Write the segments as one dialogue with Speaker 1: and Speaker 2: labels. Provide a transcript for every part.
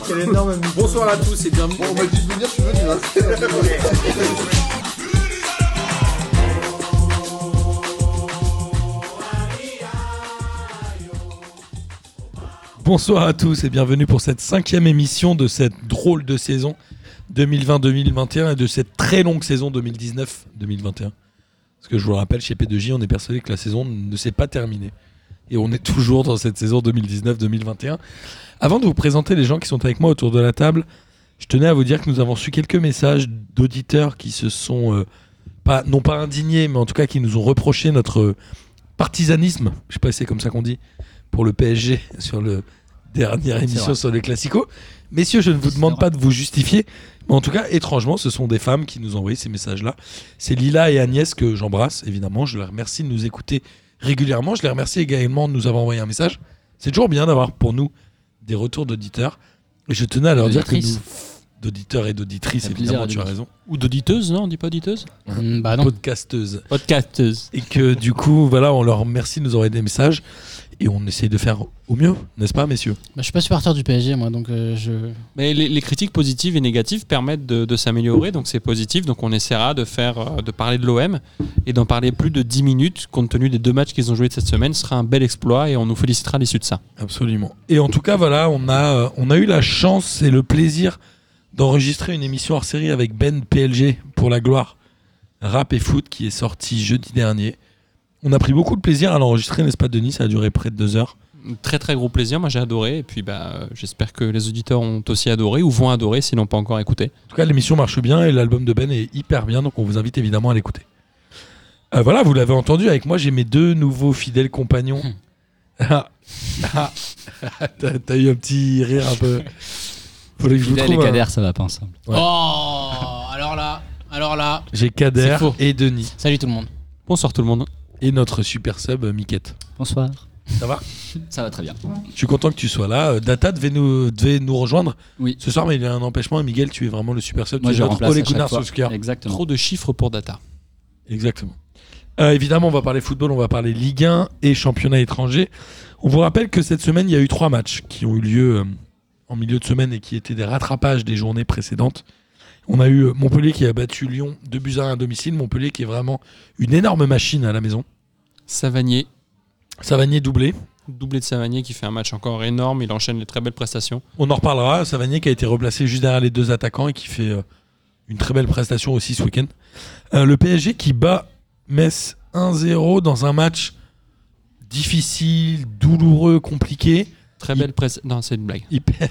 Speaker 1: Quel énorme
Speaker 2: Bonsoir à tous et bienvenue.
Speaker 3: Bon, on m'a dit de venir, je suis venu. Hein.
Speaker 2: Bonsoir à tous et bienvenue pour cette 5e émission de cette drôle de saison 2020-2021 et de cette très longue saison 2019-2021. Parce que je vous le rappelle, chez P2J, on est persuadé que la saison ne s'est pas terminée. Et on est toujours dans cette saison 2019-2021. Avant de vous présenter les gens qui sont avec moi autour de la table, je tenais à vous dire que nous avons reçu quelques messages d'auditeurs qui se sont, non pas indignés, mais en tout cas qui nous ont reproché notre partisanisme, je sais pas si c'est comme ça qu'on dit, pour le PSG sur le dernière émission sur les Classicos. Messieurs, je ne vous demande pas de vous justifier, mais en tout cas, étrangement, ce sont des femmes qui nous ont envoyé ces messages-là. C'est Lila et Agnès que j'embrasse, évidemment. Je les remercie de nous écouter régulièrement. Je les remercie également de nous avoir envoyé un message. C'est toujours bien d'avoir pour nous des retours d'auditeurs. Et je tenais à leur dire que nous, d'auditeurs et d'auditrices, évidemment, tu as raison.
Speaker 4: Ou d'auditeuses, non, on dit pas auditeuse.
Speaker 1: Bah non.
Speaker 2: Podcasteuses.
Speaker 4: Podcasteuse.
Speaker 2: Et que du coup, voilà, on leur remercie de nous envoyer des messages. Et on essaye de faire au mieux, n'est-ce pas, messieurs ?
Speaker 1: Je suis pas supporter du PSG, moi, donc je.
Speaker 4: Mais les critiques positives et négatives permettent de s'améliorer, donc c'est positif. Donc on essaiera de parler de l'OM et d'en parler plus de 10 minutes, compte tenu des 2 matchs qu'ils ont joués cette semaine. Ce sera un bel exploit et on nous félicitera à l'issue de ça.
Speaker 2: Absolument. Et en tout cas, voilà, on a eu la chance et le plaisir d'enregistrer une émission hors série avec Ben PLG pour la gloire, rap et foot, qui est sorti jeudi dernier. On a pris beaucoup de plaisir à l'enregistrer, n'est-ce pas, Denis ? Ça a duré près de 2 heures.
Speaker 4: Très très gros plaisir, moi j'ai adoré. Et puis j'espère que les auditeurs ont aussi adoré ou vont adorer s'ils n'ont pas encore écouté.
Speaker 2: En tout cas, l'émission marche bien et l'album de Ben est hyper bien, donc on vous invite évidemment à l'écouter. Voilà, vous l'avez entendu, avec moi j'ai mes 2 nouveaux fidèles compagnons. T'as eu un petit rire un peu. Faudrait que je vous
Speaker 5: Fidèle et
Speaker 2: trouve.
Speaker 5: Kader, ça va pas ensemble.
Speaker 2: Ouais.
Speaker 1: Oh, alors là.
Speaker 2: J'ai Kader
Speaker 4: C'est faux.
Speaker 2: et Denis.
Speaker 1: Salut tout le monde.
Speaker 4: Bonsoir tout le monde.
Speaker 2: Et notre super sub, Miquette.
Speaker 5: Bonsoir.
Speaker 2: Ça va ?
Speaker 5: Ça va très bien.
Speaker 2: Je suis content que tu sois là. Data devait nous rejoindre
Speaker 5: Oui.
Speaker 2: ce soir, mais il y a un empêchement. Miguel, tu es vraiment le super sub.
Speaker 5: Moi,
Speaker 2: Tu es
Speaker 5: je
Speaker 2: notre
Speaker 5: remplace
Speaker 2: Ole
Speaker 5: à chaque
Speaker 2: Gunnar
Speaker 5: fois.
Speaker 2: Solskjaer.
Speaker 5: Exactement.
Speaker 4: Trop de chiffres pour Data.
Speaker 2: Exactement. Évidemment, on va parler football, on va parler Ligue 1 et championnat étranger. On vous rappelle que cette semaine, il y a eu 3 matchs qui ont eu lieu en milieu de semaine et qui étaient des rattrapages des journées précédentes. On a eu Montpellier qui a battu Lyon 2-1 à domicile. Montpellier qui est vraiment une énorme machine à la maison.
Speaker 4: Savanier
Speaker 2: doublé.
Speaker 4: Doublé de Savanier qui fait un match encore énorme. Il enchaîne les très belles prestations.
Speaker 2: On en reparlera. Savanier qui a été replacé juste derrière les 2 attaquants et qui fait une très belle prestation aussi ce week-end. Le PSG qui bat Metz 1-0 dans un match difficile, douloureux, compliqué.
Speaker 4: Très belle prestation. Non, c'est une blague.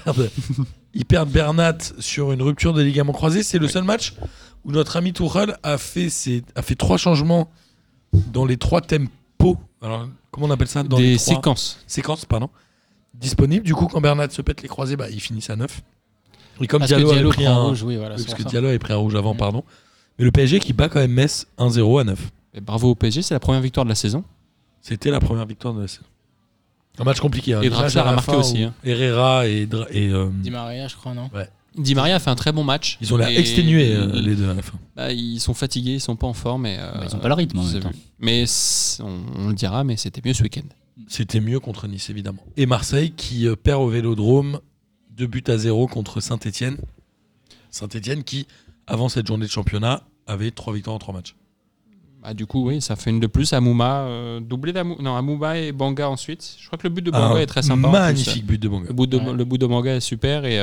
Speaker 2: Ils perdent Bernat sur une rupture des ligaments croisés. C'est le seul match où notre ami Tourelle a fait 3 changements dans les 3 tempos. Alors, comment on appelle ça ? Dans les 3 séquences, pardon. Disponibles. Du coup, quand Bernat se pète les croisés, il finit à 9. Et comme
Speaker 1: Parce
Speaker 2: Diallo
Speaker 1: que
Speaker 2: avait pris
Speaker 1: prend
Speaker 2: un
Speaker 1: rouge, oui, voilà,
Speaker 2: parce
Speaker 1: c'est
Speaker 2: que
Speaker 1: pour ça.
Speaker 2: Diallo avait pris un rouge avant, pardon. Mais le PSG qui bat quand même Metz 1-0 à 9.
Speaker 4: Et bravo au PSG, c'est la première victoire de la saison.
Speaker 2: C'était la première victoire de la saison. Un match compliqué.
Speaker 4: Et Draxler a marqué aussi.
Speaker 2: Herrera et
Speaker 1: Di Maria, je crois, non ?
Speaker 4: Di Maria a fait un très bon match.
Speaker 2: Ils ont l'air exténués les deux à la fin.
Speaker 4: Ils sont fatigués, ils sont pas en forme. Ils
Speaker 5: n'ont pas le rythme en même temps.
Speaker 4: Mais on le dira, mais c'était mieux ce week-end.
Speaker 2: C'était mieux contre Nice, évidemment. Et Marseille qui perd au Vélodrome 2-0 contre Saint-Etienne. Saint-Etienne qui, avant cette journée de championnat, avait 3 victoires en 3 matchs.
Speaker 4: Du coup, oui, ça fait une de plus. Amouma, doublé Amouma et Banga ensuite. Je crois que le but de Banga est très sympa.
Speaker 2: Magnifique but de Banga.
Speaker 4: Le but de Banga est super. Et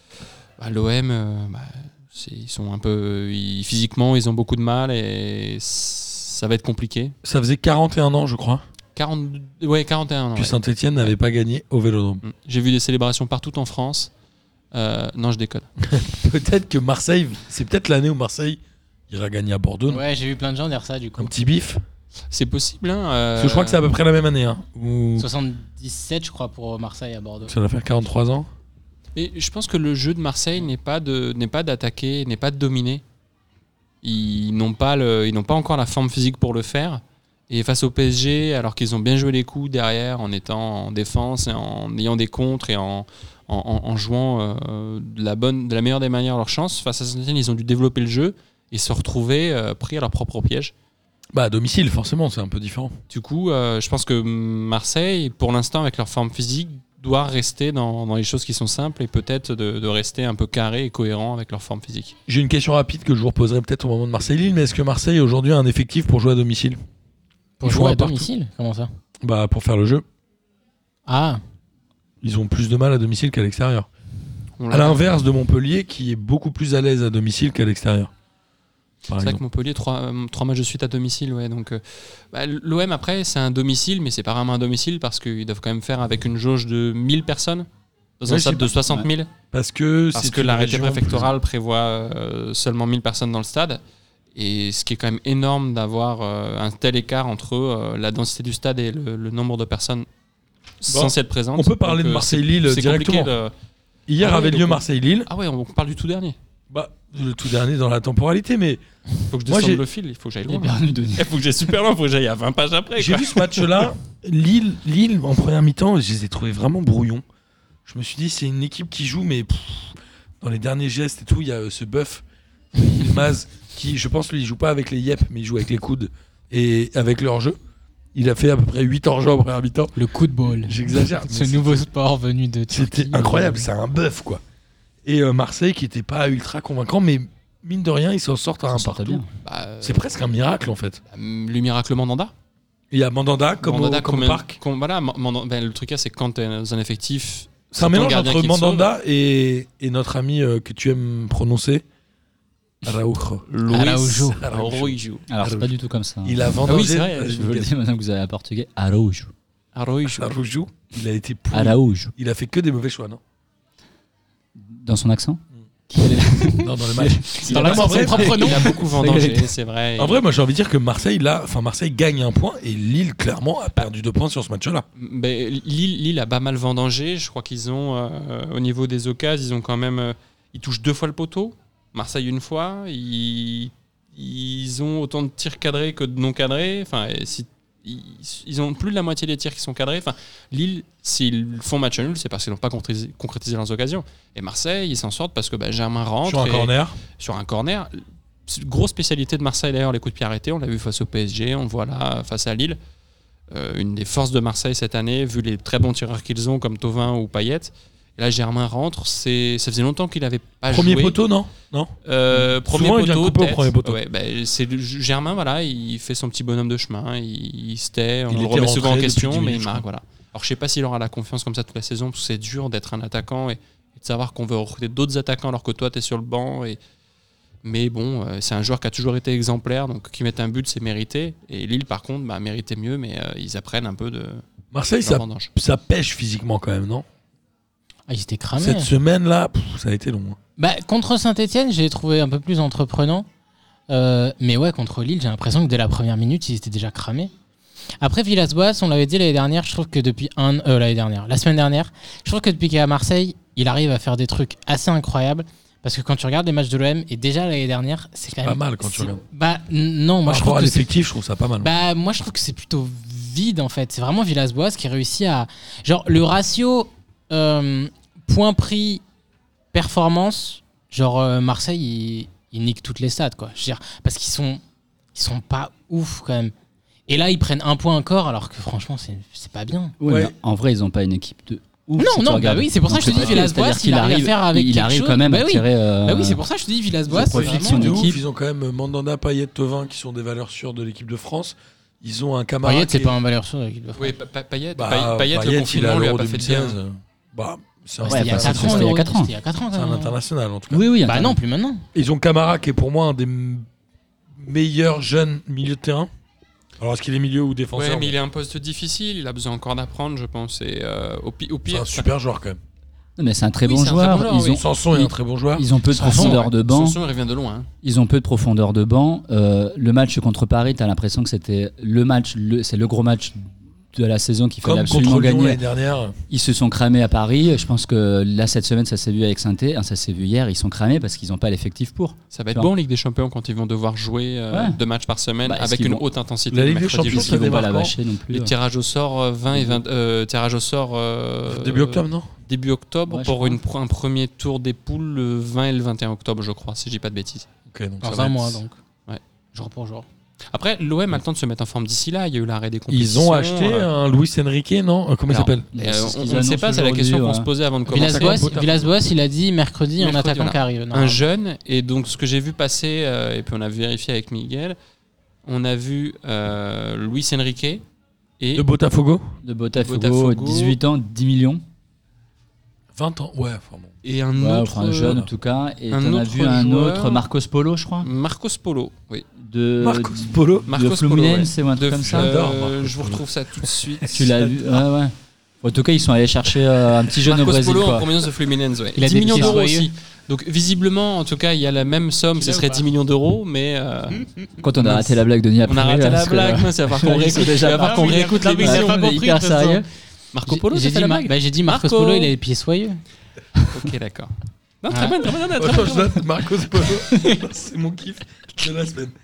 Speaker 4: l'OM, ils sont un peu. Physiquement, ils ont beaucoup de mal et ça va être compliqué.
Speaker 2: Ça faisait 41 ans, je crois.
Speaker 4: 41 ans.
Speaker 2: Que Saint-Etienne n'avait pas gagné au Vélodrome.
Speaker 4: J'ai vu des célébrations partout en France. Non, je déconne.
Speaker 2: Peut-être que Marseille, c'est peut-être l'année où Marseille ira gagner à Bordeaux.
Speaker 1: Ouais, j'ai vu plein de gens dire ça du coup.
Speaker 2: Un petit bif.
Speaker 4: C'est possible.
Speaker 2: Parce que je crois que c'est à peu près la même année.
Speaker 1: 77, je crois, pour Marseille à Bordeaux.
Speaker 2: Ça va faire 43 ans.
Speaker 4: Et je pense que le jeu de Marseille n'est pas d'attaquer, n'est pas de dominer. Ils n'ont pas encore la forme physique pour le faire. Et face au PSG, alors qu'ils ont bien joué les coups derrière, en étant en défense, et en ayant des contres et en jouant de la meilleure des manières leur chance, face à Saint-Etienne, ils ont dû développer le jeu et se retrouver pris à leur propre piège.
Speaker 2: À domicile, forcément, c'est un peu différent.
Speaker 4: Du coup, je pense que Marseille, pour l'instant, avec leur forme physique, doit rester dans les choses qui sont simples et peut-être de rester un peu carré et cohérent avec leur forme physique.
Speaker 2: J'ai une question rapide que je vous reposerai peut-être au moment de Marseille-Lille, mais est-ce que Marseille aujourd'hui a un effectif pour jouer à domicile?
Speaker 1: Pour
Speaker 2: Ils
Speaker 1: jouer
Speaker 2: font
Speaker 1: à
Speaker 2: un partout.
Speaker 1: domicile? Comment ça?
Speaker 2: Bah, pour faire le jeu.
Speaker 1: Ah,
Speaker 2: Ils ont plus de mal à domicile qu'à l'extérieur. À l'inverse de Montpellier, qui est beaucoup plus à l'aise à domicile qu'à l'extérieur. Par
Speaker 4: C'est vrai
Speaker 2: exemple.
Speaker 4: que Montpellier, 3 matchs de suite à domicile. Ouais, donc, l'OM, après, c'est un domicile, mais c'est pas vraiment un domicile parce qu'ils doivent quand même faire avec une jauge de 1000 personnes dans un
Speaker 2: Ouais,
Speaker 4: stade
Speaker 2: c'est
Speaker 4: de 60 000.
Speaker 2: Parce que
Speaker 4: L'arrêté préfectoral prévoit seulement 1000 personnes dans le stade. Et ce qui est quand même énorme d'avoir un tel écart entre la densité du stade et le nombre de personnes censées être présentes.
Speaker 2: on peut parler
Speaker 4: Donc,
Speaker 2: de Marseille-Lille
Speaker 4: c'est compliqué
Speaker 2: directement. Hier
Speaker 4: Ah ouais,
Speaker 2: avait lieu
Speaker 4: donc-
Speaker 2: Marseille-Lille.
Speaker 4: Ah ouais, on parle du tout dernier.
Speaker 2: Bah, le tout dernier dans la temporalité, mais
Speaker 4: Faut que je
Speaker 2: Moi,
Speaker 4: descende
Speaker 2: j'ai-
Speaker 4: le fil, il faut que j'aille
Speaker 5: Il est
Speaker 4: loin.
Speaker 5: bienvenu, Denis.
Speaker 4: Il faut que j'aille super loin, il faut que j'aille à 20 pages après.
Speaker 2: j'ai
Speaker 4: quoi.
Speaker 2: vu ce match-là. Lille, en première mi-temps, je les ai trouvés vraiment brouillons. Je me suis dit, c'est une équipe qui joue, mais dans les derniers gestes et tout, il y a ce bœuf, Yilmaz, qui, je pense, lui, il joue pas avec les yep, mais il joue avec les coudes et avec leur jeu. Il a fait à peu près 8 hors-jeu en première mi-temps.
Speaker 1: le coup de ball.
Speaker 2: J'exagère.
Speaker 1: Ce
Speaker 2: mais
Speaker 1: nouveau sport venu de
Speaker 2: c'était
Speaker 1: Turquie.
Speaker 2: incroyable, c'est un bœuf, quoi. Et Marseille, qui était pas ultra convaincant, mais mine de rien, ils s'en sortent à
Speaker 5: Ça
Speaker 2: un
Speaker 5: sortait
Speaker 2: partout.
Speaker 5: bien.
Speaker 4: Bah,
Speaker 2: C'est presque un miracle, en fait.
Speaker 4: le miracle Mandanda.
Speaker 2: Il y a Mandanda comme
Speaker 4: Mandanda,
Speaker 2: au
Speaker 4: combien-
Speaker 2: parc.
Speaker 4: voilà, le truc là, c'est quand t'es dans un effectif.
Speaker 2: C'est un
Speaker 4: ton
Speaker 2: mélange
Speaker 4: gardien
Speaker 2: entre
Speaker 4: qui te
Speaker 2: Mandanda et notre ami que tu aimes prononcer, Araujo.
Speaker 1: Araujo.
Speaker 4: Araujo.
Speaker 5: Alors, c'est pas du tout comme ça.
Speaker 2: Il a
Speaker 4: Ah
Speaker 2: vendangé.
Speaker 4: oui, c'est vrai,
Speaker 5: Je vous le dis maintenant que vous avez un portugais. Araújo.
Speaker 2: Araujo, il a été pourri.
Speaker 5: Araújo.
Speaker 2: Il a fait que des mauvais choix, non?
Speaker 5: Dans son accent
Speaker 2: Non, dans le match.
Speaker 1: Dans
Speaker 2: Non, mais en
Speaker 1: son
Speaker 2: vrai,
Speaker 1: propre nom.
Speaker 4: Il a beaucoup vendangé, c'est vrai.
Speaker 2: En vrai, moi j'ai envie de dire que Marseille gagne un point et Lille clairement a perdu 2 points sur ce match-là.
Speaker 4: Ben, Lille a pas mal vendangé. Je crois qu'ils ont, au niveau des occasions, ils ont quand même. Ils touchent 2 fois le poteau. Marseille une fois. Ils ont autant de tirs cadrés que de non cadrés. Enfin, ils ont plus de la moitié des tirs qui sont cadrés. Enfin, Lille, s'ils font match nul, c'est parce qu'ils n'ont pas concrétisé leurs occasions. Et Marseille, ils s'en sortent parce que Germain rentre.
Speaker 2: Sur un corner.
Speaker 4: Sur un corner. C'est une grosse spécialité de Marseille d'ailleurs, les coups de pied arrêtés. On l'a vu face au PSG, on le voit là face à Lille. Une des forces de Marseille cette année, vu les très bons tireurs qu'ils ont comme Thauvin ou Payet. Et là, Germain rentre. Ça faisait longtemps qu'il n'avait pas
Speaker 2: Premier
Speaker 4: joué.
Speaker 2: poteau, non? Non.
Speaker 4: Premier
Speaker 2: Souvent, il vient
Speaker 4: poteau,
Speaker 2: couper au
Speaker 4: tête.
Speaker 2: premier poteau.
Speaker 4: Ouais, c'est Germain, voilà, il fait son petit bonhomme de chemin, il se tait, on
Speaker 2: Il
Speaker 4: le
Speaker 2: était
Speaker 4: remet souvent en
Speaker 2: rentré
Speaker 4: question,
Speaker 2: depuis 10
Speaker 4: mais
Speaker 2: minutes,
Speaker 4: il
Speaker 2: je
Speaker 4: marque,
Speaker 2: crois.
Speaker 4: voilà. Alors je sais pas s'il aura la confiance comme ça toute la saison, parce que c'est dur d'être un attaquant et de savoir qu'on veut recruter d'autres attaquants alors que toi tu es sur le banc. Mais bon, c'est un joueur qui a toujours été exemplaire, donc qui met un but, c'est mérité. Et Lille, par contre, méritait mieux, mais ils apprennent un peu de
Speaker 2: Marseille,
Speaker 4: leur vendange.
Speaker 2: ça pêche physiquement quand même, non?
Speaker 1: Ah, ils étaient cramés.
Speaker 2: Cette semaine-là, ça a été long. Hein.
Speaker 1: Bah, contre Saint-Etienne, j'ai trouvé un peu plus entreprenant. Mais ouais, contre Lille, j'ai l'impression que dès la première minute, ils étaient déjà cramés. Après, Villas-Boas, on l'avait dit l'année dernière, je trouve que depuis la semaine dernière, je trouve que depuis qu'il est à Marseille, il arrive à faire des trucs assez incroyables. Parce que quand tu regardes les matchs de l'OM, et déjà l'année dernière, c'est quand même.
Speaker 2: Pas mal quand tu regardes.
Speaker 1: Bah, non, moi
Speaker 2: Par
Speaker 1: je
Speaker 2: rapport
Speaker 1: trouve
Speaker 2: à
Speaker 1: que c'est.
Speaker 2: l'effectif, je trouve ça pas mal.
Speaker 1: Bah, moi je trouve que c'est plutôt vide en fait. C'est vraiment Villas-Boas qui réussit à. Genre, le ratio point prix performance, genre Marseille, il nique toutes les stats, quoi. Je veux dire, parce qu'ils sont pas ouf quand même. Et là, ils prennent un point encore, alors que franchement, c'est pas bien.
Speaker 5: Ouais,
Speaker 2: Ouais.
Speaker 5: mais en vrai, ils n'ont pas une équipe de ouf. si tu
Speaker 1: Non, bah
Speaker 5: regardes.
Speaker 1: oui, c'est pour ça que je te dis
Speaker 5: Donc,
Speaker 1: Villas-Boas,
Speaker 5: c'est-à-dire qu'il
Speaker 1: il arrive à faire avec
Speaker 5: il
Speaker 1: quelque
Speaker 5: arrive
Speaker 1: chose.
Speaker 5: quand même
Speaker 1: Bah
Speaker 5: à
Speaker 1: oui.
Speaker 5: tirer.
Speaker 1: Bah oui, c'est pour ça que je te dis Villas-Boas.
Speaker 5: il profite
Speaker 1: c'est
Speaker 5: son
Speaker 1: vraiment-
Speaker 2: De ouf,
Speaker 5: équipe.
Speaker 2: ils ont quand même Mandanda, Payet, Thauvin qui sont des valeurs sûres de l'équipe de France. Ils ont un camarade.
Speaker 1: Payet, c'est pas un valeur sûre de l'équipe de France.
Speaker 4: Oui, Payet,
Speaker 2: Bah,
Speaker 4: Payet, le
Speaker 2: il
Speaker 4: confinement
Speaker 2: a
Speaker 4: lui a
Speaker 2: l'Euro
Speaker 4: pas fait de bien.
Speaker 2: 2016. Bah, c'est un,
Speaker 1: C'était il y a
Speaker 5: enfin,
Speaker 1: 4
Speaker 5: c'était
Speaker 1: ans.
Speaker 5: il y a
Speaker 1: l'Euro,
Speaker 5: 4 ans.
Speaker 1: c'était il y a 4 ans.
Speaker 2: c'est un international en tout cas.
Speaker 5: Oui, oui.
Speaker 1: Bah non, plus maintenant.
Speaker 2: Ils ont Camara qui est pour moi un des meilleurs jeunes milieux de terrain. Alors est-ce qu'il est milieu ou défenseur?
Speaker 4: Ouais, mais il est un poste difficile, il a besoin encore d'apprendre, je pense. Et au
Speaker 2: C'est
Speaker 4: pire,
Speaker 2: un super joueur quand même.
Speaker 5: Non, mais c'est un très
Speaker 4: Oui,
Speaker 5: bon
Speaker 4: c'est un très
Speaker 5: joueur.
Speaker 4: bon joueur,
Speaker 5: Ils
Speaker 4: oui.
Speaker 5: ont
Speaker 2: Sanson est un très bon joueur.
Speaker 5: ils ont peu de
Speaker 1: Sanson,
Speaker 5: profondeur de banc.
Speaker 4: Sanson, il revient de loin. Hein.
Speaker 5: Ils ont peu de profondeur de banc. Le match contre Paris, tu as l'impression que c'était c'est le gros match de la saison qu'il fallait
Speaker 2: Comme
Speaker 5: absolument
Speaker 2: contre Lyon
Speaker 5: gagner.
Speaker 2: l'année dernière.
Speaker 5: Ils se sont cramés à Paris. Je pense que là, cette semaine, ça s'est vu avec Saint-Étienne. Ça s'est vu hier. Ils sont cramés parce qu'ils n'ont pas l'effectif pour.
Speaker 4: Ça va être
Speaker 5: Tu
Speaker 4: bon en Ligue des Champions quand ils vont devoir jouwer
Speaker 5: Ouais.
Speaker 4: 2 matchs par semaine
Speaker 5: Bah, est-ce
Speaker 4: avec
Speaker 5: qu'ils
Speaker 4: une
Speaker 5: vont-
Speaker 4: haute intensité.
Speaker 2: La
Speaker 4: le
Speaker 2: Ligue des
Speaker 4: mercredi,
Speaker 2: Champions,
Speaker 4: jeudi.
Speaker 2: ça
Speaker 5: Ils vont pas
Speaker 2: démarre
Speaker 5: la
Speaker 2: quand
Speaker 5: vacher non plus.
Speaker 4: Les tirages au sort 20 et 20 tirage au sort
Speaker 2: Début octobre, non?
Speaker 4: début octobre
Speaker 5: Ouais, je
Speaker 4: pour
Speaker 5: crois.
Speaker 4: un premier tour des poules le 20 et le 21 octobre, je crois, si je dis pas de bêtises.
Speaker 2: Ok, donc
Speaker 1: Dans
Speaker 2: ça va
Speaker 1: un
Speaker 2: être-
Speaker 1: mois donc.
Speaker 4: Ouais.
Speaker 1: Jour pour jour.
Speaker 4: Après, l'OM a le temps de se mettre en forme d'ici là. Il y a eu l'arrêt des compétitions.
Speaker 2: Ils ont acheté un Luis Enrique, non? Comment il
Speaker 4: Alors,
Speaker 2: s'appelle
Speaker 4: on ne sait pas, c'est la question qu'on se posait avant de commencer.
Speaker 1: Villas-Boas, il a dit mercredi un attaquant qui arrive.
Speaker 4: Un jeune, et donc ce que j'ai vu passer, et puis on a vérifié avec Miguel, on a vu Luis Enrique et
Speaker 2: De Botafogo
Speaker 5: De Botafogo, 18 ans, 10 millions.
Speaker 2: 20 ans, ouais. Enfin bon.
Speaker 4: et un
Speaker 5: Ouais,
Speaker 4: autre
Speaker 5: enfin, jeune en tout cas. Et
Speaker 4: un
Speaker 5: t'en as
Speaker 4: autre
Speaker 5: vu un
Speaker 4: joueur.
Speaker 5: autre, Marcos Polo, je crois.
Speaker 4: Marcos Polo, oui.
Speaker 2: Marcos Polo
Speaker 5: De
Speaker 4: Marcos Polo,
Speaker 5: Fluminense,
Speaker 4: ouais.
Speaker 5: ou un truc comme ça.
Speaker 2: J'adore Marcos
Speaker 4: je vous
Speaker 2: Polo.
Speaker 4: retrouve ça tout de suite.
Speaker 5: Tu l'as vu? Ouais. En tout cas, ils sont allés chercher un petit jeune au
Speaker 4: Marcos
Speaker 5: Brésil.
Speaker 4: Polo en
Speaker 5: Quoi.
Speaker 4: provenance de Fluminense, ouais.
Speaker 1: Il a
Speaker 4: 10
Speaker 1: des
Speaker 4: millions
Speaker 1: pieds
Speaker 4: d'euros
Speaker 1: soyeux.
Speaker 4: aussi. Donc visiblement, en tout cas, il y a la même somme, ce serait 10 millions d'euros, mais
Speaker 5: Quand on a raté la blague de Nia
Speaker 4: on a
Speaker 5: après,
Speaker 4: raté
Speaker 5: là,
Speaker 4: la
Speaker 5: parce que,
Speaker 4: blague, mais ça va falloir qu'on
Speaker 5: ils sont
Speaker 4: réécoute,
Speaker 5: déjà
Speaker 4: il va falloir qu'on réécoute
Speaker 1: Non, mais il a
Speaker 4: l'émission.
Speaker 1: pas
Speaker 5: on est
Speaker 1: compris,
Speaker 5: hyper
Speaker 1: de toute façon.
Speaker 5: sérieux.
Speaker 4: Marco Polo,
Speaker 1: J'ai
Speaker 4: c'est la blague.
Speaker 1: dit Marcos
Speaker 4: Marco.
Speaker 1: Polo, il a les pieds soyeux.
Speaker 4: Ok, d'accord. Non,
Speaker 1: Ah.
Speaker 4: très bien, très bien. très
Speaker 2: Attends,
Speaker 4: bien.
Speaker 2: je note Marcos Polo. C'est mon kiff de la semaine.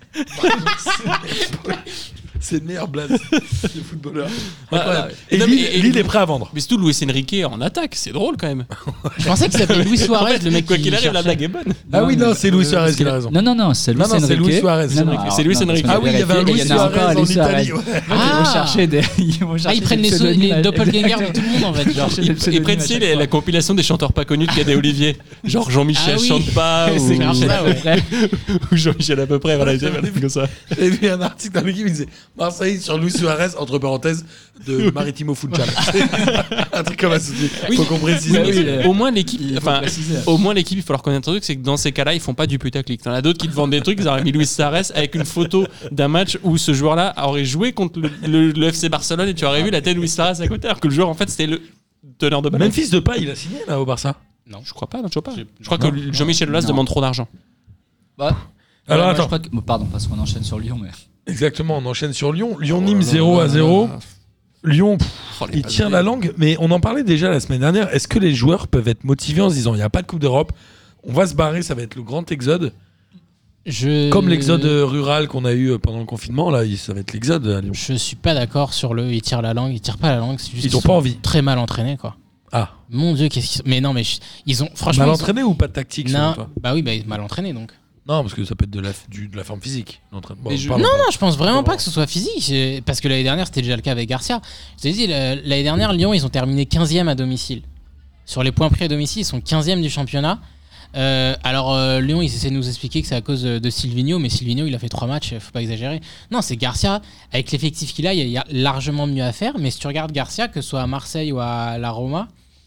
Speaker 2: C'est le meilleur blaze de footballeur. Incroyable. Et
Speaker 4: Non,
Speaker 2: Lille,
Speaker 4: mais-
Speaker 2: Lille est prêt à vendre.
Speaker 4: Mais surtout Luis Enrique en attaque, c'est drôle quand même.
Speaker 1: Je pensais qu'il s'appelait Luis Suarez, le mec
Speaker 4: Quoi
Speaker 1: qui
Speaker 4: qu'il arrive, la
Speaker 1: cherchait.
Speaker 4: blague est bonne.
Speaker 2: Ah oui, non, c'est Luis Suarez,
Speaker 5: parce que-
Speaker 2: il a raison.
Speaker 5: Non, c'est Luis
Speaker 2: Non,
Speaker 5: Enrique.
Speaker 2: c'est Luis Suarez.
Speaker 4: C'est Luis Enrique.
Speaker 2: Ah oui, il y avait un Luis Suarez en Italie. ouais.
Speaker 1: Ah.
Speaker 5: Ils vont chercher des.
Speaker 1: Ah, ils prennent les doppelgangers de tout le monde en fait. Genre.
Speaker 4: Ils prennent tu sais, la compilation des chanteurs pas connus de Cadet Olivier. Genre Jean-Michel
Speaker 1: Ah oui.
Speaker 4: chante pas,
Speaker 5: C'est
Speaker 4: ou,
Speaker 5: grave ça, ouais.
Speaker 4: ou Jean-Michel à peu près, voilà, c'est comme ça.
Speaker 2: J'ai vu un article dans l'équipe qui disait Marseille sur Luis Suarez, entre parenthèses, de Maritimo Funchal. Un truc comme ça. Faut qu'on précise.
Speaker 4: Oui,
Speaker 5: oui,
Speaker 4: mais au moins l'équipe,
Speaker 5: il faut
Speaker 4: enfin,
Speaker 5: préciser.
Speaker 4: au moins l'équipe, il faut leur connaître un truc, c'est que dans ces cas-là, ils font pas du putaclic. T'en as d'autres qui te vendent des trucs, ils auraient mis Luis Suarez avec une photo d'un match où ce joueur-là aurait joué contre le FC Barcelone et tu aurais vu la tête de Luis Suarez à côté, alors que le joueur en fait c'était le teneur de ballon.
Speaker 2: Memphis Depay, il a signé là au Barça.
Speaker 4: Je crois pas, non, je crois pas. Je crois que Jean-Michel Aulas
Speaker 5: Non.
Speaker 4: demande trop d'argent.
Speaker 5: Bah,
Speaker 2: Alors
Speaker 5: moi,
Speaker 2: attends.
Speaker 5: je crois que- bon, pardon, parce qu'on enchaîne sur Lyon, mais.
Speaker 2: Exactement, on enchaîne sur Lyon. Lyon-Nîmes 0-0. Lyon, il tient la langue, mais on en parlait déjà la semaine dernière. Est-ce que les joueurs peuvent être motivés en se disant il n'y a pas de Coupe d'Europe, on va se barrer, ça va être le grand exode, comme l'exode rural qu'on a eu pendant le confinement, là, ça va être l'exode à Lyon.
Speaker 1: Je suis pas d'accord sur le il tire la langue, il tire pas la langue, c'est juste
Speaker 2: Ils
Speaker 1: qu'ils
Speaker 2: ont pas
Speaker 1: sont
Speaker 2: envie.
Speaker 1: très mal entraînés quoi.
Speaker 2: Ah,
Speaker 1: Mon dieu, qu'est-ce qu'ils sont. Mais non, mais ils ont franchement.
Speaker 2: mal
Speaker 1: ils sont-
Speaker 2: entraîné ou pas de tactique selon
Speaker 1: Non,
Speaker 2: toi
Speaker 1: bah oui, bah mal entraîné donc.
Speaker 2: Non, parce que ça peut être de la forme physique. l'entraînement.
Speaker 4: Mais je-
Speaker 2: Pardon.
Speaker 1: Non, je pense vraiment pas que ce soit physique. Parce que l'année dernière, c'était déjà le cas avec Garcia. Je t'ai dit, l'année dernière, Lyon, ils ont terminé 15e à domicile. Sur les points pris à domicile, ils sont 15e du championnat. Lyon, ils essaient de nous expliquer que c'est à cause de Silvinho, mais Silvinho, il a fait 3 matchs, faut pas exagérer. Non, c'est Garcia. Avec l'effectif qu'il a, il y a largement mieux à faire. Mais si tu regardes Garcia, que ce soit à Marseille ou à la Roma,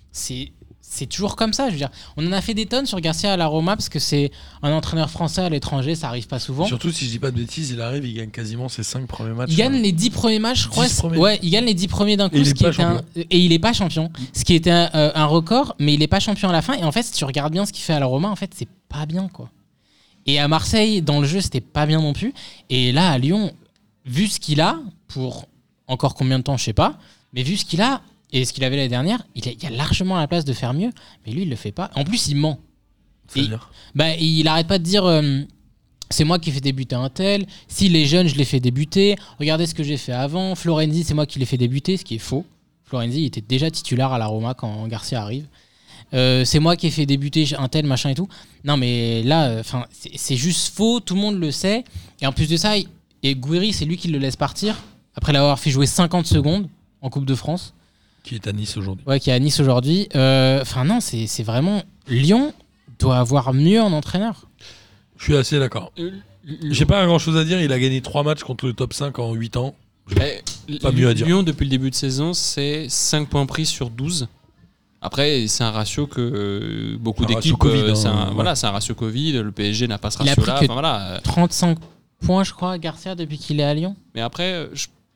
Speaker 1: c'est toujours comme ça. Je veux dire, on en a fait des tonnes sur Garcia à la Roma parce que c'est un entraîneur français à l'étranger, ça arrive pas souvent.
Speaker 2: Surtout si je dis pas de bêtises, il arrive, il gagne quasiment ses 5 premiers matchs.
Speaker 1: Il gagne les 10 premiers matchs, je crois.
Speaker 2: 10 premiers.
Speaker 1: Ouais, il gagne les 10 premiers d'un coup.
Speaker 2: Et il est
Speaker 1: ce qui
Speaker 2: pas
Speaker 1: était et il est pas champion. Ce qui était un record, mais il est pas champion à la fin. Et en fait, si tu regardes bien ce qu'il fait à la Roma, en fait, c'est pas bien, quoi. Et à Marseille, dans le jeu, c'était pas bien non plus. Et là, à Lyon, vu ce qu'il a, pour encore combien de temps, je sais pas, mais vu ce qu'il a et ce qu'il avait l'année dernière, il y a largement la place de faire mieux. Mais lui, il le fait pas. En plus, il ment.
Speaker 2: C'est-à-dire
Speaker 1: Bah, il arrête pas de dire c'est moi qui ai fait débuter un tel. S'il est jeune, je l'ai fait débuter. Regardez ce que j'ai fait avant. Florenzi, c'est moi qui l'ai fait débuter, ce qui est faux. Florenzi, il était déjà titulaire à la Roma quand Garcia arrive. C'est moi qui ai fait débuter un tel, machin et tout. Non, mais là, c'est juste faux. Tout le monde le sait. Et en plus de ça, et Gouiri, c'est lui qui le laisse partir après l'avoir fait jouer 50 secondes en Coupe de France.
Speaker 2: Qui est à Nice aujourd'hui.
Speaker 1: Ouais, qui est à Nice aujourd'hui. Non, c'est vraiment... Lyon doit avoir mieux en entraîneur.
Speaker 2: Je suis assez d'accord. J'ai pas grand chose à dire, il a gagné 3 matchs contre le top 5 en 8 ans. Pas mieux à dire.
Speaker 4: Lyon, depuis le début de saison, c'est 5 points pris sur 12. Après, c'est un ratio que beaucoup
Speaker 2: Un ratio
Speaker 4: d'équipes.
Speaker 2: Covid, hein,
Speaker 4: c'est un,
Speaker 2: ouais.
Speaker 4: voilà, c'est un ratio Covid. Le PSG n'a pas ce
Speaker 1: Il a
Speaker 4: ratio-là.
Speaker 1: pris que-
Speaker 4: Enfin, voilà.
Speaker 1: 35 points, je crois, Garcia, depuis qu'il est à Lyon.
Speaker 4: Mais après,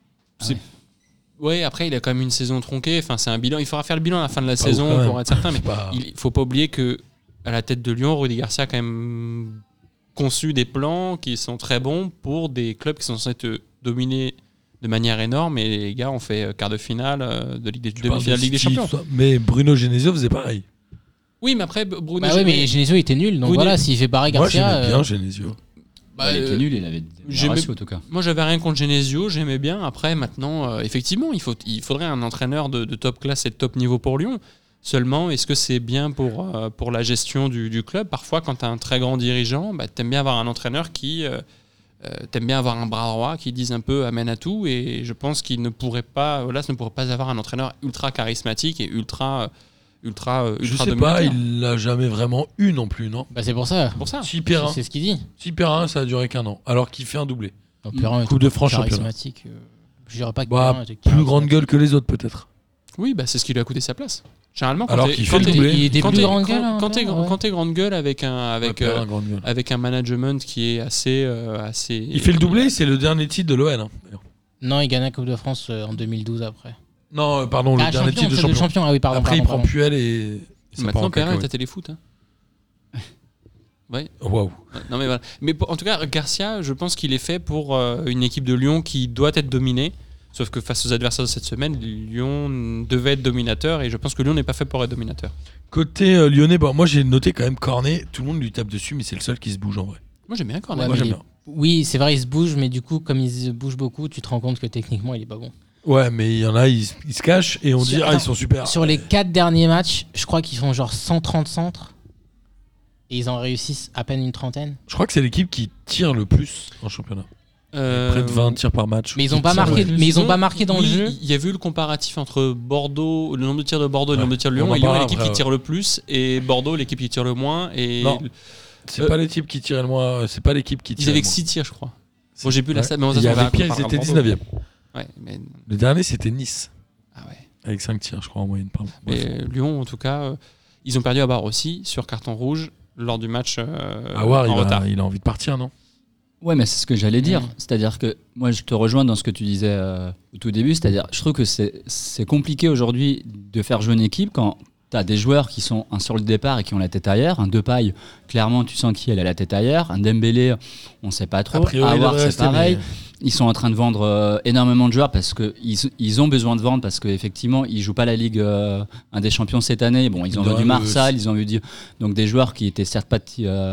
Speaker 4: ouais, après, il a quand même une saison tronquée. Enfin, c'est un bilan. Il faudra faire le bilan à la fin de la saison
Speaker 2: ouf, quand
Speaker 4: pour
Speaker 2: même.
Speaker 4: être certain. Mais
Speaker 2: C'est pas-
Speaker 4: il faut pas oublier que à la tête de Lyon, Rudy Garcia a quand même conçu des plans qui sont très bons pour des clubs qui sont censés te dominer de manière énorme. Et les gars ont fait quart de finale de Ligue des,
Speaker 2: Tu parles
Speaker 4: demi-finale
Speaker 2: de
Speaker 4: Ligue des
Speaker 2: City,
Speaker 4: Champions.
Speaker 2: tout ça. Mais Bruno Genesio faisait pareil.
Speaker 4: Oui, mais après, Bruno.
Speaker 1: Bah oui, mais Genesio était nul. Donc
Speaker 4: Bruno-
Speaker 1: voilà, s'il fait pareil
Speaker 2: Moi
Speaker 1: Garcia.
Speaker 2: j'aimais bien Genesio.
Speaker 4: Bah,
Speaker 5: il était nul, il avait des
Speaker 4: j'aimais-
Speaker 5: ratios en tout cas.
Speaker 4: Moi, j'avais rien contre Genesio, j'aimais bien. Après, maintenant, effectivement, il faudrait un entraîneur de top classe et de top niveau pour Lyon. Seulement, est-ce que c'est bien pour la gestion du club ? Parfois, quand tu as un très grand dirigeant, bah, tu aimes bien avoir un entraîneur qui t'aimes bien avoir un bras droit qui dise un peu amène à tout, et je pense qu'il ne pourrait pas, Aulas ne pourrait pas avoir un entraîneur ultra charismatique et ultra
Speaker 2: Je sais
Speaker 4: dominateur.
Speaker 2: pas, il l'a jamais vraiment eu non plus, non?
Speaker 1: Bah, c'est pour ça.
Speaker 4: Pour ça.
Speaker 2: Si perd un.
Speaker 1: C'est ce qu'il dit.
Speaker 2: Si perd un, ça a duré qu'un an. Alors qu'il fait un doublé.
Speaker 1: Perrin
Speaker 2: Coupe
Speaker 1: était
Speaker 2: de France, championnat.
Speaker 1: charismatique. Je dirais pas que
Speaker 2: Bah,
Speaker 1: Perrin était
Speaker 2: plus
Speaker 1: charismatique.
Speaker 2: grande gueule que les autres, peut-être.
Speaker 4: Oui, bah, c'est ce qui lui a coûté sa place. Généralement, quand
Speaker 2: Alors
Speaker 4: t'es-
Speaker 2: qu'il
Speaker 4: quand
Speaker 2: fait le
Speaker 4: t'es-
Speaker 2: doublé.
Speaker 1: Il était
Speaker 4: quand
Speaker 1: plus
Speaker 4: t'es-
Speaker 1: grande
Speaker 4: quand-
Speaker 1: gueule. hein,
Speaker 4: quand t'es
Speaker 1: ouais.
Speaker 4: quand t'es grande gueule avec
Speaker 2: Perrin, grande gueule.
Speaker 4: avec un management qui est assez
Speaker 2: Il fait le doublé, c'est le dernier titre de l'OL. Hein, d'ailleurs.
Speaker 1: Non, il gagne la Coupe de France en 2012 après.
Speaker 2: Non, pardon, le dernier titre de
Speaker 1: celle
Speaker 2: champion.
Speaker 1: Ah oui, pardon.
Speaker 2: Après, il
Speaker 1: pardon.
Speaker 2: prend Puel et. ça part
Speaker 4: Maintenant,
Speaker 2: en
Speaker 4: Perrin est à
Speaker 2: cacahuète.
Speaker 4: Téléfoot. Hein. Ouais.
Speaker 2: Waouh.
Speaker 4: Non mais voilà. Mais en tout cas, Garcia, je pense qu'il est fait pour une équipe de Lyon qui doit être dominée. Sauf que face aux adversaires de cette semaine, Lyon devait être dominateur, et je pense que Lyon n'est pas fait pour être dominateur.
Speaker 2: Côté lyonnais, moi j'ai noté quand même Cornet. Tout le monde lui tape dessus, mais c'est le seul qui se bouge en vrai.
Speaker 4: Moi j'aime bien Cornet.
Speaker 1: Ouais,
Speaker 2: Moi
Speaker 1: mais
Speaker 2: j'aime
Speaker 1: il-
Speaker 2: bien.
Speaker 1: Oui, c'est vrai, il se bouge, mais du coup, comme il se bouge beaucoup, tu te rends compte que techniquement, il est pas bon.
Speaker 2: Ouais, mais il y en a, ils se cachent et on dit
Speaker 1: Sur-
Speaker 2: ils sont super.
Speaker 1: Sur les 4 derniers matchs, je crois qu'ils font genre 130 centres. Et ils en réussissent à peine une trentaine.
Speaker 2: Je crois que c'est l'équipe qui tire le plus en championnat. Près de 20 tirs par match.
Speaker 1: Mais ils ont
Speaker 2: Qui
Speaker 1: pas
Speaker 2: tirent
Speaker 1: marqué,
Speaker 2: le plus.
Speaker 1: mais ils ont pas marqué dans
Speaker 4: Oui,
Speaker 1: le jeu.
Speaker 4: Il y a vu le comparatif entre Bordeaux, le nombre de tirs de Bordeaux et le
Speaker 2: Ouais.
Speaker 4: nombre de tirs de
Speaker 2: On
Speaker 4: Lyon.
Speaker 2: en
Speaker 4: Et Lyon est
Speaker 2: parlera
Speaker 4: l'équipe
Speaker 2: après,
Speaker 4: qui tire le plus, et Bordeaux l'équipe qui tire le moins. Et
Speaker 2: Non. C'est pas l'équipe qui tirait le moins. C'est pas l'équipe qui
Speaker 4: ils
Speaker 2: tire
Speaker 4: avaient
Speaker 2: le
Speaker 4: que
Speaker 2: moins.
Speaker 4: 6 tirs, je crois. Bon, j'ai plus la
Speaker 2: Ouais.
Speaker 4: stat, mais on
Speaker 2: Il y
Speaker 4: va
Speaker 2: avait pire, ils
Speaker 4: comparer à
Speaker 2: étaient
Speaker 4: Bordeaux.
Speaker 2: 19e.
Speaker 4: Ouais, mais
Speaker 2: Le dernier, c'était Nice.
Speaker 4: ah ouais.
Speaker 2: Avec 5 tirs, je crois, en moyenne. Pardon. Bref.
Speaker 4: Mais Lyon, en tout cas, ils ont perdu à Barre aussi sur carton rouge lors du match
Speaker 2: Aouar,
Speaker 4: en retard.
Speaker 2: il a envie de partir, non?
Speaker 5: Ouais, mais c'est ce que j'allais dire.
Speaker 1: Mm.
Speaker 5: C'est-à-dire que moi, je te rejoins dans ce que tu disais au tout début. C'est-à-dire, je trouve que c'est compliqué aujourd'hui de faire jouer une équipe quand tu as des joueurs qui sont sur le départ et qui ont la tête ailleurs. Un Depay, clairement, tu sens qu'il a la tête ailleurs. Un Dembélé, on ne sait pas trop.
Speaker 2: A priori, il
Speaker 5: Aouar,
Speaker 2: devrait
Speaker 5: c'est
Speaker 2: rester,
Speaker 5: pareil.
Speaker 2: mais-
Speaker 5: Ils sont en train de vendre énormément de joueurs parce qu'ils ont besoin de vendre, parce qu'effectivement, ils ne jouent pas la Ligue un des champions cette année. Bon, ils ont
Speaker 2: Non,
Speaker 5: vendu
Speaker 2: le-
Speaker 5: Marsal, ils ont vendu donc des joueurs qui étaient certes pas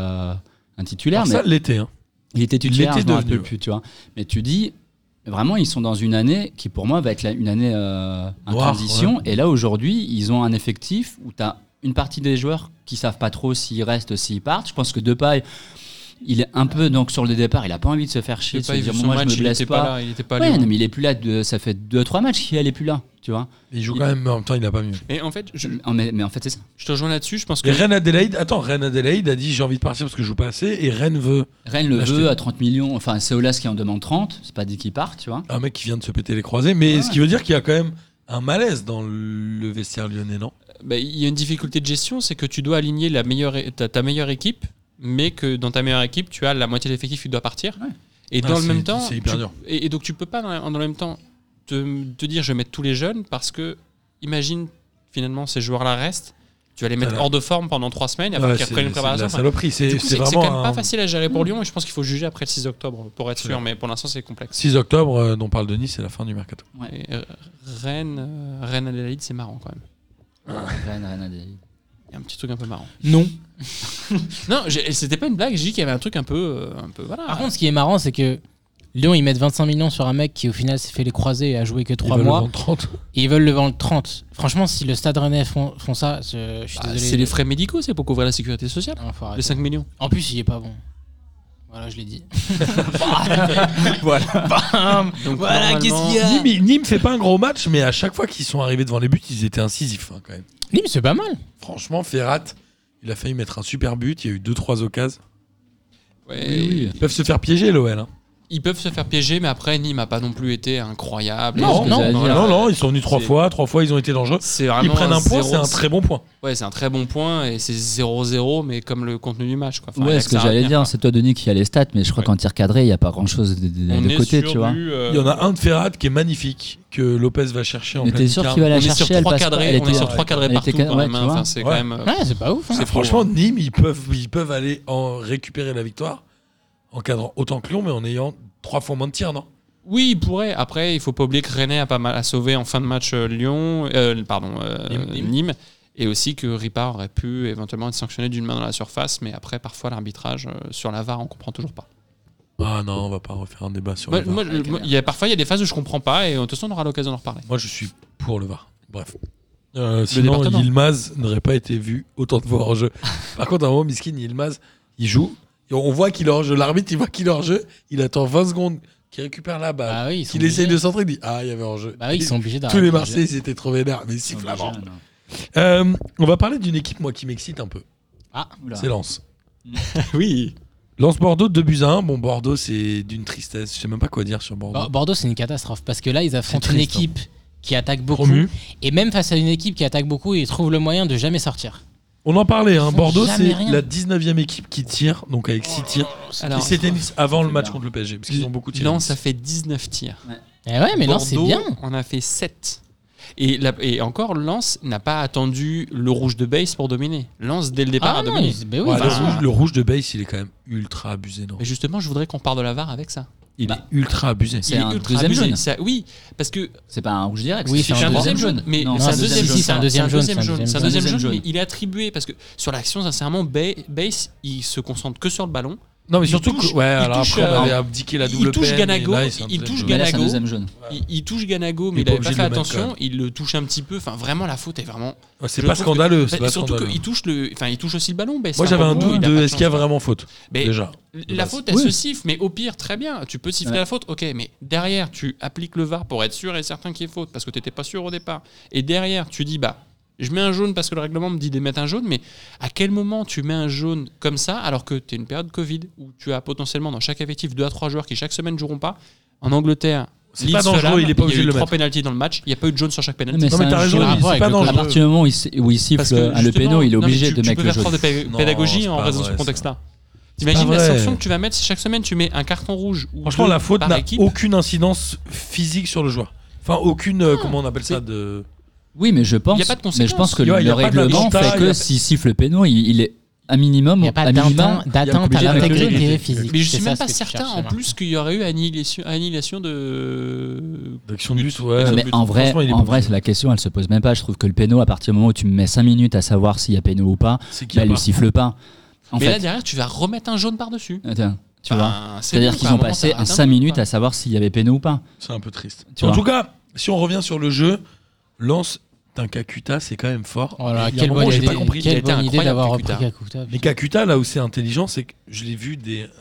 Speaker 5: un titulaire,
Speaker 2: Alors
Speaker 5: mais
Speaker 2: ça, l'été. Hein.
Speaker 5: il était titulaire,
Speaker 2: Il
Speaker 5: je
Speaker 2: était
Speaker 5: me rappelle
Speaker 2: devenu,
Speaker 5: plus, tu vois. Mais tu dis, vraiment, ils sont dans une année qui, pour moi, va être une année en
Speaker 2: Noire,
Speaker 5: transition. Et là, aujourd'hui, ils ont un effectif où tu as une partie des joueurs qui savent pas trop s'ils restent, s'ils partent. Je pense que Depay, il est un peu donc sur le départ, il a pas envie de se faire chier, de se
Speaker 4: Depay,
Speaker 5: dire
Speaker 4: vu son
Speaker 5: moi je
Speaker 4: match,
Speaker 5: me
Speaker 4: il
Speaker 5: blesse
Speaker 4: était
Speaker 5: pas.
Speaker 4: pas là, il était pas à
Speaker 5: Ouais,
Speaker 4: Lyon.
Speaker 5: non, mais il est plus là, ça fait 2-3 matchs qu'il est plus là, tu vois.
Speaker 2: Il joue quand même, mais en même temps, il a pas mieux.
Speaker 4: Et en fait,
Speaker 5: Mais en fait, c'est ça.
Speaker 4: je te rejoins là-dessus. Je pense que
Speaker 2: Et Rennes Adélaïde a dit j'ai envie de partir parce que je joue pas assez. Et Rennes veut
Speaker 5: Rennes le
Speaker 2: L'acheter.
Speaker 5: veut à 30 millions. Enfin, c'est Aulas qui en demande 30. C'est pas dit qu'il part, tu vois.
Speaker 2: un mec qui vient de se péter les croisés. Mais
Speaker 5: Ouais.
Speaker 2: ce qui veut dire qu'il y a quand même un malaise dans le vestiaire lyonnais, non?
Speaker 4: bah, il y a une difficulté de gestion, c'est que tu dois aligner ta meilleure équipe, mais que dans ta meilleure équipe, tu as la moitié de l'effectif qui doit partir.
Speaker 5: Ouais.
Speaker 4: Et
Speaker 2: Ah,
Speaker 4: dans le
Speaker 2: c'est-
Speaker 4: même temps,
Speaker 2: c'est hyper dur.
Speaker 4: et donc tu peux pas dans le même temps te dire je vais mettre tous les jeunes, parce que imagine finalement ces joueurs-là restent, tu vas les mettre
Speaker 2: Voilà.
Speaker 4: hors de forme pendant 3 semaines, et
Speaker 2: Ouais,
Speaker 4: après qu'ils
Speaker 2: c'est
Speaker 4: reprennent une
Speaker 2: c'est de
Speaker 4: préparation.
Speaker 2: la
Speaker 4: Enfin,
Speaker 2: saloperie.
Speaker 4: du
Speaker 2: C'est
Speaker 4: coup, c'est quand
Speaker 2: vraiment
Speaker 4: même pas
Speaker 2: un
Speaker 4: facile à gérer pour Lyon, et je pense qu'il faut juger après le 6 octobre pour être
Speaker 2: C'est
Speaker 4: sûr,
Speaker 2: vrai.
Speaker 4: mais pour l'instant c'est complexe.
Speaker 2: 6 octobre dont parle Denis, c'est la fin du mercato.
Speaker 4: Et, Rennes Adélaïde, c'est marrant quand même.
Speaker 5: Rennes Adélaïde.
Speaker 4: Il y a un petit truc un peu marrant.
Speaker 1: Non.
Speaker 4: Non, c'était pas une blague, j'ai dit qu'il y avait un truc un peu voilà.
Speaker 1: Par contre, ce qui est marrant, c'est que Lyon, ils mettent 25 millions sur un mec qui, au final, s'est fait les croisés et a joué que 3
Speaker 2: Ils veulent
Speaker 1: mois.
Speaker 2: le vendre 30.
Speaker 1: Et ils veulent le vendre 30. Franchement, si le Stade Rennais font ça, je suis
Speaker 4: Bah,
Speaker 1: désolé.
Speaker 4: c'est les frais médicaux, c'est pour couvrir la sécurité sociale.
Speaker 1: Non, faut arrêter.
Speaker 4: Les 5 millions.
Speaker 1: En plus, il est pas bon. Voilà, je l'ai dit.
Speaker 4: Voilà. Donc,
Speaker 1: Voilà,
Speaker 4: normalement-
Speaker 1: qu'est-ce qu'il y a
Speaker 2: Nîmes fait pas un gros match, mais à chaque fois qu'ils sont arrivés devant les buts, ils étaient incisifs hein, quand même.
Speaker 1: Nîmes, c'est pas mal.
Speaker 2: Franchement, Ferrat, il a failli mettre un super but. Il y a eu 2-3 occasions.
Speaker 4: Ouais,
Speaker 5: Oui.
Speaker 2: Ils peuvent se faire piéger, l'OL. Hein.
Speaker 4: Ils peuvent se faire piéger, mais après, Nîmes n'a pas non plus été incroyable.
Speaker 5: Non,
Speaker 4: Et-
Speaker 5: non,
Speaker 4: voilà.
Speaker 2: non, ils sont venus 3
Speaker 4: C'est-
Speaker 2: fois, ils ont été dangereux.
Speaker 4: C'est vraiment
Speaker 2: Ils prennent un point,
Speaker 4: 0.
Speaker 2: c'est un très bon point.
Speaker 4: Ouais, c'est un très bon point, et c'est 0-0, mais comme le contenu du match. Quoi. Enfin, il y a
Speaker 5: Ouais, ce que
Speaker 4: ça à
Speaker 5: j'allais
Speaker 4: retenir,
Speaker 5: dire,
Speaker 4: quoi.
Speaker 5: c'est toi, Denis, qui a les stats, mais je crois
Speaker 4: Ouais.
Speaker 5: qu'en tir cadré, il n'y a pas grand-chose de
Speaker 4: On est
Speaker 5: côté,
Speaker 4: sur
Speaker 5: tu vois.
Speaker 4: du,
Speaker 2: Il y en a un de Ferrat qui est magnifique, que Lopez va chercher en
Speaker 5: Mais
Speaker 2: pleine
Speaker 5: t'es sûr
Speaker 2: lucarne.
Speaker 5: qu'il va la
Speaker 4: On est sur
Speaker 5: chercher, elle
Speaker 4: 3
Speaker 5: passe pas,
Speaker 4: cadrés,
Speaker 5: elle
Speaker 4: on est
Speaker 5: était-
Speaker 4: sur 3 cadrés
Speaker 5: elle
Speaker 4: partout
Speaker 5: était-
Speaker 4: quand
Speaker 5: ouais,
Speaker 4: même.
Speaker 5: tu
Speaker 4: hein.
Speaker 5: vois.
Speaker 4: Enfin, c'est
Speaker 2: Ouais.
Speaker 4: quand même.
Speaker 1: Ouais, c'est pas ouf. hein.
Speaker 4: C'est
Speaker 2: Franchement, Nîmes, ils peuvent aller en récupérer la victoire en cadrant autant que Lyon, mais en ayant 3 fois moins de tirs, non?
Speaker 4: Oui, il pourrait. Après, il faut pas oublier que Rennais a pas mal à sauver en fin de match Nîmes. Et aussi que Ripard aurait pu éventuellement être sanctionné d'une main dans la surface, mais après, parfois, l'arbitrage sur la VAR, on comprend toujours pas.
Speaker 2: Ah non, on va pas refaire un débat sur
Speaker 4: Moi,
Speaker 2: le VAR.
Speaker 4: parfois, il y a des phases où je comprends pas, et de toute façon, on aura l'occasion d'en reparler.
Speaker 2: Moi, je suis pour le VAR. Bref. Sinon,
Speaker 4: département.
Speaker 2: Yilmaz n'aurait pas été vu autant de fois en jeu. Par contre, à un moment, Miskin, Yilmaz, il joue, Et on voit qu'il est hors jeu. L'arbitre, il voit qu'il est hors jeu. Il attend 20 secondes qu'il récupère la balle.
Speaker 1: Bah oui, ils sont
Speaker 2: Qu'il essaye
Speaker 1: obligés.
Speaker 2: de centrer. Il dit il y avait hors jeu.
Speaker 1: Bah oui, ils sont obligés
Speaker 2: Tous
Speaker 1: d'arrêter.
Speaker 2: les Marseillais, ils étaient trop vénères. Mais siffle avant. On va parler d'une équipe, moi, qui m'excite un peu.
Speaker 5: Oula.
Speaker 2: C'est Lens.
Speaker 4: Oui.
Speaker 2: Lens-Bordeaux, 2-1. Bon, Bordeaux, c'est d'une tristesse. Je sais même pas quoi dire sur Bordeaux.
Speaker 1: Bordeaux, c'est une catastrophe parce que là, ils affrontent
Speaker 2: C'est
Speaker 1: une
Speaker 2: triste,
Speaker 1: équipe qui attaque beaucoup.
Speaker 2: Promu.
Speaker 1: Et même face à une équipe qui attaque beaucoup, ils trouvent le moyen de jamais sortir.
Speaker 2: On en parlait.
Speaker 1: Ils font
Speaker 2: Bordeaux,
Speaker 1: jamais
Speaker 2: c'est
Speaker 1: rien.
Speaker 2: la 19e équipe qui tire. Donc avec 6 tirs.
Speaker 4: Alors,
Speaker 2: Et c'était avant le
Speaker 5: c'est
Speaker 2: match
Speaker 5: bien.
Speaker 2: contre le PSG. Parce qu'ils ont beaucoup tiré.
Speaker 4: Lens, ça fait 19 tirs.
Speaker 1: Eh ouais, mais non, c'est
Speaker 4: Bordeaux,
Speaker 1: bien.
Speaker 4: On a fait 7. Et encore, Lens n'a pas attendu le rouge de base pour dominer. Lens, dès le départ, a
Speaker 1: non,
Speaker 4: dominé.
Speaker 1: bah oui,
Speaker 2: Ouais,
Speaker 1: enfin,
Speaker 2: le rouge de base, il est quand même ultra abusé. Non
Speaker 4: Mais justement, je voudrais qu'on parle de la VAR avec ça.
Speaker 2: Il est ultra abusé.
Speaker 5: C'est
Speaker 4: Il est
Speaker 5: un
Speaker 4: ultra
Speaker 5: deuxième
Speaker 4: abusé.
Speaker 5: jaune.
Speaker 4: Ça- oui, parce que
Speaker 5: C'est pas un rouge direct.
Speaker 1: Oui,
Speaker 5: c'est
Speaker 1: c'est
Speaker 4: c'est un
Speaker 1: un
Speaker 4: deuxième jaune. Mais
Speaker 5: Non,
Speaker 4: c'est un
Speaker 5: c'est
Speaker 4: deuxième jaune.
Speaker 1: c'est un deuxième jaune,
Speaker 4: C'est un deuxième
Speaker 5: jaune.
Speaker 4: jaune.
Speaker 5: jaune.
Speaker 4: Mais il est attribué parce que sur l'action, sincèrement, Base, il se concentre que sur le ballon.
Speaker 2: Non, mais
Speaker 4: Il
Speaker 2: surtout
Speaker 4: touche-
Speaker 2: que. Ouais,
Speaker 4: il
Speaker 2: alors
Speaker 4: touche,
Speaker 2: après, on avait
Speaker 4: euh,
Speaker 2: abdiqué la
Speaker 4: il
Speaker 2: double
Speaker 4: touche
Speaker 2: peine,
Speaker 4: Ganago,
Speaker 2: et là, c'est un
Speaker 4: il
Speaker 2: deuxième
Speaker 4: touche
Speaker 2: jaune.
Speaker 5: Mais là, c'est un
Speaker 4: Ganago.
Speaker 5: deuxième jaune.
Speaker 4: Il touche Ganago,
Speaker 2: Il est
Speaker 4: mais il
Speaker 2: pas
Speaker 4: n'avait pas
Speaker 2: obligé
Speaker 4: fait
Speaker 2: de le mettre,
Speaker 4: attention.
Speaker 2: quand même.
Speaker 4: Il le touche un petit peu. Enfin, vraiment, la faute est vraiment.
Speaker 2: Ouais, c'est
Speaker 4: Je
Speaker 2: pas
Speaker 4: trouve
Speaker 2: scandaleux.
Speaker 4: que-
Speaker 2: C'est pas
Speaker 4: surtout
Speaker 2: scandaleux.
Speaker 4: qu'il touche il touche aussi le ballon. Base.
Speaker 2: Moi,
Speaker 4: C'est
Speaker 2: j'avais un
Speaker 4: Bordeaux,
Speaker 2: doute
Speaker 4: il a
Speaker 2: de
Speaker 4: pas
Speaker 2: est-ce qu'il y a
Speaker 4: chance.
Speaker 2: vraiment faute
Speaker 4: Mais
Speaker 2: déjà.
Speaker 4: la
Speaker 2: base.
Speaker 4: faute, elle
Speaker 5: Oui.
Speaker 4: se siffle, mais au pire, très bien. Tu peux siffler
Speaker 5: Ouais.
Speaker 4: la faute, ok, mais derrière, tu appliques le VAR pour être sûr et certain qu'il y ait faute, parce que tu n'étais pas sûr au départ. Et derrière, tu dis, je mets un jaune parce que le règlement me dit de mettre un jaune, mais à quel moment tu mets un jaune comme ça, alors que tu es une période Covid, où tu as potentiellement dans chaque effectif 2 à 3 joueurs qui chaque semaine ne joueront pas. En Angleterre,
Speaker 2: C'est pas dangereux,
Speaker 4: Fulham,
Speaker 2: il est pas obligé
Speaker 4: y a
Speaker 2: de
Speaker 4: eu
Speaker 2: le
Speaker 4: 3
Speaker 2: mettre.
Speaker 4: pénaltys dans le match, il n'y a pas eu de jaune sur chaque pénalty.
Speaker 5: Mais
Speaker 2: Non,
Speaker 5: c'est
Speaker 2: mais t'as
Speaker 5: un
Speaker 2: raison,
Speaker 5: jaune.
Speaker 1: rapport
Speaker 2: c'est
Speaker 1: avec
Speaker 2: pas
Speaker 1: le
Speaker 5: À
Speaker 2: dangereux.
Speaker 5: partir du moment où il siffle
Speaker 4: Parce que
Speaker 5: le
Speaker 4: justement,
Speaker 5: péno, il est
Speaker 4: non, mais
Speaker 5: obligé
Speaker 4: tu
Speaker 5: de
Speaker 4: peux
Speaker 5: mettre le
Speaker 4: faire
Speaker 5: jaune.
Speaker 4: preuve de
Speaker 2: Non,
Speaker 4: pédagogie
Speaker 2: c'est
Speaker 4: en
Speaker 2: pas
Speaker 4: raison de
Speaker 2: vrai,
Speaker 4: ce contexte-là.
Speaker 2: C'est
Speaker 4: T'imagines
Speaker 2: pas
Speaker 4: la
Speaker 2: vrai.
Speaker 4: sanction que tu vas mettre si chaque semaine tu mets un carton rouge ou
Speaker 2: Franchement,
Speaker 4: deux
Speaker 2: la faute
Speaker 4: par
Speaker 2: n'a
Speaker 4: équipe.
Speaker 2: aucune incidence physique sur le joueur. Enfin, aucune. Comment on appelle ça de.
Speaker 5: Oui, mais je pense,
Speaker 4: Il y a pas de
Speaker 5: mais je pense que
Speaker 2: Il y a
Speaker 5: le
Speaker 2: pas de
Speaker 5: règlement
Speaker 2: attentat,
Speaker 5: fait
Speaker 2: il y a
Speaker 5: que
Speaker 2: pas-
Speaker 5: s'il siffle le péno, il est un minimum,
Speaker 1: il n'y a pas
Speaker 5: à minima,
Speaker 1: d'atteinte à
Speaker 5: obligé de mettre le
Speaker 1: l'intégrité
Speaker 5: jaune.
Speaker 1: physique.
Speaker 4: Mais je
Speaker 1: C'est
Speaker 4: suis
Speaker 1: ça
Speaker 4: même
Speaker 1: ce
Speaker 4: pas
Speaker 1: que tu
Speaker 4: certain
Speaker 1: cherchais,
Speaker 4: en
Speaker 1: Marc.
Speaker 4: plus qu'il y aurait eu annihilation de.
Speaker 2: D'action de but, ouais.
Speaker 5: Mais en vrai,
Speaker 2: Franchement, il est
Speaker 5: en
Speaker 2: pas
Speaker 5: vrai,
Speaker 2: possible.
Speaker 5: la question, elle se pose même pas. Je trouve que le péno, à partir du moment où tu mets 5 minutes à savoir s'il y a péno ou pas,
Speaker 2: C'est qu'il y a
Speaker 5: elle le
Speaker 2: pas.
Speaker 5: siffle pas. En
Speaker 4: Mais là
Speaker 5: fait,
Speaker 4: derrière, tu vas remettre un jaune par-dessus.
Speaker 5: attends, tu vois.
Speaker 4: C'est
Speaker 5: C'est-à-dire
Speaker 4: bon,
Speaker 5: qu'ils
Speaker 4: quoi, à
Speaker 5: ont
Speaker 4: un moment,
Speaker 5: passé
Speaker 4: t'arrêtes un
Speaker 5: 5
Speaker 4: peu,
Speaker 5: minutes
Speaker 4: quoi.
Speaker 5: à savoir s'il y avait péno ou pas.
Speaker 2: C'est un peu triste.
Speaker 5: Tu
Speaker 2: En
Speaker 5: vois.
Speaker 2: tout cas, si on revient sur le jeu, Lens, d'un Kakuta, c'est quand même fort.
Speaker 1: Oh là,
Speaker 2: Il y a un
Speaker 1: quelle
Speaker 2: moment
Speaker 1: bonne
Speaker 2: où j'ai
Speaker 1: idée,
Speaker 2: pas compris.
Speaker 4: Il a
Speaker 1: quelle
Speaker 4: été
Speaker 1: bonne idée
Speaker 4: incroyable,
Speaker 1: d'avoir
Speaker 4: Kakuta.
Speaker 1: repris Kakuta.
Speaker 2: Mais Kakuta, là où c'est intelligent, c'est que j'ai vu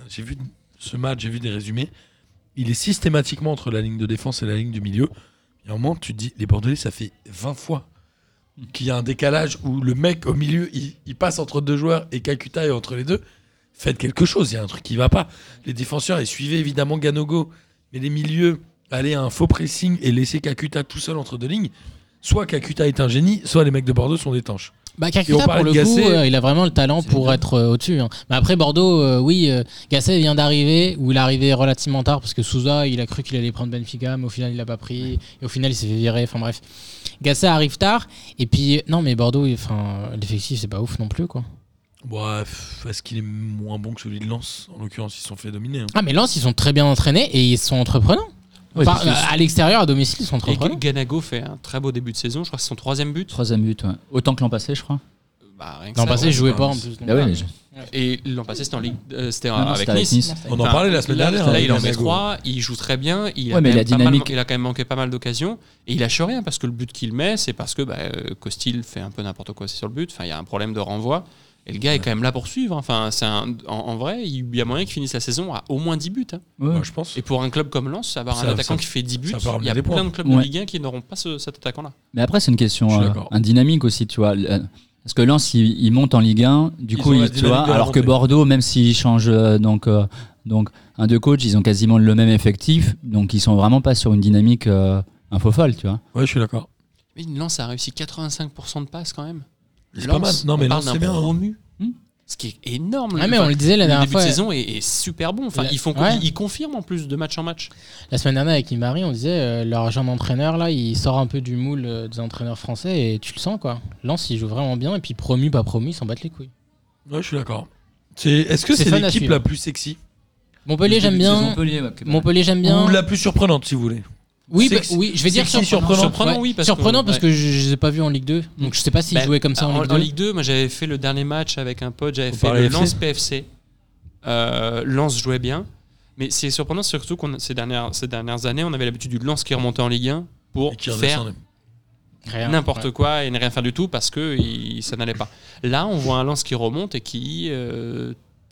Speaker 2: ce match, j'ai vu des résumés. Il est systématiquement entre la ligne de défense et la ligne du milieu. Il y a un moment, tu te dis, les Bordelais, ça fait 20 fois qu'il y a un décalage où le mec au milieu, il passe entre deux joueurs et Kakuta est entre les deux. Faites quelque chose, il y a un truc qui va pas. Les défenseurs, ils suivaient évidemment Ganogo, mais les milieux allaient à un faux pressing et laisser Kakuta tout seul entre deux lignes. Soit Kakuta est un génie, soit les mecs de Bordeaux sont des tanches.
Speaker 1: Bah,
Speaker 2: Et on
Speaker 1: Kakuta,
Speaker 2: parlait
Speaker 1: pour
Speaker 2: de
Speaker 1: le coup,
Speaker 2: Gasset.
Speaker 1: il a vraiment le talent
Speaker 5: C'est
Speaker 1: pour
Speaker 5: bien.
Speaker 1: être au-dessus. Hein. Mais après, Bordeaux, oui, Gasset vient d'arriver, ou il est arrivé relativement tard, parce que Souza, il a cru qu'il allait prendre Benfica, mais au final, il l'a pas pris. Et au final, il s'est fait virer. Enfin bref. Gasset arrive tard. Et puis, non, mais Bordeaux, l'effectif, c'est pas ouf non plus, quoi.
Speaker 2: Bref, est-ce qu'il est moins bon que celui de Lens? En l'occurrence, ils se sont fait dominer. Hein.
Speaker 1: Ah, mais Lens, ils sont très bien entraînés et ils sont entreprenants.
Speaker 2: Ouais,
Speaker 1: Enfin,
Speaker 2: c'est-
Speaker 1: à l'extérieur, à domicile, ils sont
Speaker 4: Et
Speaker 1: entreprenants.
Speaker 4: Ganago fait un très beau début de saison. Je crois que c'est son 3e but.
Speaker 5: 3ème but, ouais. Autant que l'an passé, je crois.
Speaker 4: Rien que
Speaker 1: L'an
Speaker 4: ça,
Speaker 1: passé,
Speaker 4: ouais.
Speaker 1: je jouais
Speaker 2: c'est
Speaker 1: pas
Speaker 2: pas-
Speaker 1: en plus. donc,
Speaker 5: Bah oui,
Speaker 1: ah,
Speaker 5: mais
Speaker 4: Et l'an passé, c'était en Ligue, c'était
Speaker 5: Non, non,
Speaker 4: avec
Speaker 5: c'était avec
Speaker 4: Nice.
Speaker 5: Nice.
Speaker 2: On en parlait la semaine
Speaker 4: là,
Speaker 2: dernière.
Speaker 4: Là, il est en
Speaker 2: Ganago.
Speaker 4: S3, il joue très bien. Il
Speaker 5: Ouais, mais
Speaker 4: quand
Speaker 5: la
Speaker 4: même pas mal-
Speaker 5: dynamique-
Speaker 4: il a quand même manqué pas mal d'occasions. Et il lâche rien parce que le but qu'il met, c'est parce que Costil fait un peu n'importe quoi sur le but. Enfin, il y a un problème de renvoi. Et le gars est quand même là pour suivre. Enfin, en vrai, il y a moyen qu'il finisse la saison à au moins 10 buts. Hein.
Speaker 5: Ouais.
Speaker 2: Ouais, je pense.
Speaker 4: Et pour un club comme Lens, avoir
Speaker 2: Ça-
Speaker 4: un attaquant
Speaker 2: ça-
Speaker 4: qui fait 10 buts,
Speaker 2: ça peut ramener
Speaker 4: il y a
Speaker 2: des points.
Speaker 4: plein de clubs de
Speaker 5: Ouais.
Speaker 4: Ligue 1 qui n'auront pas cet attaquant-là.
Speaker 5: Mais après, c'est une
Speaker 2: Je
Speaker 5: question,
Speaker 2: suis d'accord.
Speaker 5: un dynamique aussi, tu vois. Parce que Lens, il monte en Ligue 1, du
Speaker 2: Ils
Speaker 5: coup,
Speaker 2: ont la
Speaker 5: tu
Speaker 2: dynamique
Speaker 5: vois,
Speaker 2: de la
Speaker 5: alors que
Speaker 2: montée.
Speaker 5: Bordeaux, même s'ils changent donc un deux coachs, ils ont quasiment le même effectif, donc ils sont vraiment pas sur une dynamique un faux folle, tu vois.
Speaker 2: Ouais, je suis d'accord.
Speaker 4: Mais Lens a réussi 85% de passes quand même.
Speaker 2: C'est pas mal. Non, mais
Speaker 4: on parle
Speaker 2: Lens,
Speaker 4: d'un
Speaker 2: c'est bien.
Speaker 4: promu.
Speaker 5: Hmm.
Speaker 4: Ce qui est énorme.
Speaker 1: Ah, mais on le disait la
Speaker 4: le
Speaker 1: dernière
Speaker 4: début
Speaker 1: fois.
Speaker 4: de saison est super bon. Enfin,
Speaker 1: Ouais.
Speaker 4: ils confirment en plus de match en match.
Speaker 1: La semaine dernière avec Imari, on disait leur jeune entraîneur là, il sort un peu du moule des entraîneurs français et tu le sens quoi. Lens il joue vraiment bien et puis promu pas promu, ils s'en battent les couilles.
Speaker 2: Ouais, je suis d'accord. Est-ce que
Speaker 1: C'est
Speaker 2: c'est
Speaker 1: fun à
Speaker 2: l'équipe
Speaker 1: suivre.
Speaker 2: la plus sexy
Speaker 1: Montpellier j'aime bien. Montpellier j'aime bien.
Speaker 2: ou la plus surprenante, si vous voulez?
Speaker 1: Oui,
Speaker 2: Sexy-
Speaker 1: oui, je vais dire
Speaker 2: sexy,
Speaker 1: surprenant.
Speaker 4: surprenant, oui, parce que-
Speaker 1: surprenant parce
Speaker 4: ouais.
Speaker 1: que je les ai pas vus en Ligue 2. Donc je sais pas s'ils
Speaker 4: Bah,
Speaker 1: jouaient comme ça en Ligue 2.
Speaker 4: Ligue 2, moi j'avais fait le dernier match avec un pote, j'avais
Speaker 2: Faut
Speaker 4: fait
Speaker 2: parler
Speaker 4: le
Speaker 2: FC.
Speaker 4: Lens PFC. Lens jouait bien, mais c'est surprenant surtout qu'on ces dernières années, on avait l'habitude du Lens qui remontait en Ligue 1 pour
Speaker 2: Et qui
Speaker 4: faire
Speaker 2: redescendait.
Speaker 1: Rien.
Speaker 4: n'importe
Speaker 1: Ouais.
Speaker 4: quoi et ne rien faire du tout parce que ça n'allait pas. Là, on voit un Lens qui remonte et qui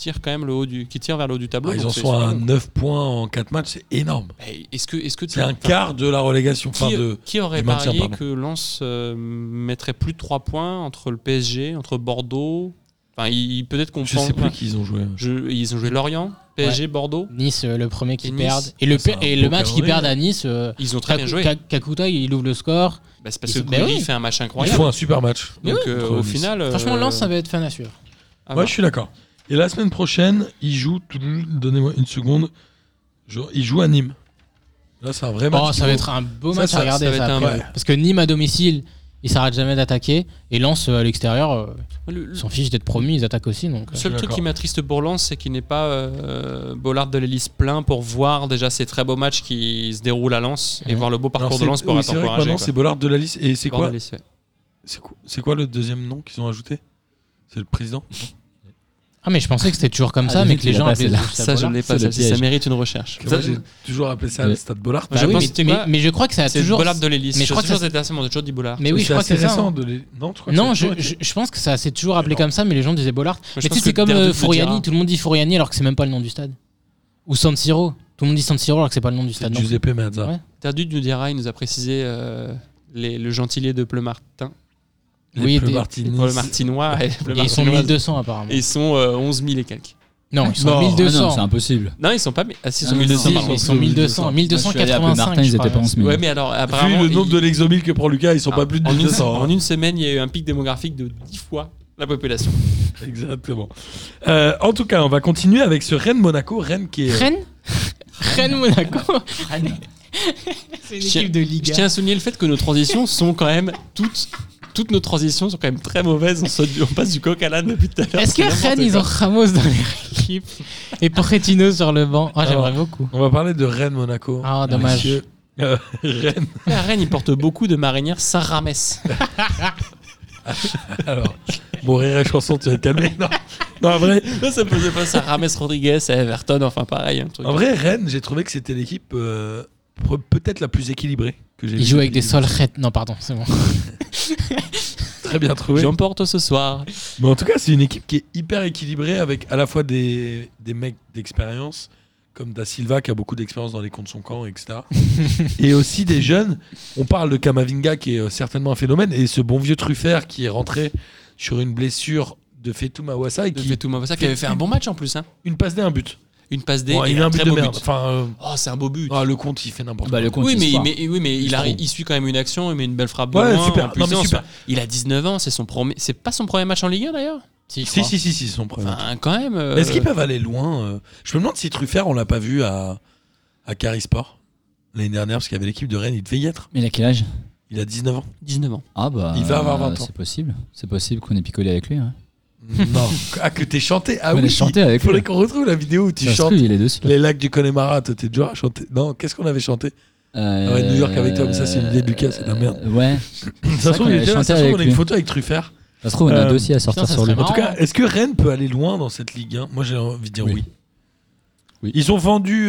Speaker 4: tire quand même qui tire vers le haut du tableau.
Speaker 2: Ils
Speaker 4: donc
Speaker 2: en
Speaker 4: c'est
Speaker 2: sont à
Speaker 4: super bon.
Speaker 2: 9 points en 4 matchs, c'est énorme.
Speaker 4: Et Est-ce que
Speaker 2: C'est un quart de la relégation. Enfin,
Speaker 4: qui aurait
Speaker 2: du maintien,
Speaker 4: parié
Speaker 2: pardon.
Speaker 4: que Lens mettrait plus de 3 points entre le PSG, entre Bordeaux? Enfin, peut-être qu'on
Speaker 2: Je sais plus qui ils ont joué.
Speaker 4: Ils ont joué Lorient, PSG, Bordeaux.
Speaker 1: Nice, le premier qui
Speaker 4: Et
Speaker 1: perd.
Speaker 4: Nice.
Speaker 1: Et le,
Speaker 2: C'est un
Speaker 1: et
Speaker 2: beau
Speaker 1: le match qu'ils
Speaker 2: calendrier.
Speaker 1: perdent à Nice,
Speaker 4: Ils ont très bien joué.
Speaker 1: Kakuta, il ouvre le score.
Speaker 4: Bah, c'est parce
Speaker 1: Ils
Speaker 4: que
Speaker 1: sont- bah
Speaker 4: Gouiri
Speaker 1: oui.
Speaker 4: fait un match
Speaker 2: Ils
Speaker 4: incroyable.
Speaker 2: font un super match.
Speaker 1: Mais
Speaker 4: Donc
Speaker 2: Contre
Speaker 4: au
Speaker 2: Nice.
Speaker 4: final,
Speaker 1: Franchement, Lens, ça va être fun à suivre.
Speaker 4: à
Speaker 2: Ouais,
Speaker 4: voir.
Speaker 2: je suis d'accord. Et la semaine prochaine, ils jouent. Donnez-moi une seconde. Ils jouent à Nîmes. Là, c'est un vrai match.
Speaker 1: Oh, ça va être un beau match
Speaker 2: ça
Speaker 1: à regarder.
Speaker 4: ça va
Speaker 1: ça,
Speaker 4: être un-
Speaker 1: après.
Speaker 2: ouais.
Speaker 1: Parce que Nîmes à domicile, ils s'arrêtent jamais d'attaquer. Et Lens à l'extérieur,
Speaker 4: Le
Speaker 1: ils s'en fichent d'être promus, ils attaquent aussi. Donc,
Speaker 4: seul truc
Speaker 2: d'accord.
Speaker 4: qui m'attriste pour Lens, c'est qu'il n'est pas Bollard de l'Hélice plein pour voir déjà ces très beaux matchs qui se déroulent à Lens et
Speaker 1: Mhm.
Speaker 4: voir le beau
Speaker 2: Alors,
Speaker 4: parcours de Lens pour être
Speaker 2: c'est vrai que
Speaker 4: encouragé.
Speaker 2: maintenant,
Speaker 4: quoi.
Speaker 2: c'est Bollard de la liste. Et c'est
Speaker 4: Bollard
Speaker 2: quoi,
Speaker 4: de l'Hélice, ouais.
Speaker 2: c'est quoi le deuxième nom qu'ils ont ajouté? C'est le président?
Speaker 1: Ah, mais je pensais que c'était toujours comme
Speaker 5: Ah,
Speaker 1: ça, mais que
Speaker 5: tu
Speaker 1: les
Speaker 5: l'as
Speaker 1: gens
Speaker 5: pas,
Speaker 1: appelaient
Speaker 5: celle-là.
Speaker 1: juste
Speaker 4: Ça, je
Speaker 1: Bollard.
Speaker 4: ne l'ai pas.
Speaker 5: C'est le
Speaker 4: Ça
Speaker 5: piège.
Speaker 4: mérite une recherche.
Speaker 2: Moi, j'ai toujours appelé ça le
Speaker 5: Ouais.
Speaker 2: stade Bollard.
Speaker 1: Bah
Speaker 4: Je
Speaker 1: oui,
Speaker 4: pense
Speaker 1: mais,
Speaker 4: que
Speaker 1: mais je crois que ça a
Speaker 4: C'est
Speaker 1: toujours.
Speaker 4: Bollard de l'Hélice.
Speaker 1: Mais je crois que ça-
Speaker 4: c'était assez, on a toujours dit Bollard.
Speaker 1: Mais oui, je crois que
Speaker 2: assez
Speaker 1: c'est ça.
Speaker 2: récent
Speaker 1: hein.
Speaker 2: de les... Non, tu crois que
Speaker 1: Non,
Speaker 2: ça a toujours été-
Speaker 1: je pense que ça s'est toujours appelé comme ça, mais les gens disaient Bollard.
Speaker 4: je
Speaker 1: Mais tu
Speaker 4: pense
Speaker 1: sais, c'est
Speaker 4: que
Speaker 1: comme
Speaker 4: Derduc le
Speaker 1: Furiani,
Speaker 4: dira.
Speaker 1: tout le monde dit Furiani alors que c'est même pas le nom du stade. Ou San Siro. Tout le monde dit San Siro alors que c'est pas le nom du
Speaker 2: C'est
Speaker 1: stade. non plus.
Speaker 2: Giuseppe Meazza.
Speaker 1: Ouais.
Speaker 4: Terduc nous dira, il nous a précisé le gentilé de Pleumartin.
Speaker 2: Les
Speaker 1: Oui,
Speaker 2: Pleu
Speaker 1: des-
Speaker 2: Martinis.
Speaker 4: Le Martinois et
Speaker 1: Et ils sont
Speaker 4: Pleumartinoise.
Speaker 1: 1200 apparemment.
Speaker 4: Et ils sont 11 000 et quelques.
Speaker 1: Non, ils sont
Speaker 2: Non.
Speaker 5: Ah
Speaker 1: 1200.
Speaker 5: non, c'est impossible.
Speaker 4: Non, ils sont pas. Ah, si, ils sont
Speaker 5: Ah,
Speaker 4: 1200.
Speaker 1: Si,
Speaker 4: pardon.
Speaker 1: ils sont 1200.
Speaker 5: Moi, je suis allé à
Speaker 1: 1285.
Speaker 5: Martin, ils
Speaker 1: je
Speaker 5: étaient pas
Speaker 1: crois.
Speaker 5: 11 000.
Speaker 4: Ouais, mais alors
Speaker 2: Vu
Speaker 4: apparemment.
Speaker 2: le nombre de l'exomile que prend Lucas, ils sont pas
Speaker 4: Ah,
Speaker 2: plus de
Speaker 4: en une,
Speaker 2: 200.
Speaker 4: en une semaine, il y a eu un pic démographique de 10 fois la population.
Speaker 2: Exactement. En tout cas, on va continuer avec ce Rennes-Monaco. Rennes qui est...
Speaker 1: Rennes Rennes-Monaco. C'est une
Speaker 4: Je tiens-
Speaker 1: équipe de
Speaker 4: Je
Speaker 1: Liga.
Speaker 4: tiens à souligner le fait que nos transitions sont quand même toutes nos transitions sont quand même très mauvaises. On passe du coq à l'âne depuis tout à l'heure.
Speaker 1: Est-ce que
Speaker 4: C'est n'importe
Speaker 1: Rennes, ils
Speaker 4: quoi.
Speaker 1: ont Ramos dans leur équipe et Pochettino sur le banc? Ah, j'aimerais beaucoup.
Speaker 2: On va parler de Rennes-Monaco.
Speaker 1: Ah, dommage.
Speaker 2: Messieurs. Rennes.
Speaker 4: À Rennes, ils portent beaucoup de marinières Saint-Ramès.
Speaker 2: Alors, mon rire et chanson, tu vas te calmer. Non, en vrai,
Speaker 4: Ça faisait pas Saint-Ramès Rodriguez à Everton, enfin pareil. Un truc.
Speaker 2: en vrai, Rennes, j'ai trouvé que c'était l'équipe peut-être la plus équilibrée que j'ai
Speaker 1: Ils
Speaker 2: vue
Speaker 1: jouent avec
Speaker 2: depuis
Speaker 1: des
Speaker 2: le début.
Speaker 1: Solrettes. Non, pardon, c'est bon.
Speaker 2: Très bien trouvé.
Speaker 4: J'emporte ce soir.
Speaker 2: Mais en tout cas, c'est une équipe qui est hyper équilibrée avec à la fois des mecs d'expérience, comme Da Silva qui a beaucoup d'expérience dans les comptes de son camp, etc. et aussi des jeunes. On parle de Kamavinga qui est certainement un phénomène, et ce bon vieux Truffert qui est rentré sur une blessure de Fetou Mawassa et
Speaker 4: De
Speaker 2: qui
Speaker 4: Fetou Mawassa qui avait fait un bon match en plus. Hein.
Speaker 2: une passe D, un but.
Speaker 4: Une passe D
Speaker 2: Bon,
Speaker 4: et
Speaker 2: il a
Speaker 4: un
Speaker 2: un but
Speaker 4: très
Speaker 2: de
Speaker 4: beau
Speaker 2: merde.
Speaker 4: but.
Speaker 2: Enfin,
Speaker 4: Oh, c'est un beau but.
Speaker 2: le compte, il fait n'importe
Speaker 5: Bah,
Speaker 2: quoi.
Speaker 5: le compte,
Speaker 4: Oui,
Speaker 5: il se
Speaker 4: mais,
Speaker 5: foire.
Speaker 4: il suit quand même une action, il met une belle frappe de
Speaker 2: Ouais,
Speaker 4: loin,
Speaker 2: super.
Speaker 4: en
Speaker 2: Non, mais
Speaker 4: puissance.
Speaker 2: super.
Speaker 4: Il a 19 ans, c'est pas son premier match en Ligue 1 d'ailleurs.
Speaker 1: Si, je
Speaker 2: Si,
Speaker 1: crois.
Speaker 2: si, c'est son premier.
Speaker 4: Enfin, quand même.
Speaker 2: Mais est-ce qu'ils peuvent aller loin Je me demande si Truffert, on l'a pas vu à Carisport l'année dernière, parce qu'il y avait l'équipe de Rennes, il devait y être.
Speaker 5: Mais il a quel âge?
Speaker 2: Il a 19 ans.
Speaker 4: 19 ans.
Speaker 5: Ah bah.
Speaker 2: Il va avoir 20 ans.
Speaker 5: C'est possible. C'est possible qu'on ait picolé avec lui. Hein.
Speaker 2: Non. Ah, que t'es chanté. Ah
Speaker 5: On a
Speaker 2: oui,
Speaker 5: chanté avec
Speaker 2: il faudrait
Speaker 5: lui.
Speaker 2: qu'on retrouve la vidéo où tu
Speaker 5: Ça se
Speaker 2: chantes
Speaker 5: trouve, il est dessus.
Speaker 2: les lacs du Connemara. Toi, t'es déjà à chanter. Non, qu'est-ce qu'on avait chanté ouais, New York avec toi, mais ça, c'est une idée de Lucas, c'est de la merde.
Speaker 5: Ouais.
Speaker 2: Ça se trouve,
Speaker 5: qu'on
Speaker 2: il est
Speaker 5: avait
Speaker 2: déjà là,
Speaker 5: chanté
Speaker 2: ça se trouve,
Speaker 5: avec
Speaker 2: on a une
Speaker 5: lui.
Speaker 2: photo avec Truffert.
Speaker 5: Ça se trouve, on a un
Speaker 2: Euh,
Speaker 5: dossier à sortir
Speaker 1: putain, ça
Speaker 5: sur lui.
Speaker 1: serait
Speaker 2: En tout cas,
Speaker 1: marrant.
Speaker 2: est-ce que Rennes peut aller loin dans cette Ligue 1 Moi, j'ai envie de dire oui.
Speaker 5: Oui.
Speaker 2: Ils ont vendu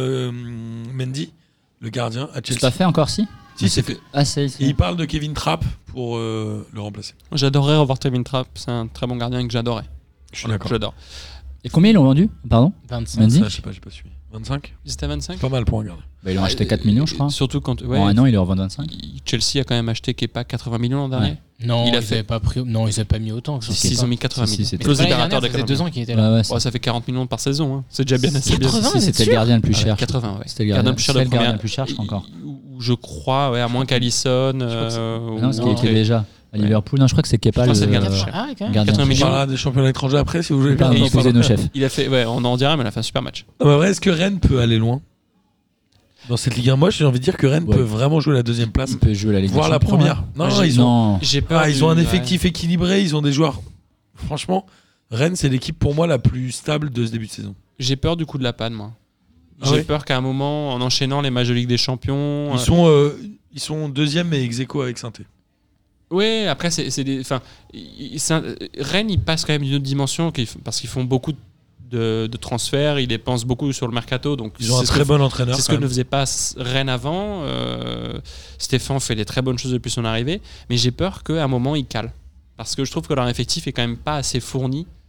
Speaker 2: Mendy, le gardien, à
Speaker 5: C'est
Speaker 2: Chelsea.
Speaker 5: pas fait encore, si?
Speaker 2: Si, c'est fait.
Speaker 5: Ah, c'est.
Speaker 2: Et il parle de Kevin Trapp pour le remplacer.
Speaker 4: J'adorerais revoir Kevin Trapp, c'est un très bon gardien que j'adorais.
Speaker 2: Je suis d'accord.
Speaker 4: J'adore.
Speaker 5: Et combien ils l'ont vendu? Pardon?
Speaker 1: 25.
Speaker 5: Mendy?
Speaker 2: Ça, je sais pas, j'ai pas suivi. 25
Speaker 4: Ils étaient à 25.
Speaker 2: Pas mal pour un gardien.
Speaker 5: Bah, ils l'ont acheté 4 millions, je crois.
Speaker 4: Surtout quand. Ouais,
Speaker 5: En un an, il est revend 25.
Speaker 4: Chelsea a quand même acheté Kepa 80 millions l'an dernier.
Speaker 5: Ouais.
Speaker 1: Non,
Speaker 4: Il a
Speaker 1: ils
Speaker 4: fait-
Speaker 1: avaient pas pris. Non, ils avaient pas mis autant. que ça.
Speaker 4: Si, ils ont mis 80
Speaker 5: Si,
Speaker 4: millions.
Speaker 5: c'était-
Speaker 4: Clause
Speaker 1: L'année
Speaker 4: libérateur
Speaker 1: dernière,
Speaker 4: de
Speaker 1: ça faisait
Speaker 4: 80
Speaker 1: 2 ans
Speaker 4: millions.
Speaker 1: qu'il était là.
Speaker 5: Ouais, ouais,
Speaker 4: Ouais, ça fait 40 millions par saison. Hein. C'est déjà bien assez bien.
Speaker 1: 80,
Speaker 5: Si,
Speaker 1: vous êtes
Speaker 5: c'était le
Speaker 1: sûr
Speaker 5: gardien le plus
Speaker 4: Ah ouais,
Speaker 5: cher.
Speaker 4: 80, ouais.
Speaker 5: C'était le gardien
Speaker 4: plus cher de
Speaker 5: c'est le gardien
Speaker 4: première.
Speaker 5: le plus cher, je crois encore.
Speaker 4: Je crois, ouais, à moins qu'Alisson.
Speaker 5: Non, ce qui
Speaker 1: non,
Speaker 5: était
Speaker 4: ok.
Speaker 5: déjà à Liverpool. Non, je crois que c'est Kepa
Speaker 4: Je
Speaker 5: le
Speaker 4: pense que c'est le gardien.
Speaker 5: gardien
Speaker 1: Ah, ouais, quand même.
Speaker 4: 80
Speaker 5: le plus
Speaker 2: On
Speaker 4: millions.
Speaker 5: cher.
Speaker 2: parlera des championnats étrangers après si vous voulez.
Speaker 5: Pardon,
Speaker 2: bien.
Speaker 5: excusez nos chefs.
Speaker 4: Il a fait, ouais, on en dira, mais il a fait un super match.
Speaker 2: Non, mais vrai, est-ce que Rennes peut aller loin dans cette Ligue 1? Moi, j'ai envie de dire que Rennes
Speaker 5: Ouais.
Speaker 2: peut vraiment jouer la deuxième place,
Speaker 5: Il peut jouer la Ligue
Speaker 2: voire
Speaker 5: des
Speaker 2: la
Speaker 5: Champions,
Speaker 2: première.
Speaker 5: hein.
Speaker 2: Non,
Speaker 4: Ah,
Speaker 2: non, ils ont,
Speaker 5: Non.
Speaker 4: J'ai peur.
Speaker 2: ils ont un
Speaker 4: du-
Speaker 2: effectif équilibré, ils ont des joueurs. Franchement, Rennes, c'est l'équipe pour moi la plus stable de ce début de saison.
Speaker 4: J'ai peur du coup de la panne, moi.
Speaker 2: Ah
Speaker 4: J'ai
Speaker 2: ouais
Speaker 4: peur qu'à un moment, en enchaînant les matchs de Ligue des Champions.
Speaker 2: Ils sont deuxième et ex-aequo avec Saint-Étienne.
Speaker 4: Ouais, après, c'est des. Enfin, Rennes, ils passent quand même d'une autre dimension parce qu'ils font beaucoup de transferts, ils dépensent beaucoup sur le mercato. Donc
Speaker 2: Ils ont un
Speaker 4: c'est ce
Speaker 2: très
Speaker 4: que-
Speaker 2: bon entraîneur.
Speaker 4: C'est ce
Speaker 2: quand
Speaker 4: que ne
Speaker 2: même.
Speaker 4: faisait pas Rennes avant. Stéphane fait des très bonnes choses depuis son arrivée, mais j'ai peur qu'à un moment, il cale. Parce que je trouve que leur effectif est quand même pas assez fourni.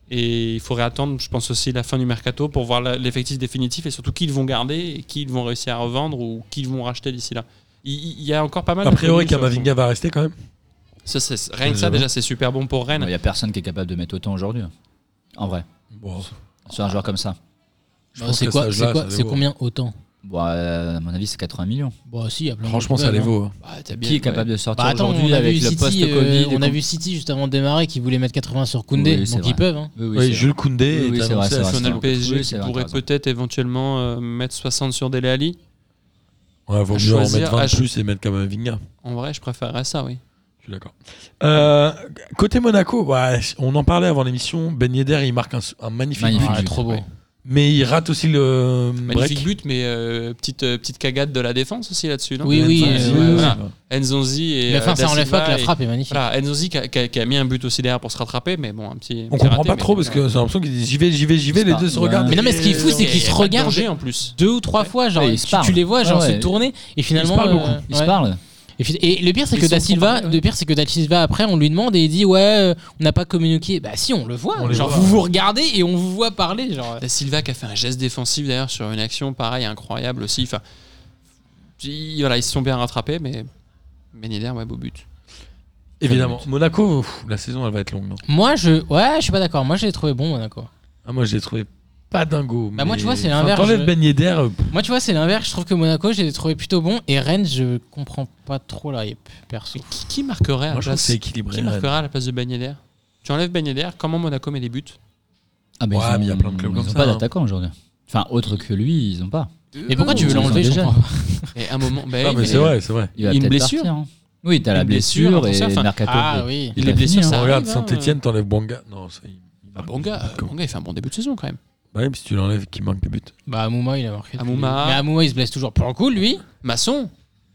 Speaker 4: Et il faudrait attendre, je pense aussi, la fin du mercato pour voir l'effectif définitif et surtout qui ils vont garder et qui ils vont réussir à revendre ou qui ils vont racheter d'ici là. Il y a encore pas mal
Speaker 2: A priori,
Speaker 4: de produits
Speaker 2: Kamavinga va rester quand même.
Speaker 4: Rien que ça, déjà, c'est super bon pour Rennes.
Speaker 5: Il n'y a personne qui est capable de mettre autant aujourd'hui. En vrai.
Speaker 2: Bon,
Speaker 5: Sur un joueur comme ça.
Speaker 2: je pense
Speaker 1: C'est
Speaker 2: que
Speaker 1: quoi,
Speaker 2: ça,
Speaker 1: c'est
Speaker 2: là,
Speaker 1: quoi,
Speaker 2: ça
Speaker 1: c'est
Speaker 2: les vaut.
Speaker 1: combien autant?
Speaker 5: Bon, à mon avis, c'est 80 millions.
Speaker 1: Bon, si, il y a plein de
Speaker 2: Franchement,
Speaker 1: gens
Speaker 2: ça
Speaker 1: qui
Speaker 2: les
Speaker 1: peuvent,
Speaker 2: vaut.
Speaker 1: hein.
Speaker 2: hein.
Speaker 5: Qui est capable de sortir
Speaker 1: Bah attends,
Speaker 5: aujourd'hui
Speaker 1: on a
Speaker 5: avec
Speaker 1: vu
Speaker 5: le
Speaker 1: City,
Speaker 5: post-Covid
Speaker 1: on a vu City juste avant de démarrer qui voulait mettre 80 sur Koundé,
Speaker 5: Oui, c'est
Speaker 1: donc
Speaker 5: vrai.
Speaker 1: ils peuvent. Hein.
Speaker 5: Oui,
Speaker 2: Oui,
Speaker 5: c'est
Speaker 2: Jules Koundé
Speaker 5: Oui, oui,
Speaker 2: est
Speaker 5: c'est vrai,
Speaker 2: annoncé
Speaker 5: c'est
Speaker 2: à
Speaker 5: vrai,
Speaker 4: Si on a le
Speaker 5: Oui,
Speaker 4: PSG
Speaker 5: c'est
Speaker 4: qui
Speaker 5: vrai,
Speaker 4: pourrait
Speaker 5: t'as raison.
Speaker 4: peut-être éventuellement mettre 60 sur Dele Alli.
Speaker 2: Ouais, vaut
Speaker 4: à
Speaker 2: mieux en
Speaker 4: choisir,
Speaker 2: mettre 20
Speaker 4: à
Speaker 2: de plus et mettre Kamavinga.
Speaker 4: En vrai, je préférerais ça, oui.
Speaker 2: Je suis d'accord. Côté Monaco, ouais, on en parlait avant l'émission. Ben Yedder, il marque un magnifique
Speaker 5: Magnifique
Speaker 2: but.
Speaker 1: Ah,
Speaker 5: but,
Speaker 1: trop beau.
Speaker 5: ouais.
Speaker 2: Mais il rate aussi le
Speaker 4: Magnifique
Speaker 2: break.
Speaker 4: but, mais petite cagade de la défense aussi là-dessus, non
Speaker 1: Oui, oui,
Speaker 2: Nzonzi,
Speaker 1: ouais,
Speaker 4: voilà. Nzonzi et
Speaker 1: Mais enfin, ça
Speaker 4: Da
Speaker 1: enlève
Speaker 4: Silva
Speaker 1: pas que la
Speaker 4: et-
Speaker 1: frappe est magnifique.
Speaker 4: Voilà, Nzonzi qui a mis un but aussi derrière pour se rattraper, mais bon, un petit.
Speaker 2: On
Speaker 4: petit
Speaker 2: comprend
Speaker 4: raté,
Speaker 2: pas
Speaker 4: mais
Speaker 2: trop parce que j'ai l'impression qu'ils disent j'y vais, les deux se
Speaker 5: Ouais.
Speaker 2: regardent.
Speaker 1: Mais non, mais ce qui est fou, c'est
Speaker 4: Et
Speaker 1: qu'ils se
Speaker 4: pas de
Speaker 1: regardent
Speaker 4: danger, en plus.
Speaker 1: 2 ou 3 fois, genre
Speaker 5: Ouais, ils se
Speaker 1: tu
Speaker 5: parlent.
Speaker 1: les vois genre
Speaker 5: Ouais,
Speaker 1: se
Speaker 5: ouais.
Speaker 1: tourner et finalement
Speaker 2: parlent beaucoup.
Speaker 5: Ils se
Speaker 1: ouais.
Speaker 5: parlent.
Speaker 1: Et le pire c'est
Speaker 4: Ils
Speaker 1: que
Speaker 4: sont
Speaker 1: Da Silva,
Speaker 4: comparés, ouais.
Speaker 1: le pire c'est que Da Silva après on lui demande et il dit ouais on n'a pas communiqué. Bah si on le voit,
Speaker 2: On les
Speaker 1: genre
Speaker 2: voit.
Speaker 1: vous regardez et on vous voit parler genre.
Speaker 4: Da Silva qui a fait un geste défensif d'ailleurs sur une action pareil incroyable aussi. Enfin, voilà, ils se sont bien rattrapés, mais Ben Yedder, ouais, beau but.
Speaker 2: Évidemment. Monaco, la saison elle va être longue. Non
Speaker 1: Moi je suis pas d'accord. Moi je l'ai trouvé bon Monaco.
Speaker 2: Ah, moi je l'ai trouvé pas dingo.
Speaker 1: Bah, moi,
Speaker 2: mais-
Speaker 1: tu vois, c'est
Speaker 2: Enfin,
Speaker 1: l'inverse.
Speaker 2: T'enlèves Ben Yedder.
Speaker 1: Moi tu vois c'est l'inverse. Je trouve que Monaco je l'ai trouvé plutôt bon et Rennes je comprends pas trop la hype perso.
Speaker 4: Qui marquerait à
Speaker 2: Moi
Speaker 4: la
Speaker 2: je trouve que
Speaker 4: place
Speaker 2: c'est équilibré.
Speaker 4: Qui marquera à la place de Ben Yedder? Tu enlèves Ben Yedder, comment Monaco met des buts?
Speaker 5: Ah, mais
Speaker 2: Ouais, mais il y a plein de clubs
Speaker 5: ils
Speaker 2: comme
Speaker 5: ont
Speaker 2: ça,
Speaker 5: pas
Speaker 2: hein.
Speaker 5: d'attaquant aujourd'hui. Enfin, autre que lui, ils ont pas.
Speaker 1: Mais pourquoi tu veux
Speaker 5: ils ont
Speaker 1: l'enlever je
Speaker 5: déjà.
Speaker 1: comprends pas.
Speaker 4: Et un moment, bah,
Speaker 2: Ah, mais c'est vrai, c'est vrai.
Speaker 5: Il va
Speaker 4: Une
Speaker 5: peut-être
Speaker 4: blessure.
Speaker 5: partir, hein. Oui, t'as la
Speaker 4: Une blessure,
Speaker 5: blessure
Speaker 4: un
Speaker 5: et
Speaker 4: concert, enfin,
Speaker 5: Mercato.
Speaker 1: Ah oui.
Speaker 4: Et
Speaker 5: Il
Speaker 4: les
Speaker 5: a
Speaker 4: blessures,
Speaker 5: fini,
Speaker 4: ça
Speaker 5: hein.
Speaker 2: Regarde
Speaker 4: arrive,
Speaker 2: Saint-Etienne, t'enlèves Bonga. Non, ça.
Speaker 4: Bonga, il fait un bon début de saison quand même.
Speaker 2: Bah oui, mais si tu l'enlèves, qu'il manque des buts.
Speaker 1: Bah Amouma il a marqué.
Speaker 4: Amouma.
Speaker 1: Mais Amouma il se blesse toujours. Pour le coup lui.
Speaker 4: Masson,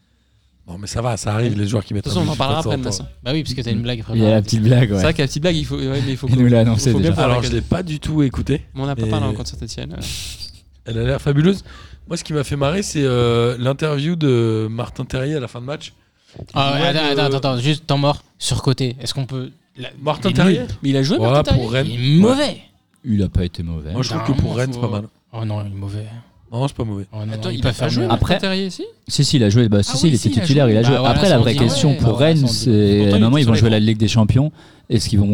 Speaker 2: Bon, mais ça va, ça arrive, les joueurs qui
Speaker 4: de
Speaker 2: mettent
Speaker 4: toute façon, on en
Speaker 2: but
Speaker 4: parlera
Speaker 2: de temps
Speaker 4: après
Speaker 2: en
Speaker 4: de
Speaker 2: temps.
Speaker 4: Masson.
Speaker 1: Bah oui parce que t'as une blague
Speaker 5: Il y a
Speaker 1: préparée.
Speaker 5: la petite blague,
Speaker 4: C'est
Speaker 5: ouais.
Speaker 4: vrai qu'à la petite blague, il faut, ouais, mais il faut
Speaker 5: Il nous l'a annoncé
Speaker 4: faut bien
Speaker 5: déjà.
Speaker 4: faire
Speaker 2: Alors,
Speaker 4: avec
Speaker 2: je l'ai pas du tout écouté.
Speaker 4: Mais on n'a pas
Speaker 2: Et-
Speaker 4: parlé encore de Saint-Etienne.
Speaker 2: Elle a l'air fabuleuse. Moi, ce qui m'a fait marrer, c'est l'interview de Martin Terrier à la fin de match.
Speaker 1: Ah ouais,
Speaker 2: Ouais,
Speaker 1: attends, juste temps mort, surcoté. Est-ce qu'on peut.
Speaker 2: Martin
Speaker 1: il est
Speaker 2: Terrier
Speaker 1: nul.
Speaker 4: Mais il a joué
Speaker 2: Voilà,
Speaker 4: Martin
Speaker 2: pour
Speaker 4: Terrier.
Speaker 2: Rennes.
Speaker 1: Il est mauvais.
Speaker 5: Il a pas été mauvais.
Speaker 2: Moi, je trouve
Speaker 1: Putain,
Speaker 2: que pour
Speaker 1: faut-
Speaker 2: Rennes, c'est pas mal.
Speaker 1: Oh non, il est mauvais.
Speaker 2: Non, c'est pas mauvais.
Speaker 1: Oh non,
Speaker 4: Attends, il
Speaker 1: peut
Speaker 4: a pas joué
Speaker 1: mieux.
Speaker 5: Après-
Speaker 4: Martin Terrier ici?
Speaker 5: Si, il a joué. Bah,
Speaker 4: Ah
Speaker 5: si,
Speaker 4: oui,
Speaker 5: il
Speaker 4: si,
Speaker 5: était
Speaker 4: il a
Speaker 5: titulaire,
Speaker 4: joué.
Speaker 5: il a joué.
Speaker 1: Bah voilà,
Speaker 5: Après, la
Speaker 1: sans
Speaker 5: vraie
Speaker 1: dire,
Speaker 5: question
Speaker 1: ouais.
Speaker 5: pour
Speaker 1: Bah voilà,
Speaker 5: Rennes,
Speaker 1: sans
Speaker 5: c'est
Speaker 1: dire.
Speaker 5: à
Speaker 4: Pourtant,
Speaker 5: un
Speaker 4: il
Speaker 5: moment,
Speaker 4: était
Speaker 5: ils
Speaker 4: sur
Speaker 5: vont
Speaker 4: les
Speaker 5: jouer la
Speaker 4: bancs.
Speaker 5: Ligue des Champions. Est-ce qu'ils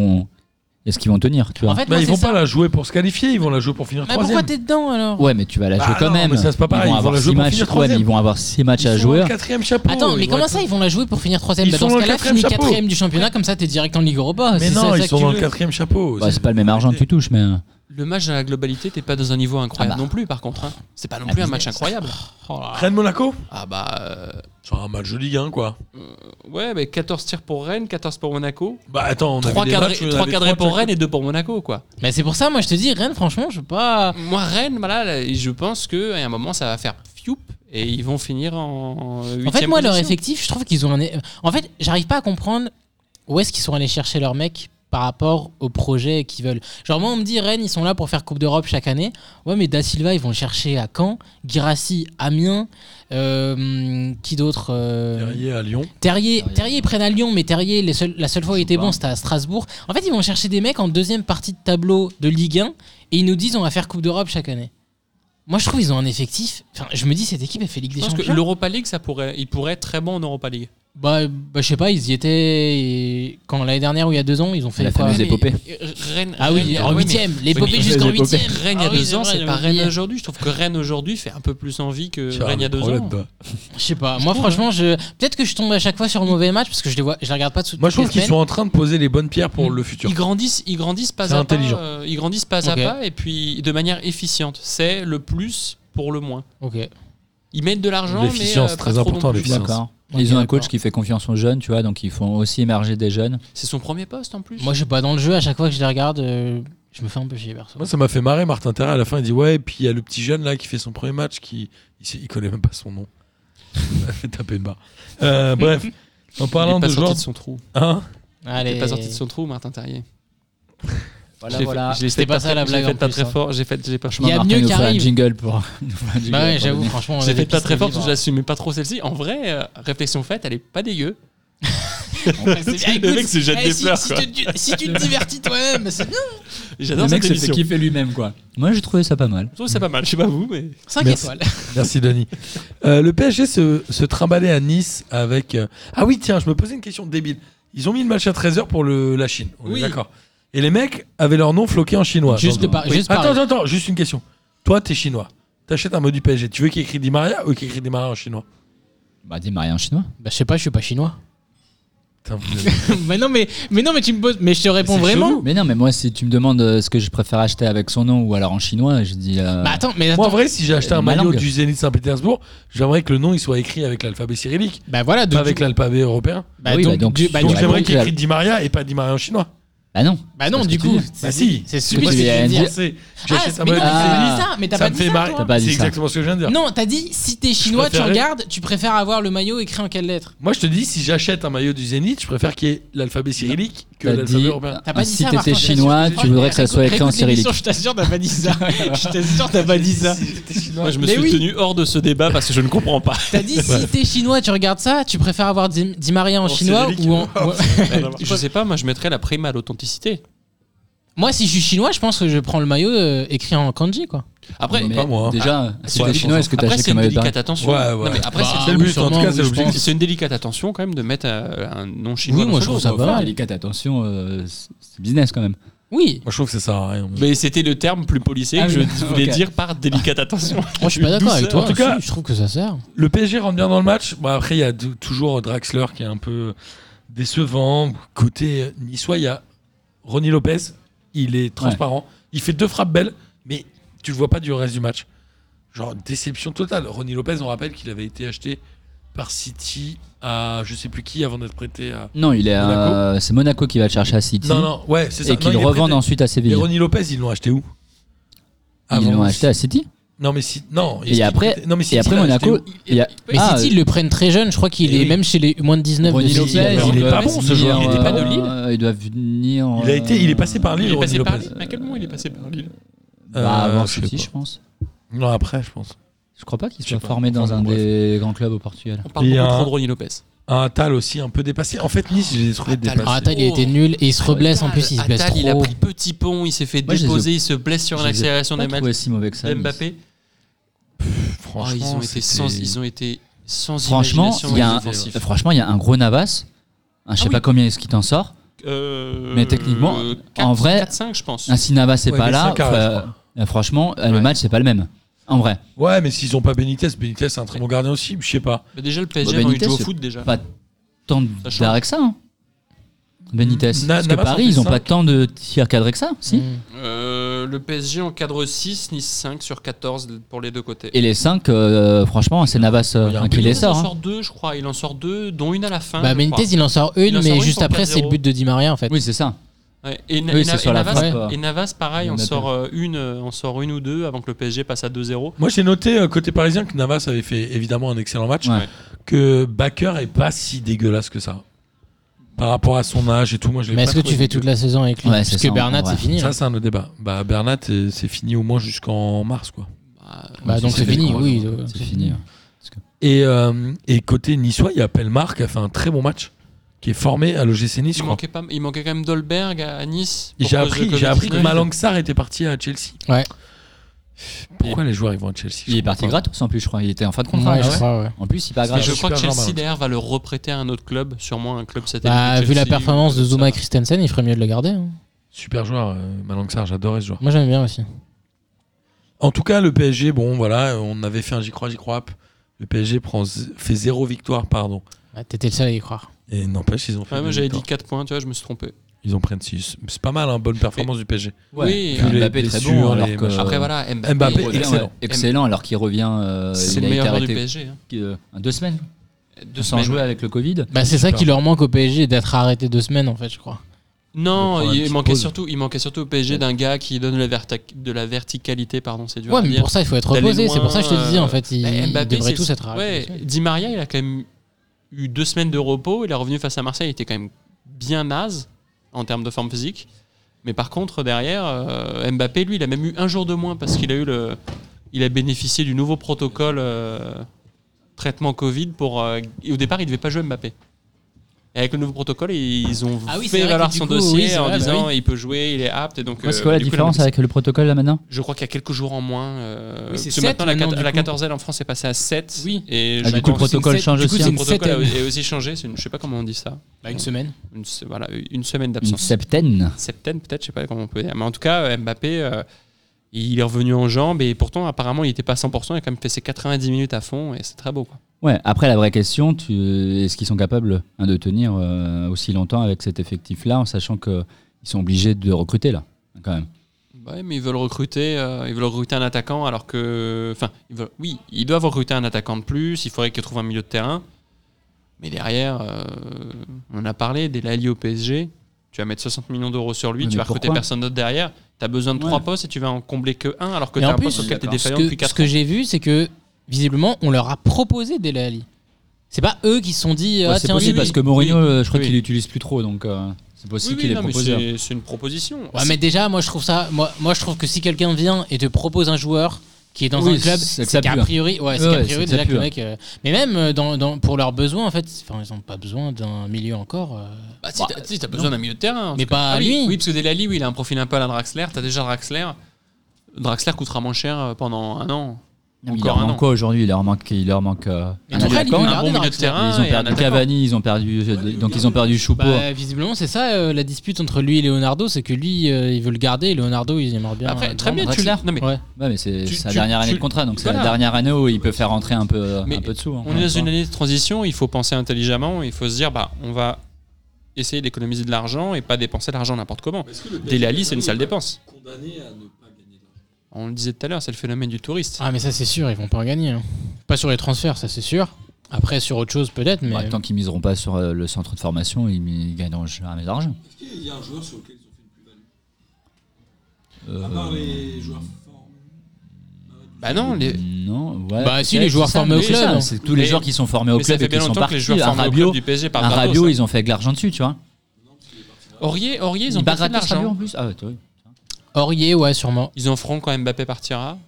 Speaker 5: vont tenir, tu vois?
Speaker 1: En fait,
Speaker 2: Bah,
Speaker 1: moi,
Speaker 2: ils
Speaker 1: c'est
Speaker 2: vont
Speaker 1: ça.
Speaker 2: pas la jouer pour se qualifier, ils vont la jouer pour finir
Speaker 1: Mais pourquoi
Speaker 2: troisième.
Speaker 1: t'es dedans alors?
Speaker 5: Ouais, mais tu vas la
Speaker 2: Bah
Speaker 5: jouer quand
Speaker 2: non,
Speaker 5: même.
Speaker 2: mais ça, c'est pas pareil,
Speaker 5: Ils
Speaker 2: ils
Speaker 5: vont
Speaker 2: vont
Speaker 5: avoir
Speaker 2: la jouer
Speaker 5: 6
Speaker 2: pour
Speaker 5: matchs.
Speaker 2: finir
Speaker 5: Ouais, mais
Speaker 2: troisième.
Speaker 5: ils vont avoir 6 matchs
Speaker 2: Ils
Speaker 5: à
Speaker 2: sont
Speaker 5: jouer.
Speaker 2: dans le quatrième chapeau.
Speaker 1: Attends, mais
Speaker 2: ils vont
Speaker 1: comment
Speaker 2: être-
Speaker 1: ça ils vont la jouer pour finir 3ème?
Speaker 2: Ils
Speaker 1: Bah
Speaker 2: sont
Speaker 1: dans ce
Speaker 2: dans le
Speaker 1: cas-là,
Speaker 2: quatrième
Speaker 1: finis
Speaker 2: chapeau.
Speaker 1: 4ème du championnat, comme ça t'es direct en Ligue Europa.
Speaker 2: Mais
Speaker 1: C'est
Speaker 2: non,
Speaker 1: ça
Speaker 2: ils
Speaker 1: que
Speaker 2: sont
Speaker 1: tu
Speaker 2: dans le
Speaker 1: veux.
Speaker 2: quatrième chapeau.
Speaker 5: Bah, c'est pas le même argent que tu touches, mais.
Speaker 4: Le match dans la globalité, t'es pas dans un niveau incroyable
Speaker 5: Ah bah.
Speaker 4: non plus, par contre. Hein. C'est pas non
Speaker 5: Ah,
Speaker 4: plus un
Speaker 5: business.
Speaker 4: match incroyable.
Speaker 1: Oh là.
Speaker 2: Rennes-Monaco
Speaker 4: Ah bah.
Speaker 2: C'est un match de Ligue 1, quoi.
Speaker 4: Ouais, mais 14 tirs pour Rennes, 14 pour Monaco.
Speaker 2: Bah attends, on a
Speaker 4: 3
Speaker 2: vu des matchs où il y en
Speaker 4: cadrés
Speaker 2: avait
Speaker 4: pour
Speaker 2: trois de chaque
Speaker 4: Rennes et 2 pour Monaco, quoi.
Speaker 1: Mais c'est pour ça, moi je te dis, Rennes, franchement, je veux pas.
Speaker 4: Moi, Rennes, voilà, là, je pense qu'à un moment, ça va faire fioup et ils vont finir en 8ème
Speaker 1: En fait, moi, leur
Speaker 4: position.
Speaker 1: effectif, je trouve qu'ils ont un. En fait, j'arrive pas à comprendre où est-ce qu'ils sont allés chercher leurs mecs par rapport au projet qu'ils veulent. Genre, moi, on me dit, Rennes, ils sont là pour faire Coupe d'Europe chaque année. Ouais, mais Da Silva, ils vont le chercher à Caen. Guirassy, Amiens. Qui d'autre
Speaker 2: Terrier à Lyon.
Speaker 1: Terrier, ils prennent à Lyon, mais Terrier, la seule fois où il
Speaker 5: Joue
Speaker 1: était
Speaker 5: pas.
Speaker 1: bon, c'était à Strasbourg. En fait, ils vont chercher des mecs en deuxième partie de tableau de Ligue 1 et ils nous disent on va faire Coupe d'Europe chaque année. Moi, je trouve qu'ils ont un effectif. Enfin, je me dis, cette équipe, elle fait Ligue des
Speaker 4: Je pense que
Speaker 1: Champions.
Speaker 4: l'Europa League, il pourrait être très bon en Europa League.
Speaker 1: Bah, je sais pas, ils y étaient et quand l'année dernière ou il y a 2 ans, ils ont fait
Speaker 5: La
Speaker 1: quoi
Speaker 5: fameuse épopée.
Speaker 4: Rennes,
Speaker 1: Ah oui, en
Speaker 4: ouais,
Speaker 1: 8ème,
Speaker 4: mais-
Speaker 1: l'épopée
Speaker 4: mais-
Speaker 1: jusqu'en
Speaker 5: l'épopée.
Speaker 1: 8ème.
Speaker 4: Rennes il y a
Speaker 1: Ah oui,
Speaker 4: 2 ans,
Speaker 1: vrai,
Speaker 4: c'est pas
Speaker 1: j'avais
Speaker 4: Rennes
Speaker 1: oublié.
Speaker 4: aujourd'hui. Je trouve que Rennes aujourd'hui fait un peu plus envie que
Speaker 2: Tu as
Speaker 4: Rennes il y a
Speaker 2: un
Speaker 4: 2
Speaker 2: problème,
Speaker 4: ans.
Speaker 2: toi.
Speaker 1: Je sais pas, moi franchement, peut-être que je tombe à chaque fois sur un mauvais match parce que je les regarde pas
Speaker 2: Moi, je trouve
Speaker 1: toutes les
Speaker 2: qu'ils
Speaker 1: semaines.
Speaker 2: sont en train de poser les bonnes pierres pour le futur.
Speaker 4: Ils grandissent pas
Speaker 2: C'est
Speaker 4: à
Speaker 2: intelligent.
Speaker 4: pas. Ils grandissent pas à
Speaker 1: Ok.
Speaker 4: pas et puis de manière efficiente. C'est le plus pour le moins.
Speaker 1: Ok.
Speaker 4: Ils mettent de l'argent, mais
Speaker 2: L'efficience,
Speaker 4: pas
Speaker 2: très
Speaker 4: trop
Speaker 2: important,
Speaker 4: non plus.
Speaker 2: l'efficience.
Speaker 5: D'accord.
Speaker 1: Ok,
Speaker 5: Ils ont un
Speaker 1: d'accord.
Speaker 5: coach qui fait confiance aux jeunes, tu vois, donc ils font aussi émerger des jeunes.
Speaker 4: C'est son premier poste en plus.
Speaker 1: Moi, je suis pas dans le jeu, à chaque fois que je les regarde, je me fais un peu chier perso.
Speaker 2: Moi, ça m'a fait marrer. Martin Terrier, à la fin, il dit ouais, et puis il y a le petit jeune là qui fait son premier match, il connaît même pas son nom. Il m'a fait taper une barre. Bref, en
Speaker 4: Il est
Speaker 2: parlant
Speaker 4: pas
Speaker 2: de
Speaker 4: sorti
Speaker 2: joueurs.
Speaker 4: de son trou.
Speaker 2: Hein
Speaker 4: Il
Speaker 1: Allez.
Speaker 4: est pas sorti de son trou, Martin Terrier.
Speaker 5: Voilà,
Speaker 4: Je l'ai
Speaker 5: voilà.
Speaker 4: fait- je l'ai
Speaker 1: C'était
Speaker 4: fait
Speaker 1: pas ça, la
Speaker 4: je l'ai
Speaker 1: blague,
Speaker 4: fait
Speaker 1: en
Speaker 4: pas
Speaker 1: plus,
Speaker 4: très
Speaker 1: hein.
Speaker 4: fort. J'ai pas.
Speaker 1: Il y a
Speaker 5: Martin
Speaker 1: mieux
Speaker 5: nous
Speaker 1: qui
Speaker 5: fait un
Speaker 1: arrive.
Speaker 5: jingle pour. nous fait un jingle
Speaker 1: Bah ouais,
Speaker 5: pour
Speaker 1: j'avoue,
Speaker 5: le-
Speaker 1: franchement. on
Speaker 4: J'ai
Speaker 1: avait
Speaker 4: fait pas
Speaker 1: pisté
Speaker 4: très fort
Speaker 1: libre.
Speaker 4: parce que j'assumais pas trop celle-ci. En vrai, réflexion faite, elle est pas dégueu.
Speaker 1: Ouais, c'est bien,
Speaker 4: Le
Speaker 1: écoute,
Speaker 4: mec se jette des fleurs,
Speaker 1: si
Speaker 4: quoi.
Speaker 1: si tu te divertis toi-même, c'est bien.
Speaker 4: J'adore
Speaker 5: Le mec
Speaker 4: cette
Speaker 5: se fait
Speaker 4: émission.
Speaker 5: kiffer lui-même, quoi. Moi, j'ai trouvé ça pas mal.
Speaker 4: Je trouve que c'est pas mal, je sais pas vous, mais.
Speaker 1: 5
Speaker 2: Merci.
Speaker 1: étoiles.
Speaker 2: Merci Denis. Le PSG se trimballait à Nice avec... Ah oui, tiens, je me posais une question débile. Ils ont mis le match à 13h pour la Chine. On est
Speaker 4: Oui.
Speaker 2: d'accord. Et les mecs avaient leur nom floqué en chinois.
Speaker 1: Juste
Speaker 2: Dans-
Speaker 1: de juste Paris.
Speaker 2: Attends, juste une question. Toi, t'es chinois. T'achètes un mot du PSG. Tu veux qu'il écrit Di Maria ou qu'il écrit Di Maria en chinois?
Speaker 5: Bah, Di Maria en chinois.
Speaker 1: Bah, je sais pas, je suis pas chinois.
Speaker 2: Putain, vous avez-
Speaker 1: mais non, mais tu me poses. Mais je te réponds
Speaker 2: c'est
Speaker 1: vraiment.
Speaker 2: chelou.
Speaker 5: Mais non, mais moi, si tu me demandes ce que je préfère acheter avec son nom ou alors en chinois, je dis.
Speaker 1: Bah, attends, mais
Speaker 2: Moi, en
Speaker 1: attends.
Speaker 2: vrai, si j'ai acheté un
Speaker 5: Ma
Speaker 2: maillot
Speaker 5: langue.
Speaker 2: du Zénith Saint-Pétersbourg, j'aimerais que le nom il soit écrit avec l'alphabet cyrillique,
Speaker 1: Bah, voilà.
Speaker 2: pas avec l'alphabet européen.
Speaker 1: Bah,
Speaker 5: Oui,
Speaker 1: donc,
Speaker 5: bah, donc-
Speaker 1: du- bah,
Speaker 5: donc
Speaker 1: du
Speaker 2: Donc
Speaker 1: coup-
Speaker 2: j'aimerais
Speaker 5: donc,
Speaker 2: qu'il
Speaker 5: la-
Speaker 2: écrit Di Maria et pas Di Maria en chinois.
Speaker 5: Bah non.
Speaker 1: Bah, non,
Speaker 5: C'est
Speaker 1: du
Speaker 5: ce que
Speaker 1: coup.
Speaker 5: tu dis.
Speaker 2: Bah si.
Speaker 1: C'est stupide
Speaker 5: tu
Speaker 1: ce que tu
Speaker 5: viens
Speaker 1: viens
Speaker 5: de
Speaker 1: de
Speaker 5: dire.
Speaker 1: dire.
Speaker 2: J'achète un
Speaker 1: mais
Speaker 2: maillot
Speaker 1: non,
Speaker 2: du
Speaker 1: t'as pas
Speaker 2: Zénith.
Speaker 1: dit ça. Mais t'as
Speaker 2: Ça
Speaker 1: pas
Speaker 2: me
Speaker 1: dit
Speaker 2: fait
Speaker 1: ça,
Speaker 2: marrer.
Speaker 1: toi.
Speaker 5: T'as pas dit
Speaker 2: C'est
Speaker 5: ça.
Speaker 2: exactement ce que je viens de dire.
Speaker 1: Non, t'as dit si t'es chinois, tu
Speaker 2: préférais-
Speaker 1: regardes, tu préfères avoir le maillot écrit en quelle lettre?
Speaker 2: Moi, je te dis, si j'achète un maillot du Zénith, je préfère qu'il y ait l'alphabet cyrillique que
Speaker 5: T'as
Speaker 2: l'alphabet
Speaker 5: dit-
Speaker 2: européen.
Speaker 1: T'as pas dit
Speaker 5: si
Speaker 1: ça,
Speaker 5: t'étais
Speaker 1: Martin,
Speaker 5: chinois, tu voudrais que ça soit écrit en cyrillique.
Speaker 1: Je t'assure, t'as pas dit ça. Je t'assure, t'as pas dit ça.
Speaker 4: Moi, je me
Speaker 1: Mais
Speaker 4: suis
Speaker 1: oui.
Speaker 4: tenu hors de ce débat parce que je ne comprends pas.
Speaker 1: T'as dit si t'es chinois, tu regardes ça, tu préfères avoir Di Maria en chinois
Speaker 2: cyrillique.
Speaker 1: ou en.
Speaker 4: Je sais pas, moi, je mettrais la prime à l'authenticité.
Speaker 1: Moi, si je suis chinois, je pense que je prends le maillot écrit en kanji, quoi.
Speaker 4: Après,
Speaker 5: Mais
Speaker 2: pas moi.
Speaker 5: déjà, si
Speaker 2: ouais,
Speaker 5: t'es chinois, est-ce que
Speaker 4: après
Speaker 5: t'achètes
Speaker 4: c'est
Speaker 5: un
Speaker 4: une
Speaker 5: maillot de Paris
Speaker 4: délicate attention.
Speaker 2: Ouais, ouais.
Speaker 4: Non, mais après,
Speaker 1: Bah,
Speaker 2: C'est le but, en tout cas, c'est
Speaker 1: sûrement,
Speaker 2: l'objectif.
Speaker 4: c'est une délicate attention quand même de mettre un nom chinois.
Speaker 1: Oui,
Speaker 4: dans
Speaker 1: moi,
Speaker 4: son
Speaker 1: je trouve
Speaker 4: lot.
Speaker 1: ça pas mal.
Speaker 5: Délicate, attention, c'est business quand même.
Speaker 1: Oui.
Speaker 2: Moi, je trouve que ça sert à rien.
Speaker 4: Mais c'était le terme plus policé
Speaker 5: Ah
Speaker 4: que je
Speaker 5: oui,
Speaker 4: voulais
Speaker 5: ok.
Speaker 4: dire par délicate attention.
Speaker 1: Moi, je suis pas d'accord avec toi.
Speaker 2: En tout cas-
Speaker 1: Si, je trouve que ça sert.
Speaker 2: Le PSG rentre bien dans le match. Bon, après, il y a toujours Draxler qui est un peu décevant. Côté niçois, il y a Ronny Lopez. Il est transparent. Il fait 2 frappes belles, mais tu le vois pas du reste du match. Genre, déception totale. Ronny Lopez, on rappelle qu'il avait été acheté par City à je sais plus qui avant d'être prêté à.
Speaker 5: Non, il est
Speaker 2: Monaco.
Speaker 5: c'est Monaco qui va le chercher à City.
Speaker 2: Non, ouais, c'est ça.
Speaker 5: Et
Speaker 2: Non,
Speaker 5: qu'ils
Speaker 2: il est
Speaker 5: revendent
Speaker 2: prêté.
Speaker 5: ensuite à
Speaker 2: Et
Speaker 5: Séville.
Speaker 2: Ronny Lopez, ils l'ont acheté où
Speaker 5: Ils
Speaker 2: Avant-
Speaker 5: l'ont acheté à City.
Speaker 2: Non, mais si. Non,
Speaker 5: Et après,
Speaker 2: non, mais
Speaker 5: et
Speaker 2: City
Speaker 5: après
Speaker 2: l'a acheté
Speaker 5: Monaco,
Speaker 2: où
Speaker 5: il y a.
Speaker 1: Mais
Speaker 5: Ah,
Speaker 1: City, ils le prennent très jeune. Je crois qu'il
Speaker 2: Eh
Speaker 1: est
Speaker 2: oui.
Speaker 1: même chez les moins de 19.
Speaker 5: Ronny
Speaker 1: de
Speaker 5: Lopez,
Speaker 1: City.
Speaker 2: il est pas bon, ce joueur.
Speaker 4: Il est pas de Lille
Speaker 5: Il doit venir.
Speaker 2: il est passé par
Speaker 4: Il
Speaker 2: Lille,
Speaker 4: est
Speaker 2: Ronny
Speaker 4: passé par
Speaker 2: Lopez.
Speaker 4: Lille. À quel moment il est passé par Lille
Speaker 5: Avant
Speaker 2: je sais
Speaker 5: City,
Speaker 2: pas.
Speaker 5: je pense.
Speaker 2: Non, après, je pense.
Speaker 5: Je crois pas qu'il
Speaker 2: Je sais
Speaker 5: soit
Speaker 2: pas.
Speaker 5: formé dans
Speaker 2: Enfin,
Speaker 5: un
Speaker 2: bref.
Speaker 5: des grands clubs au Portugal.
Speaker 4: On parle
Speaker 2: Il y a
Speaker 4: beaucoup
Speaker 2: un-
Speaker 4: trop de Ronny Lopez.
Speaker 2: Un Tal aussi un peu dépassé. En fait, Nice, je les ai trouvés
Speaker 4: Attal.
Speaker 2: dépassés.
Speaker 1: Ah, Attal, il a été nul et il se reblesse en plus, il se blesse
Speaker 4: Attal, il a
Speaker 1: trop.
Speaker 4: pris petit pont, il s'est fait
Speaker 5: Moi, je les ai-
Speaker 4: déposer, il se blesse sur
Speaker 5: Je
Speaker 4: une
Speaker 5: les ai
Speaker 4: accélération
Speaker 5: pas
Speaker 4: des matchs
Speaker 5: trouvé si mauvais que ça.
Speaker 4: Mbappé.
Speaker 2: Franchement,
Speaker 4: Ils ont été sans
Speaker 5: Franchement,
Speaker 4: imagination
Speaker 5: il y a un,
Speaker 4: offensif.
Speaker 5: franchement, il y a un gros Navas. Je sais
Speaker 4: Ah
Speaker 5: pas
Speaker 4: oui.
Speaker 5: combien est-ce qu'il t'en sort. Mais techniquement, en vrai,
Speaker 4: 4-5, je pense.
Speaker 5: Si Navas c'est
Speaker 2: Ouais,
Speaker 5: pas
Speaker 2: mais
Speaker 5: là,
Speaker 2: 5 arrêts, je
Speaker 5: franchement,
Speaker 4: Ouais.
Speaker 5: le match c'est pas le même. En vrai,
Speaker 2: Ouais, mais s'ils ont pas Benitez c'est un très bon gardien aussi. Je sais pas.
Speaker 4: Mais déjà, le PSG
Speaker 5: Bah,
Speaker 4: a envie de
Speaker 5: Benitez,
Speaker 4: jouer au
Speaker 5: c'est
Speaker 4: foot déjà.
Speaker 5: pas tant
Speaker 4: Ça change.
Speaker 5: d'arrêts que ça. Hein. Benitez. Parce que
Speaker 2: Navas en
Speaker 5: Paris,
Speaker 2: fait
Speaker 5: ils ont
Speaker 2: cinq.
Speaker 5: pas tant de tirs cadrés que ça, si.
Speaker 1: Mm.
Speaker 4: Le PSG encadre 6, Nice 5 sur 14 pour les deux côtés.
Speaker 5: Et les 5, franchement, c'est Navas
Speaker 2: Il y a un
Speaker 5: qui
Speaker 2: but,
Speaker 5: les
Speaker 4: Il en
Speaker 5: sort. hein.
Speaker 4: sort 2, je crois. Il en sort 2, dont une à la fin.
Speaker 1: Bah,
Speaker 4: je
Speaker 1: Benitez,
Speaker 4: crois.
Speaker 1: il en sort
Speaker 4: Il
Speaker 1: une,
Speaker 4: en sort
Speaker 1: mais
Speaker 4: une
Speaker 1: juste
Speaker 4: pour
Speaker 1: après, c'est le
Speaker 4: 4-0.
Speaker 1: but de Di Maria en fait.
Speaker 5: Oui, c'est ça.
Speaker 4: Ouais. Et,
Speaker 5: Oui, c'est sur la
Speaker 4: Navas,
Speaker 5: frappe.
Speaker 4: et Navas, pareil, on
Speaker 5: Mbappé.
Speaker 4: sort une ou deux avant que le PSG passe à 2-0.
Speaker 2: Moi, j'ai noté côté parisien que Navas avait fait évidemment un excellent match.
Speaker 5: Ouais.
Speaker 2: Que Bakker est pas si dégueulasse que ça. Par rapport à son âge et tout. Moi, je l'ai
Speaker 1: Mais
Speaker 2: pas
Speaker 1: est-ce que
Speaker 2: trouvé
Speaker 1: tu fais toute la saison avec lui
Speaker 5: Ouais,
Speaker 1: Parce
Speaker 5: c'est
Speaker 1: que
Speaker 5: ça, en
Speaker 1: Bernat,
Speaker 5: vrai.
Speaker 1: c'est fini.
Speaker 2: Ça,
Speaker 1: hein.
Speaker 2: c'est un autre débat. Bah, Bernat, c'est fini au moins jusqu'en mars, quoi.
Speaker 1: Bah, donc c'est fini, oui.
Speaker 5: C'est fini.
Speaker 2: Et côté niçois, il y a Pelmar qui a fait un très bon match, qui est formé à l'OGC Nice, je crois.
Speaker 4: Il manquait quand même Dolberg à Nice.
Speaker 2: Et
Speaker 4: pour
Speaker 2: J'ai
Speaker 4: cause
Speaker 2: appris,
Speaker 4: de
Speaker 2: j'ai appris que
Speaker 4: Covid-19.
Speaker 2: Malang Sarr était parti à Chelsea.
Speaker 1: Ouais.
Speaker 2: Pourquoi les joueurs ils vont à Chelsea
Speaker 5: Il est parti gratos en plus, je crois. Il était en fin de contrat.
Speaker 1: Ouais,
Speaker 5: hein.
Speaker 1: je crois, ouais.
Speaker 5: En plus, il part
Speaker 4: Et
Speaker 5: gratos.
Speaker 4: je crois que
Speaker 2: super
Speaker 4: Chelsea
Speaker 2: Malang.
Speaker 4: d'ailleurs va le reprêter à un autre club, sûrement un club satellite.
Speaker 1: Bah,
Speaker 4: de
Speaker 1: vu la
Speaker 4: Chelsea,
Speaker 1: performance de
Speaker 4: ou
Speaker 1: Zuma
Speaker 4: ça.
Speaker 1: Christensen, il ferait mieux de le garder. hein.
Speaker 2: Super joueur, Malang Sarr, j'adorais ce joueur.
Speaker 1: Moi, j'aime bien aussi.
Speaker 2: En tout cas, le PSG, bon voilà, on avait fait un j'y crois app. Le PSG fait 0 victoire, pardon.
Speaker 1: Ouais, T'étais le seul à y croire.
Speaker 2: Et n'empêche, ils ont fait.
Speaker 4: Ouais, moi
Speaker 2: deux
Speaker 4: j'avais dit
Speaker 2: victoires.
Speaker 4: 4 points, tu vois, je me suis trompé.
Speaker 2: Ils ont pris 6. C'est pas mal, hein, bonne performance du PSG.
Speaker 4: Oui,
Speaker 2: Vu les
Speaker 5: Mbappé est très
Speaker 2: blessures,
Speaker 5: bon. Alors
Speaker 2: les
Speaker 5: que,
Speaker 2: machins.
Speaker 4: Après voilà,
Speaker 2: Mbappé,
Speaker 4: Mbappé,
Speaker 2: excellent.
Speaker 5: Excellent, alors qu'il revient.
Speaker 4: c'est
Speaker 5: il
Speaker 4: le
Speaker 5: a
Speaker 4: meilleur
Speaker 5: été
Speaker 4: joueur du
Speaker 5: arrêté
Speaker 4: PSG. hein.
Speaker 5: 2 semaines. Sans
Speaker 4: semaines,
Speaker 5: jouer
Speaker 4: ouais.
Speaker 5: avec le Covid.
Speaker 1: Bah, c'est ça
Speaker 2: Super.
Speaker 1: qui leur manque au PSG, d'être arrêté 2 semaines en fait, je crois.
Speaker 4: Non,
Speaker 2: De prendre une
Speaker 4: il
Speaker 2: petite
Speaker 4: manquait,
Speaker 2: pause.
Speaker 4: il manquait surtout au PSG d'un gars qui donne de la verticalité, pardon, c'est dur
Speaker 1: Ouais,
Speaker 4: à
Speaker 1: mais
Speaker 4: dire.
Speaker 1: pour ça, il faut être
Speaker 4: D'aller
Speaker 1: reposé. C'est pour ça que je te disais, en fait,
Speaker 4: Bah,
Speaker 1: ils
Speaker 4: Mbappé,
Speaker 1: devraient
Speaker 4: c'est-
Speaker 1: tous être
Speaker 4: Ouais,
Speaker 1: arrêtés.
Speaker 4: Di Maria, il a quand même eu 2 semaines de repos. Il est revenu face à Marseille. Il était quand même bien naze en termes de forme physique. Mais par contre, derrière, Mbappé, lui, il a même eu un jour de moins parce qu'il a il a bénéficié du nouveau protocole traitement Covid. Et au départ, il devait pas jouer Mbappé. Et avec le nouveau protocole, ils ont
Speaker 1: Ah oui, c'est
Speaker 4: fait
Speaker 1: vrai
Speaker 4: valoir
Speaker 1: que du
Speaker 4: son
Speaker 1: coup,
Speaker 4: dossier
Speaker 1: oui, c'est
Speaker 4: en
Speaker 1: vrai, bah
Speaker 4: disant
Speaker 1: oui.
Speaker 4: il peut jouer, il est apte. Et donc,
Speaker 5: C'est quoi la
Speaker 4: du coup,
Speaker 5: différence avec le protocole là maintenant?
Speaker 4: Je crois qu'il y a quelques jours en moins.
Speaker 1: Oui, c'est
Speaker 4: parce que
Speaker 1: 7
Speaker 4: maintenant, la
Speaker 1: maintenant, du coup.
Speaker 4: 14L en France est passée à 7.
Speaker 1: Oui.
Speaker 4: Et
Speaker 5: Ah,
Speaker 4: je
Speaker 5: du coup, le
Speaker 4: pense-
Speaker 5: protocole change
Speaker 1: du coup,
Speaker 5: aussi.
Speaker 1: c'est
Speaker 5: hein.
Speaker 1: une
Speaker 4: le protocole
Speaker 1: septaine.
Speaker 4: a aussi changé. Je sais pas comment on dit ça.
Speaker 1: Bah, une semaine.
Speaker 4: Voilà, une semaine
Speaker 5: Une
Speaker 4: d'absence.
Speaker 5: septaine.
Speaker 4: Septaine, peut-être, je sais pas comment on peut dire. Mais en tout cas, Mbappé, il est revenu en jambes et pourtant, apparemment, il était pas à 100%. Il a quand même fait ses 90 minutes à fond et c'est très beau, quoi.
Speaker 5: Ouais, après la vraie question, est-ce qu'ils sont capables de tenir aussi longtemps avec cet effectif-là, en sachant qu'ils sont obligés de recruter là, quand même.
Speaker 4: Ouais, mais ils veulent recruter un attaquant alors que. Enfin, ils doivent recruter un attaquant de plus. Il faudrait qu'ils trouvent un milieu de terrain. Mais derrière, on a parlé des Lali au PSG. Tu vas mettre 60 millions d'euros sur lui,
Speaker 5: Ouais,
Speaker 4: tu
Speaker 5: mais
Speaker 4: vas recruter
Speaker 5: pourquoi
Speaker 4: personne d'autre derrière. Tu as besoin de 3 postes et tu vas en combler que 1 alors que
Speaker 1: Mais
Speaker 4: tu as
Speaker 1: en
Speaker 4: un
Speaker 1: plus,
Speaker 4: poste sur lequel tu es
Speaker 5: d'accord.
Speaker 4: défaillant depuis 4
Speaker 1: Ce que j'ai vu, c'est que visiblement, on leur a proposé Dele Alli. C'est pas eux qui se sont dit
Speaker 5: Ouais,
Speaker 1: ah,
Speaker 5: c'est
Speaker 1: tiens,
Speaker 5: possible
Speaker 1: oui,
Speaker 5: parce
Speaker 1: oui.
Speaker 5: que Mourinho,
Speaker 4: Oui.
Speaker 5: je crois
Speaker 4: Oui.
Speaker 5: qu'il l'utilise plus trop, donc c'est possible qu'il ait proposé.
Speaker 4: c'est une proposition.
Speaker 1: Ouais, mais déjà, moi je trouve que si quelqu'un vient et te propose un joueur qui est dans
Speaker 5: Oui,
Speaker 1: un club,
Speaker 5: c'est que
Speaker 1: c'est
Speaker 5: ça
Speaker 1: qu'a
Speaker 5: pue.
Speaker 1: priori,
Speaker 5: Ouais,
Speaker 1: déjà
Speaker 5: c'est que
Speaker 1: que
Speaker 5: ça
Speaker 1: le
Speaker 5: pue.
Speaker 1: mec. Mais même pour leurs besoins, en fait, ils ont pas besoin d'un milieu encore.
Speaker 4: Bah, si t'as besoin d'un milieu de terrain. en
Speaker 1: Mais
Speaker 4: tout cas.
Speaker 1: pas
Speaker 4: Ah oui,
Speaker 1: lui.
Speaker 4: Oui, parce que Dele Alli, il a un profil un peu à la Draxler. T'as déjà Draxler. Draxler coûtera moins cher pendant un an.
Speaker 5: Non, mais il
Speaker 4: Encore
Speaker 5: leur
Speaker 4: un an.
Speaker 5: manque quoi aujourd'hui? Il leur manque
Speaker 1: Mais
Speaker 5: un
Speaker 1: Tourelle, il
Speaker 5: attaquant.
Speaker 1: veut
Speaker 4: un
Speaker 1: garder
Speaker 4: bon milieu de
Speaker 1: Draxler.
Speaker 4: terrain.
Speaker 5: Ils ont
Speaker 4: et un
Speaker 5: perdu
Speaker 4: attaquant.
Speaker 5: Cavani, donc ils ont perdu Choupo.
Speaker 1: Bah, visiblement, c'est ça la dispute entre lui et Leonardo, c'est que lui, il veut le garder et Leonardo, il aimerait bien.
Speaker 4: Après,
Speaker 1: le
Speaker 4: très bien,
Speaker 1: vendre.
Speaker 4: tu
Speaker 5: Draxler
Speaker 4: non, mais
Speaker 1: Ouais.
Speaker 5: Ouais, mais c'est
Speaker 4: Tu-
Speaker 5: sa
Speaker 4: tu-
Speaker 5: dernière année
Speaker 4: tu-
Speaker 5: de contrat, donc c'est
Speaker 4: voilà.
Speaker 5: la dernière année où il peut faire rentrer un peu
Speaker 4: Mais
Speaker 5: de sous. hein.
Speaker 4: on est dans une année de transition. Il faut penser intelligemment. Il faut se dire, bah, on va essayer d'économiser de l'argent et pas dépenser l'argent n'importe comment. Dele Alli, c'est une sale dépense.
Speaker 2: Condamné à ne pas gagner d'argent.
Speaker 4: On le disait tout à l'heure, c'est le phénomène du touriste.
Speaker 1: Ah, mais ça, c'est sûr, ils vont pas en gagner. hein. Pas sur les transferts, ça, c'est sûr. Après, sur autre chose, peut-être, mais.
Speaker 5: Bah, tant qu'ils miseront pas sur le centre de formation, ils gagneront jamais d'argent.
Speaker 2: Est-ce qu'il y a un joueur sur lequel ils ont fait une plus-value À part les joueurs forts.
Speaker 4: Bah non,
Speaker 5: Non, ouais.
Speaker 1: Bah, si,
Speaker 5: peut-être,
Speaker 1: les joueurs
Speaker 5: c'est ça,
Speaker 1: formés au
Speaker 5: mais c'est
Speaker 1: club.
Speaker 5: ça, c'est tous les
Speaker 4: Mais-
Speaker 5: joueurs qui sont formés au
Speaker 4: mais ça
Speaker 5: club
Speaker 4: fait
Speaker 5: et
Speaker 4: bien
Speaker 5: qui sont
Speaker 4: longtemps que les
Speaker 5: partis.
Speaker 4: joueurs
Speaker 5: Un
Speaker 4: formés au
Speaker 5: Rabiot,
Speaker 4: club du PSG partent
Speaker 5: un
Speaker 4: gratos,
Speaker 5: Rabiot,
Speaker 4: ça.
Speaker 5: ils ont fait avec l'argent dessus, tu vois.
Speaker 4: Aurier, ils ont
Speaker 5: Ils
Speaker 4: pas
Speaker 5: battent
Speaker 4: fait de
Speaker 5: gratos Rabiot en
Speaker 4: l'argent.
Speaker 5: plus. Ah ouais, toi, oui.
Speaker 1: Aurier, ouais, sûrement.
Speaker 4: Ils en feront quand Mbappé partira.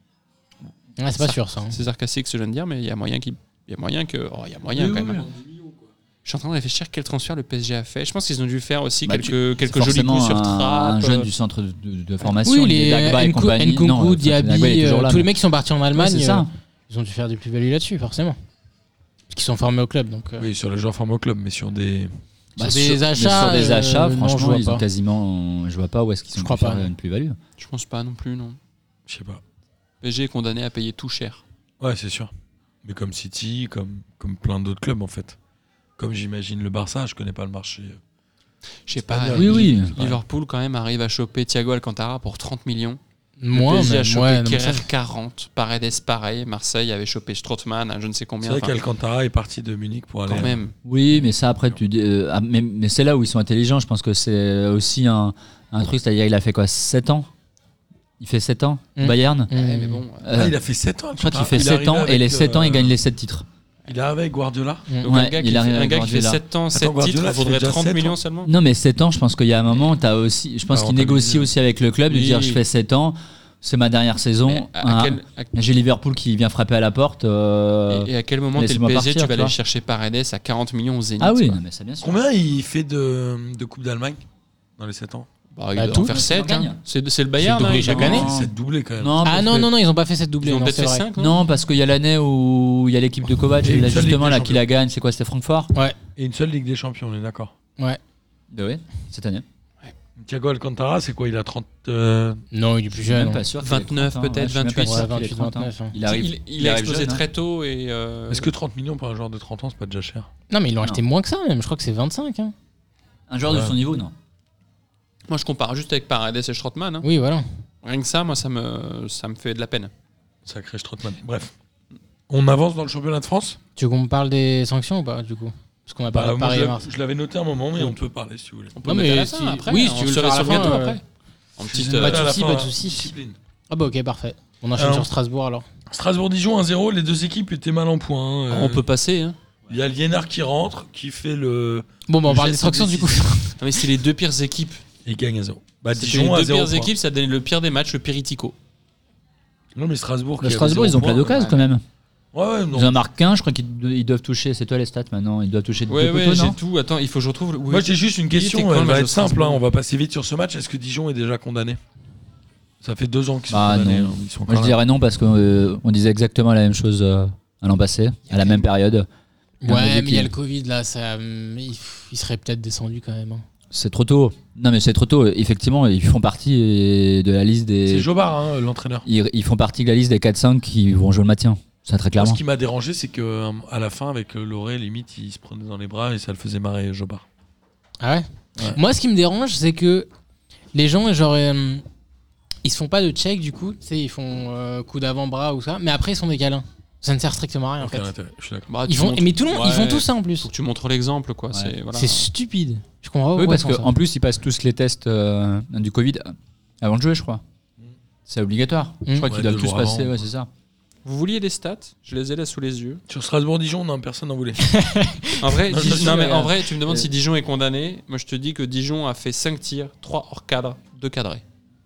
Speaker 1: Ouais, c'est pas sûr, ça. hein.
Speaker 4: C'est sarcastique ce que je viens de dire, mais il y a moyen qu'il. Il y a moyen que. Oh, il y a moyen quand même. Je suis en train de réfléchir quel transfert le PSG a fait. Je pense qu'ils ont dû faire aussi
Speaker 5: Bah,
Speaker 4: quelques
Speaker 5: C'est
Speaker 4: jolis
Speaker 5: forcément
Speaker 4: coups sur
Speaker 5: un
Speaker 4: Trapp.
Speaker 5: jeune du centre de formation.
Speaker 1: Oui,
Speaker 5: les Dagba et compagnie. Non,
Speaker 1: Nkunku,
Speaker 5: enfin,
Speaker 1: Diaby,
Speaker 5: Dagba, il est toujours là,
Speaker 1: tous les
Speaker 5: mais-
Speaker 1: mecs qui sont partis en Allemagne,
Speaker 5: Ouais, c'est ça.
Speaker 1: ils ont dû faire des plus-values là-dessus, forcément. Parce qu'ils sont formés au club, donc.
Speaker 2: Oui, sur les joueurs formés au club, mais sur des.
Speaker 1: Sur des
Speaker 5: mais
Speaker 1: achats,
Speaker 5: sur des achats,
Speaker 1: non, je
Speaker 5: franchement,
Speaker 1: vois
Speaker 5: ils ont
Speaker 1: pas.
Speaker 5: quasiment. Je vois pas où est-ce qu'ils
Speaker 1: Je
Speaker 5: ont
Speaker 1: crois
Speaker 5: pu faire
Speaker 1: pas, non.
Speaker 5: une plus-value.
Speaker 4: Je pense pas non plus, non.
Speaker 2: Je sais pas.
Speaker 4: PSG est condamné à payer tout cher.
Speaker 2: Ouais, c'est sûr. Mais comme City, comme plein d'autres clubs en fait. Comme j'imagine le Barça, je connais pas le marché.
Speaker 4: Je sais pas.
Speaker 2: pas
Speaker 5: Oui, oui.
Speaker 4: Liverpool, quand même, arrive à choper Thiago Alcantara pour 30 millions.
Speaker 1: Moins,
Speaker 4: le PSG a
Speaker 1: mais
Speaker 4: chopé
Speaker 1: ouais, non, mais ça,
Speaker 4: Kerrer 40. Paredes, pareil. Marseille avait chopé Strootman à je ne sais
Speaker 2: C'est
Speaker 4: combien.
Speaker 2: vrai
Speaker 4: Enfin,
Speaker 2: qu'Alcantara est parti de Munich pour aller.
Speaker 4: quand même.
Speaker 5: Oui, mais ça après tu dis, mais c'est là où ils sont intelligents. Je pense que c'est aussi un truc, c'est-à-dire il a fait quoi 7 ans. Il fait 7 ans au Bayern.
Speaker 4: Ouais, mais bon.
Speaker 2: Ah, il a fait 7 ans.
Speaker 5: Je crois qu'il fait
Speaker 2: Il est
Speaker 5: 7 ans
Speaker 2: arrivé
Speaker 5: et les
Speaker 2: avec,
Speaker 5: 7 ans il gagne les 7 titres.
Speaker 2: Il est avec Guardiola.
Speaker 4: Donc
Speaker 5: Ouais,
Speaker 4: un gars
Speaker 5: il
Speaker 4: qui,
Speaker 5: arrive
Speaker 4: fait, un
Speaker 5: avec
Speaker 4: gars qui fait
Speaker 5: Guardiola.
Speaker 4: 7 ans, 7
Speaker 2: Guardiola,
Speaker 4: titres,
Speaker 2: ça fait
Speaker 4: vaudrait
Speaker 2: déjà
Speaker 4: 30
Speaker 2: 7
Speaker 4: millions
Speaker 2: ans.
Speaker 4: seulement.
Speaker 5: Non, mais 7 ans, je pense qu'il y a un moment, t'as aussi, je pense
Speaker 2: Ah,
Speaker 5: qu'il négocie
Speaker 2: rentabiliser.
Speaker 5: aussi avec le club de
Speaker 4: Oui.
Speaker 5: dire je fais 7 ans, c'est ma dernière saison.
Speaker 4: Mais à
Speaker 5: J'ai Liverpool qui vient frapper à la porte.
Speaker 4: et à quel moment t'es le
Speaker 5: laissez-moi
Speaker 4: PSG,
Speaker 5: partir,
Speaker 4: tu vas
Speaker 5: tu
Speaker 4: aller
Speaker 5: vois.
Speaker 4: chercher Paredes à 40 millions au Zénith.
Speaker 5: Ah oui,
Speaker 4: quoi.
Speaker 5: non, mais c'est bien sûr.
Speaker 2: Combien il fait de Coupe d'Allemagne dans les 7 ans?
Speaker 4: Bah, il
Speaker 1: Bah,
Speaker 4: doit
Speaker 1: tout.
Speaker 4: en faire
Speaker 5: Mais
Speaker 4: 7.
Speaker 5: c'est
Speaker 4: Hein. C'est le Bayern.
Speaker 1: doublé
Speaker 4: hein,
Speaker 1: chaque
Speaker 4: ils ont-
Speaker 1: année.
Speaker 5: Non.
Speaker 2: C'est doublé quand même.
Speaker 5: Non,
Speaker 1: Ah
Speaker 5: parce
Speaker 1: non,
Speaker 5: que-
Speaker 1: non, non, ils ont pas fait cette doublée.
Speaker 4: Ils ont
Speaker 1: non,
Speaker 4: peut-être
Speaker 1: c'est
Speaker 4: fait
Speaker 1: vrai.
Speaker 4: 5.
Speaker 5: Non, parce qu'il y a l'année où il y a l'équipe de Kovac,
Speaker 2: Et une
Speaker 5: là,
Speaker 2: seule
Speaker 5: justement,
Speaker 2: Ligue
Speaker 5: là,
Speaker 2: des
Speaker 5: qui la gagne, c'est quoi? C'était Francfort?
Speaker 2: Et une seule Ligue des Champions, on est d'accord.
Speaker 5: Bah oui, cette année.
Speaker 2: Thiago Alcantara, c'est quoi? Il a 30.
Speaker 1: Non, il est plus jeune.
Speaker 5: Même pas sûr. qu'il ait
Speaker 4: 29
Speaker 5: 30 ans,
Speaker 4: peut-être,
Speaker 5: je suis même pas
Speaker 4: 28.
Speaker 5: sûr
Speaker 1: Ouais,
Speaker 5: qu'il ait
Speaker 1: 28,
Speaker 5: 30 ans.
Speaker 1: 29, hein.
Speaker 5: Il arrive.
Speaker 4: Il a
Speaker 5: arrive
Speaker 4: explosé
Speaker 5: jeune, hein.
Speaker 4: très tôt et.
Speaker 2: Est-ce que 30 millions pour un joueur de 30 ans, c'est pas déjà cher?
Speaker 1: Non, mais ils l'ont
Speaker 5: Non.
Speaker 1: acheté moins que ça, même. Je crois que c'est 25. Hein.
Speaker 5: Un joueur de
Speaker 2: Ouais.
Speaker 5: son niveau, non.
Speaker 4: Moi, je compare juste avec Paredes et Strootman. Hein.
Speaker 1: Oui, voilà.
Speaker 4: Rien que ça, moi, ça me fait de la peine.
Speaker 2: Sacré Strootman. Bref. On avance dans le championnat de France?
Speaker 1: Tu veux qu'on me parle des sanctions ou pas, du coup? Parce qu'on a parlé
Speaker 2: Bah,
Speaker 1: de
Speaker 2: moi,
Speaker 1: Paris
Speaker 2: je
Speaker 1: et
Speaker 2: l'avais-
Speaker 1: Marseille.
Speaker 2: je l'avais noté un moment, mais on peut parler si vous voulez.
Speaker 4: On peut
Speaker 1: Non,
Speaker 4: le mettre à
Speaker 1: mais
Speaker 4: la fin,
Speaker 1: si-
Speaker 4: après.
Speaker 1: oui,
Speaker 4: on
Speaker 1: si tu veux le
Speaker 4: serait
Speaker 1: faire à la
Speaker 4: sur
Speaker 1: fin,
Speaker 4: bientôt
Speaker 1: ouais.
Speaker 4: après. En petite.
Speaker 1: Pas de
Speaker 2: À la
Speaker 1: soucis,
Speaker 2: fin,
Speaker 1: pas de soucis.
Speaker 2: discipline.
Speaker 1: Ah bah ok, parfait. On enchaîne
Speaker 2: Alors.
Speaker 1: sur Strasbourg alors.
Speaker 2: Strasbourg-Dijon 1-0, les deux équipes étaient mal en point.
Speaker 4: On peut passer. Hein.
Speaker 2: Il y a Liénard qui rentre, qui fait le.
Speaker 1: Bon, bah on
Speaker 2: Le
Speaker 1: parle
Speaker 2: geste
Speaker 1: des sanctions du coup.
Speaker 2: décisif.
Speaker 4: Non, mais c'est les deux pires équipes.
Speaker 2: Et il gagne 1-0. Bah,
Speaker 4: C'était
Speaker 2: Dijon
Speaker 4: les deux
Speaker 2: 1-0.
Speaker 4: pires équipes, ça donne le pire des matchs, le pire Itico.
Speaker 2: Non, mais Strasbourg.
Speaker 5: Le
Speaker 2: qui
Speaker 5: Strasbourg,
Speaker 2: avait
Speaker 5: ils ont
Speaker 2: 0
Speaker 5: plein
Speaker 2: points.
Speaker 5: d'occasions quand même.
Speaker 2: Ouais, non.
Speaker 5: Ils en marquent qu'un, je crois qu'ils doivent toucher. C'est toi les stats maintenant. Ils doivent toucher
Speaker 4: Ouais,
Speaker 5: deux poteaux,
Speaker 4: j'ai
Speaker 5: non
Speaker 4: tout. Attends, il faut que je retrouve.
Speaker 2: Moi, j'ai juste une
Speaker 4: était
Speaker 2: question.
Speaker 4: quand le
Speaker 2: Elle
Speaker 4: match
Speaker 2: va
Speaker 4: de
Speaker 2: être simple.
Speaker 4: Strasbourg
Speaker 2: On va passer vite sur ce match. Est-ce que Dijon est déjà condamné ? Ça fait 2 ans qu'ils sont
Speaker 5: Ah
Speaker 2: condamnés.
Speaker 5: non.
Speaker 2: hein. Ils sont
Speaker 5: Moi je
Speaker 2: encore là.
Speaker 5: dirais non parce qu'on disait exactement la même chose à l'an passé, à la même période. Et on a
Speaker 1: Ouais,
Speaker 5: vu
Speaker 1: mais il y a
Speaker 5: qu'il-
Speaker 1: le Covid là, il serait peut-être descendu quand même. Hein.
Speaker 5: C'est trop tôt. Non mais c'est trop tôt. Effectivement, ils font partie de la liste
Speaker 2: C'est
Speaker 5: des.
Speaker 2: Jobard, hein, l'entraîneur.
Speaker 5: Ils font partie de la liste des 4-5 qui vont jouer le maintien. Ça très
Speaker 2: Moi,
Speaker 5: clairement.
Speaker 2: ce qui m'a dérangé, c'est qu'à la fin, avec Loré, limite, il se prenait dans les bras et ça le faisait marrer Jobard.
Speaker 1: Ah ouais,
Speaker 2: Ouais.
Speaker 1: Moi, ce qui me dérange, c'est que les gens, genre, ils se font pas de check du coup. Tu sais, ils font coup d'avant-bras ou ça, mais après, ils sont des câlins. Ça ne sert strictement à rien en
Speaker 2: Aucun
Speaker 1: fait.
Speaker 2: intérêt, je suis d'accord.
Speaker 4: Bah,
Speaker 1: Ils
Speaker 4: tu
Speaker 1: font,
Speaker 4: montres-
Speaker 1: mais tout le monde, ils font
Speaker 4: Ouais.
Speaker 1: tout ça en plus.
Speaker 4: Faut que tu montres l'exemple, quoi.
Speaker 5: Ouais.
Speaker 4: C'est voilà.
Speaker 1: C'est stupide. Je comprends pas
Speaker 5: Oui,
Speaker 1: pourquoi
Speaker 5: parce
Speaker 1: ils font ça.
Speaker 5: qu'en plus, ils passent tous les tests du Covid avant de jouer, je crois. C'est obligatoire. Je crois
Speaker 2: Ouais,
Speaker 5: qu'ils doivent
Speaker 2: 2
Speaker 5: tous
Speaker 2: jours
Speaker 5: passer,
Speaker 2: avant.
Speaker 5: ouais, c'est ça.
Speaker 4: Vous vouliez des stats? Je les ai là sous les yeux.
Speaker 2: Sur Strasbourg-Dijon, non, personne n'en voulait.
Speaker 4: En vrai,
Speaker 2: Non, je sais,
Speaker 4: non, mais
Speaker 5: mais,
Speaker 4: en vrai, tu me demandes si Dijon est condamné. Moi, je te dis que Dijon a fait 5 tirs, 3 hors cadre, 2 cadrés.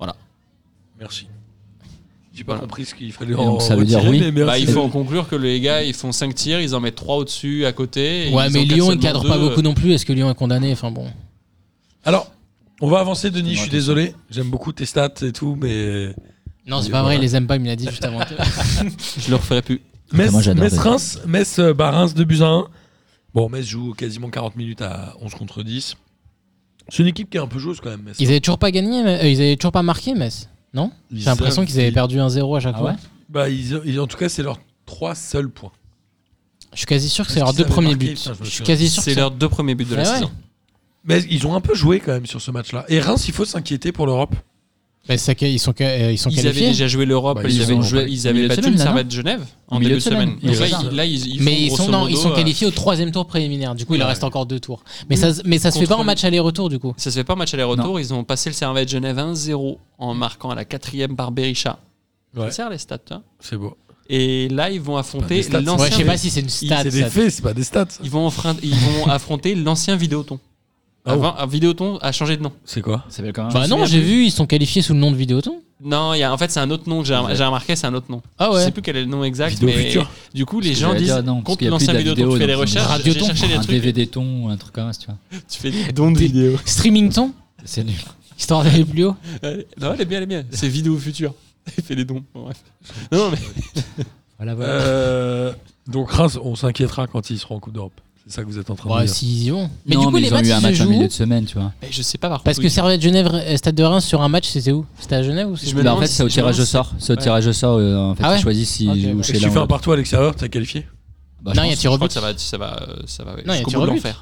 Speaker 2: Merci. J'ai pas
Speaker 4: Voilà.
Speaker 2: compris ce qu'il fallait
Speaker 5: donc,
Speaker 2: en
Speaker 5: ça veut dire
Speaker 2: retirer,
Speaker 5: oui.
Speaker 2: mais merci.
Speaker 4: Bah, il faut en conclure que les gars, ils font 5 tirs, ils en mettent 3 au-dessus, à côté. et
Speaker 1: Ouais,
Speaker 4: ils
Speaker 1: mais
Speaker 4: en cadrent
Speaker 1: Lyon, il
Speaker 4: seulement
Speaker 1: cadre pas
Speaker 4: 2.
Speaker 1: beaucoup non plus. Est-ce que Lyon est condamné? Enfin bon.
Speaker 2: Alors, on va avancer, Denis, je
Speaker 5: Moi,
Speaker 2: suis
Speaker 5: attention.
Speaker 2: désolé. J'aime beaucoup tes stats et tout, mais.
Speaker 1: Non, c'est
Speaker 2: Oui,
Speaker 1: pas vrai,
Speaker 2: voilà.
Speaker 1: il les aime pas, il me l'a dit juste avant.
Speaker 4: Je le referai plus.
Speaker 2: Metz,
Speaker 5: moi, j'adore
Speaker 2: Metz-Reims, Reims 2 buts à 1. Bon, Metz joue quasiment 40 minutes à 11 contre 10. C'est une équipe qui est un peu joueuse quand même, Metz.
Speaker 1: Ils avaient toujours pas gagné, ils avaient toujours pas marqué, Metz. Non? J'ai l'impression qu'ils avaient perdu 1-0 à chaque
Speaker 5: Ah
Speaker 1: fois.
Speaker 5: ouais
Speaker 2: Bah, en tout cas, c'est leurs 3 seuls points.
Speaker 1: Je suis quasi sûr que
Speaker 2: Est-ce
Speaker 1: c'est leurs
Speaker 2: qu'ils
Speaker 1: 2
Speaker 2: avaient
Speaker 1: premiers
Speaker 2: marqué
Speaker 1: buts.
Speaker 2: Putain, je me
Speaker 1: Je suis
Speaker 2: souviens.
Speaker 1: quasi sûr que
Speaker 4: C'est leurs 2 premiers buts de la
Speaker 1: Ouais, ouais.
Speaker 4: saison.
Speaker 2: Mais ils ont un peu joué quand même sur ce match-là. Et Reims, il faut s'inquiéter pour l'Europe.
Speaker 1: Bah, c'est qu'ils sont
Speaker 4: Ils avaient
Speaker 1: qualifiés.
Speaker 4: déjà joué l'Europe,
Speaker 2: Bah,
Speaker 4: ils
Speaker 2: ils
Speaker 4: avaient
Speaker 2: ont
Speaker 4: joué,
Speaker 2: joué
Speaker 4: ils
Speaker 5: au milieu
Speaker 4: avaient
Speaker 5: de
Speaker 4: battu
Speaker 5: semaine,
Speaker 4: une
Speaker 5: là, non
Speaker 4: Servette Genève en
Speaker 5: Au milieu
Speaker 4: début de
Speaker 5: de semaine.
Speaker 4: semaine.
Speaker 5: Ils
Speaker 4: Donc
Speaker 5: ont
Speaker 4: là,
Speaker 5: ça.
Speaker 4: ils
Speaker 1: Mais
Speaker 4: font
Speaker 1: ils sont,
Speaker 4: grosso
Speaker 1: ils sont
Speaker 4: modo,
Speaker 1: qualifiés au 3e tour préliminaire. Du coup, il leur
Speaker 2: Ouais.
Speaker 1: reste encore 2 tours. Mais ça se fait pas en
Speaker 4: Contre
Speaker 1: match aller-retour, du coup.
Speaker 4: Ça se fait pas en match aller-retour. Ils ont passé le Servette Genève 1-0 en marquant à la 4e par Berisha.
Speaker 2: Ouais.
Speaker 4: Ça sert les stats, hein.
Speaker 2: C'est beau.
Speaker 4: Et là, ils vont
Speaker 2: des
Speaker 4: affronter
Speaker 2: stats,
Speaker 4: l'ancien.
Speaker 1: Ouais, je sais pas si c'est une stat.
Speaker 2: C'est des
Speaker 1: ça.
Speaker 2: faits, c'est pas des stats.
Speaker 4: Ils vont affronter l'ancien Vidéoton.
Speaker 2: Ah bon.
Speaker 4: Vidéoton a changé de nom.
Speaker 2: C'est quoi?
Speaker 5: Ça s'appelle quand même.
Speaker 1: Bah
Speaker 4: me
Speaker 1: non,
Speaker 4: souviens
Speaker 1: j'ai
Speaker 4: plus.
Speaker 1: vu, ils sont qualifiés sous le nom de Vidéoton.
Speaker 4: Non, en fait, c'est un autre nom que j'ai remarqué, c'est un autre nom.
Speaker 1: Ah
Speaker 4: Je
Speaker 1: ouais.
Speaker 4: sais plus quel est le nom exact,
Speaker 2: Vidéo
Speaker 4: mais
Speaker 2: future.
Speaker 4: du coup, les
Speaker 5: Parce que
Speaker 4: gens
Speaker 5: j'allais
Speaker 4: disent
Speaker 5: dire non, parce
Speaker 4: contre
Speaker 5: qu'il y a plus
Speaker 4: l'ancien
Speaker 5: de la
Speaker 4: Vidéoton, tu
Speaker 5: vidéo,
Speaker 4: fais des
Speaker 5: donc,
Speaker 4: recherches. J'ai
Speaker 1: Radioton.
Speaker 4: cherché des
Speaker 5: un
Speaker 4: trucs.
Speaker 5: DVD ton ou un truc comme ça, tu vois.
Speaker 4: Tu fais des dons de vidéos.
Speaker 1: Streaming ton,
Speaker 5: C'est nul.
Speaker 1: histoire d'aller plus haut.
Speaker 4: Non, elle est bien, elle est bien. C'est Vidéo Future. Il fait des dons. Bon, bref. Non, mais
Speaker 5: Voilà, voilà.
Speaker 2: Donc Reims, on s'inquiétera quand ils seront en Coupe d'Europe. C'est ça que vous êtes en train de
Speaker 1: Ouais,
Speaker 2: dire.
Speaker 1: s'ils y vont. Mais
Speaker 5: Non,
Speaker 1: du coup, les
Speaker 5: ils ont
Speaker 1: matchs,
Speaker 5: eu un
Speaker 1: ils
Speaker 5: match
Speaker 1: se
Speaker 5: en milieu
Speaker 1: jouent.
Speaker 5: de semaine, tu vois.
Speaker 4: je sais pas par contre.
Speaker 1: Parce que Servette Genève, Stade de Reims sur un match, c'était où? C'était à Genève ou
Speaker 4: Je
Speaker 1: c'était
Speaker 4: me
Speaker 5: Bah, en
Speaker 4: demande
Speaker 5: fait,
Speaker 4: si-
Speaker 5: c'est au
Speaker 4: je me
Speaker 5: tirage au
Speaker 4: demande
Speaker 5: sort. C'est au
Speaker 4: ouais.
Speaker 5: tirage au sort. En fait,
Speaker 1: Ah ouais
Speaker 5: ils choisissent s'ils
Speaker 1: Ok,
Speaker 5: jouent
Speaker 1: ouais.
Speaker 5: chez
Speaker 2: Si tu
Speaker 5: l'un
Speaker 2: fais
Speaker 5: ou
Speaker 2: un
Speaker 5: l'autre.
Speaker 2: partout à l'extérieur, t'es qualifié.
Speaker 5: Bah,
Speaker 1: Non,
Speaker 5: je
Speaker 1: il y a
Speaker 5: pense.
Speaker 1: tir
Speaker 4: Je
Speaker 1: au
Speaker 4: crois
Speaker 1: but.
Speaker 4: que ça va
Speaker 1: Non, il y a
Speaker 4: jusqu'au
Speaker 1: tir
Speaker 4: bout
Speaker 1: au
Speaker 4: de
Speaker 1: but.
Speaker 4: l'enfer.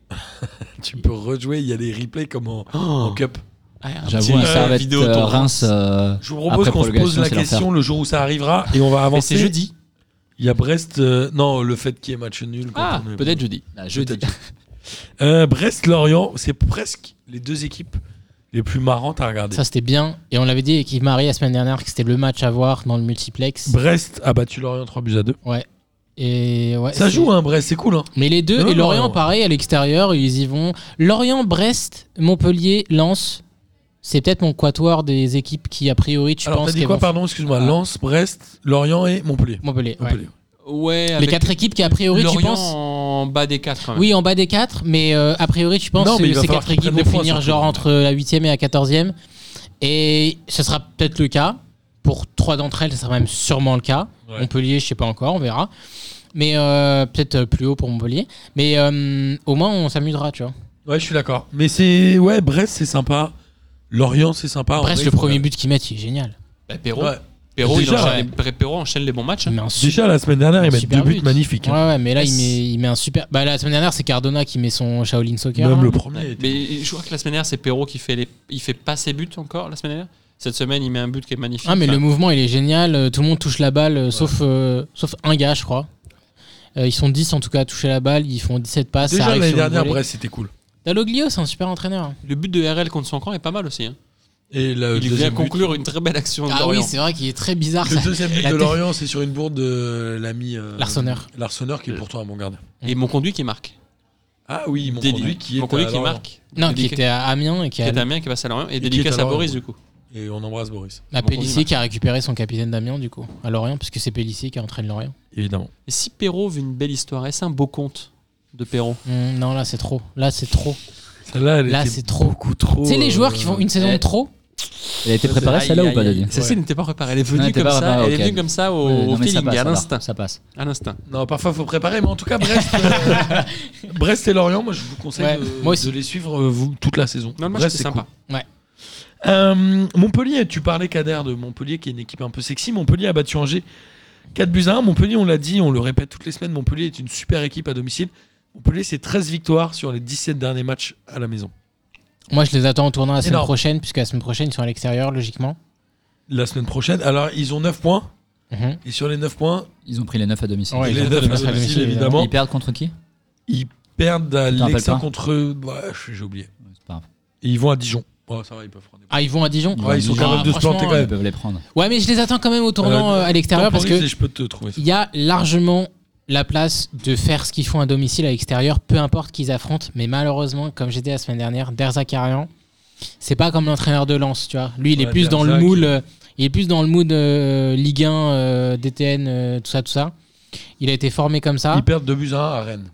Speaker 2: Tu peux rejouer, il y a les replays comme en Cup.
Speaker 5: J'avoue, un
Speaker 4: petit,
Speaker 5: Servette
Speaker 4: Vidéoton
Speaker 5: Reims.
Speaker 2: Je vous propose
Speaker 5: Après
Speaker 2: qu'on se pose
Speaker 5: prolongation,
Speaker 2: la
Speaker 5: c'est l'enfer.
Speaker 2: question le jour où ça arrivera et on va
Speaker 4: Mais
Speaker 2: avancer.
Speaker 4: c'est jeudi.
Speaker 2: Il y a Brest. Non, le fait qu'il y ait match nul. quand
Speaker 4: Ah,
Speaker 2: on est-
Speaker 4: peut-être jeudi.
Speaker 5: Jeudi.
Speaker 2: Brest-Lorient, c'est presque les deux équipes les plus marrantes à regarder.
Speaker 1: Ça, c'était bien. Et on l'avait dit avec Yves Marie la semaine dernière que c'était le match à voir dans le multiplex.
Speaker 2: Brest a battu Lorient 3 buts à 2.
Speaker 1: Et ouais,
Speaker 2: Ça
Speaker 1: c'est-
Speaker 2: joue, hein, Brest, c'est cool. Hein.
Speaker 1: Mais les deux,
Speaker 2: Non,
Speaker 1: et
Speaker 2: non,
Speaker 1: Lorient,
Speaker 2: non.
Speaker 1: pareil, à l'extérieur, ils y vont. Lorient, Brest, Montpellier, Lens. C'est peut-être mon quatuor des équipes qui, a priori, tu
Speaker 2: Alors,
Speaker 1: penses
Speaker 2: t'as dit
Speaker 1: qu'elles
Speaker 2: quoi,
Speaker 1: vont-
Speaker 2: pardon, excuse-moi.
Speaker 1: Ah.
Speaker 2: Lens, Brest, Lorient et Montpellier.
Speaker 1: Montpellier, ouais.
Speaker 2: Montpellier.
Speaker 4: Ouais,
Speaker 1: Les
Speaker 4: avec
Speaker 1: 4 équipes qui, a priori, tu
Speaker 4: Lorient
Speaker 1: penses.
Speaker 4: en bas des 4 quand même.
Speaker 1: Oui, en bas des 4, mais a priori, tu penses
Speaker 2: Non, mais il
Speaker 1: que
Speaker 2: va
Speaker 1: ces
Speaker 2: falloir
Speaker 1: 4
Speaker 2: qu'ils
Speaker 1: équipes
Speaker 2: prennent
Speaker 1: vont
Speaker 2: des points,
Speaker 1: finir
Speaker 2: surtout.
Speaker 1: genre entre la 8e et la 14e. Et ce sera peut-être le cas. Pour 3 d'entre elles, ce sera même sûrement le cas.
Speaker 2: Ouais.
Speaker 1: Montpellier, je sais pas encore, on verra. Mais peut-être plus haut pour Montpellier. Mais au moins, on s'amusera, tu vois.
Speaker 2: Ouais, je suis d'accord. Mais c'est. Ouais, Brest, c'est sympa. Lorient, c'est sympa. En
Speaker 1: Brest,
Speaker 2: vrai,
Speaker 1: le
Speaker 2: il faut-
Speaker 1: premier but qu'ils mettent, il est génial.
Speaker 4: Bah, Perrault,
Speaker 2: Ouais.
Speaker 4: Perrault, il
Speaker 2: Déjà,
Speaker 4: enchaîne Perrault enchaîne les bons matchs. hein.
Speaker 1: Il met un
Speaker 2: Déjà, la semaine dernière, ils mettent
Speaker 1: super
Speaker 2: 2 buts magnifiques.
Speaker 1: Ouais,
Speaker 2: hein.
Speaker 1: ouais, mais là,
Speaker 4: Yes.
Speaker 1: il met un super. Bah, la semaine dernière, c'est Cardona qui met son Shaolin Soccer.
Speaker 2: Même
Speaker 1: hein.
Speaker 2: le premier.
Speaker 4: Ouais.
Speaker 2: était-
Speaker 4: Mais je crois que la semaine dernière, c'est Perrault qui fait il fait pas ses buts encore la semaine dernière. Cette semaine, il met un but qui est magnifique.
Speaker 1: Ah, mais
Speaker 4: Enfin,
Speaker 1: le mouvement, il est génial. Tout le monde touche la balle, sauf un gars, je crois. Ils sont 10 en tout cas à toucher la balle. Ils font 17 passes. ça
Speaker 2: Déjà,
Speaker 1: arrive
Speaker 2: l'année
Speaker 1: sur une
Speaker 2: dernière,
Speaker 1: volée.
Speaker 2: Brest, c'était cool.
Speaker 1: Dalloglio, c'est un super entraîneur.
Speaker 4: Le but de RL contre son camp est pas mal aussi. Hein.
Speaker 2: Et le
Speaker 4: Il vient
Speaker 2: deuxième but-
Speaker 4: conclure une très belle action de
Speaker 1: Ah
Speaker 4: Lorient.
Speaker 1: oui, c'est vrai qu'il est très bizarre.
Speaker 2: Le
Speaker 1: ça.
Speaker 2: deuxième but
Speaker 1: La
Speaker 2: de
Speaker 1: tête-
Speaker 2: Lorient, c'est sur une bourde de l'ami
Speaker 1: Larsonneur.
Speaker 2: Larsonneur, qui est pourtant un bon gardien.
Speaker 4: Et mon conduit qui marque.
Speaker 2: Ah oui, mon
Speaker 4: Dédi-
Speaker 2: conduit qui est
Speaker 4: mon conduit
Speaker 2: à
Speaker 4: qui
Speaker 2: Lorient.
Speaker 4: marque.
Speaker 1: Non, qui
Speaker 4: Dédica-
Speaker 1: était à Amiens et qui
Speaker 4: qui
Speaker 1: a.
Speaker 4: est Amiens qui passe à Lorient et
Speaker 2: qui est
Speaker 4: dédicace
Speaker 2: à
Speaker 4: à
Speaker 2: Lorient,
Speaker 4: Boris
Speaker 2: ouais.
Speaker 4: du coup.
Speaker 2: Et on embrasse Boris,
Speaker 1: Pélissier qui a récupéré son capitaine d'Amiens, du coup, à Lorient, puisque c'est Pélissier qui entraîne Lorient.
Speaker 2: évidemment.
Speaker 4: Et si Perrault veut une belle histoire, est-ce un beau conte de Perrault?
Speaker 1: Non, là, c'est trop. Là, c'est trop.
Speaker 2: Celle-là, elle
Speaker 1: Là,
Speaker 2: était
Speaker 1: c'est trop.
Speaker 2: beaucoup trop.
Speaker 1: Tu sais, les joueurs qui font une saison de trop.
Speaker 5: Elle a été préparée celle-là ou pas, Daniel?
Speaker 4: Celle-ci n'était pas préparée. Elle est venue
Speaker 5: Non, elle était
Speaker 4: comme
Speaker 5: pas
Speaker 4: ça.
Speaker 5: préparée,
Speaker 4: Elle est
Speaker 5: ok.
Speaker 4: venue comme ça
Speaker 5: Ouais,
Speaker 4: au
Speaker 5: non, mais ça
Speaker 4: feeling,
Speaker 5: passe,
Speaker 4: à
Speaker 5: alors,
Speaker 4: l'instinct.
Speaker 5: ça passe.
Speaker 4: À l'instinct.
Speaker 2: Non, parfois faut préparer, mais en tout cas, Brest et Lorient, moi je vous conseille
Speaker 1: Ouais, moi aussi.
Speaker 2: de les suivre vous toute la saison.
Speaker 4: Non, le match
Speaker 2: Brest,
Speaker 4: c'était
Speaker 2: c'est
Speaker 4: sympa.
Speaker 2: cool. Montpellier, tu parlais Kader de Montpellier qui est une équipe un peu sexy. Montpellier a battu Angers 4-1. Montpellier, on l'a dit, on le répète toutes les semaines, Montpellier est une super équipe à domicile. Montpellier, c'est 13 victoires sur les 17 derniers matchs à la maison.
Speaker 1: Moi, je les attends au tournoi la semaine
Speaker 2: Énorme.
Speaker 1: prochaine, puisque la semaine prochaine, ils sont à l'extérieur, logiquement.
Speaker 2: La semaine prochaine, alors ils ont 9 points.
Speaker 1: Mhm.
Speaker 2: Et sur les 9 points,
Speaker 5: Ils ont pris les 9 à domicile.
Speaker 1: Ouais,
Speaker 2: les
Speaker 1: ils ont
Speaker 2: 9
Speaker 1: fait
Speaker 2: à
Speaker 1: le match à
Speaker 2: domicile,
Speaker 1: domicile,
Speaker 2: évidemment.
Speaker 5: Ils perdent contre qui?
Speaker 2: Ils perdent à
Speaker 5: T'en rappelles
Speaker 2: l'Exa
Speaker 5: pas
Speaker 2: contre. J'ai oublié.
Speaker 5: C'est pas grave.
Speaker 2: Et ils vont à Dijon. Oh, ça va, ils peuvent prendre des points.
Speaker 1: Ah, ils vont à Dijon.
Speaker 2: Ouais, ils sont
Speaker 1: Ah,
Speaker 2: capables de se
Speaker 1: franchement,
Speaker 2: planter quand
Speaker 5: Ils
Speaker 2: même.
Speaker 5: peuvent les prendre.
Speaker 1: Ouais, mais je les attends quand même au tournant à l'extérieur, parce
Speaker 2: Temporise
Speaker 1: que
Speaker 2: et je peux te trouver ça.
Speaker 1: il y a largement la place de faire ce qu'ils font à domicile à l'extérieur, peu importe qu'ils affrontent. Mais malheureusement, comme j'ai dit la semaine dernière, Derzakarian, c'est pas comme l'entraîneur de Lens, tu vois. Lui, il est
Speaker 2: Ouais,
Speaker 1: plus dans le
Speaker 2: Derzak.
Speaker 1: moule. Il est plus dans le mood Ligue 1, DTN, tout ça. Il a été formé comme ça.
Speaker 2: Ils perdent 2-1 à Rennes.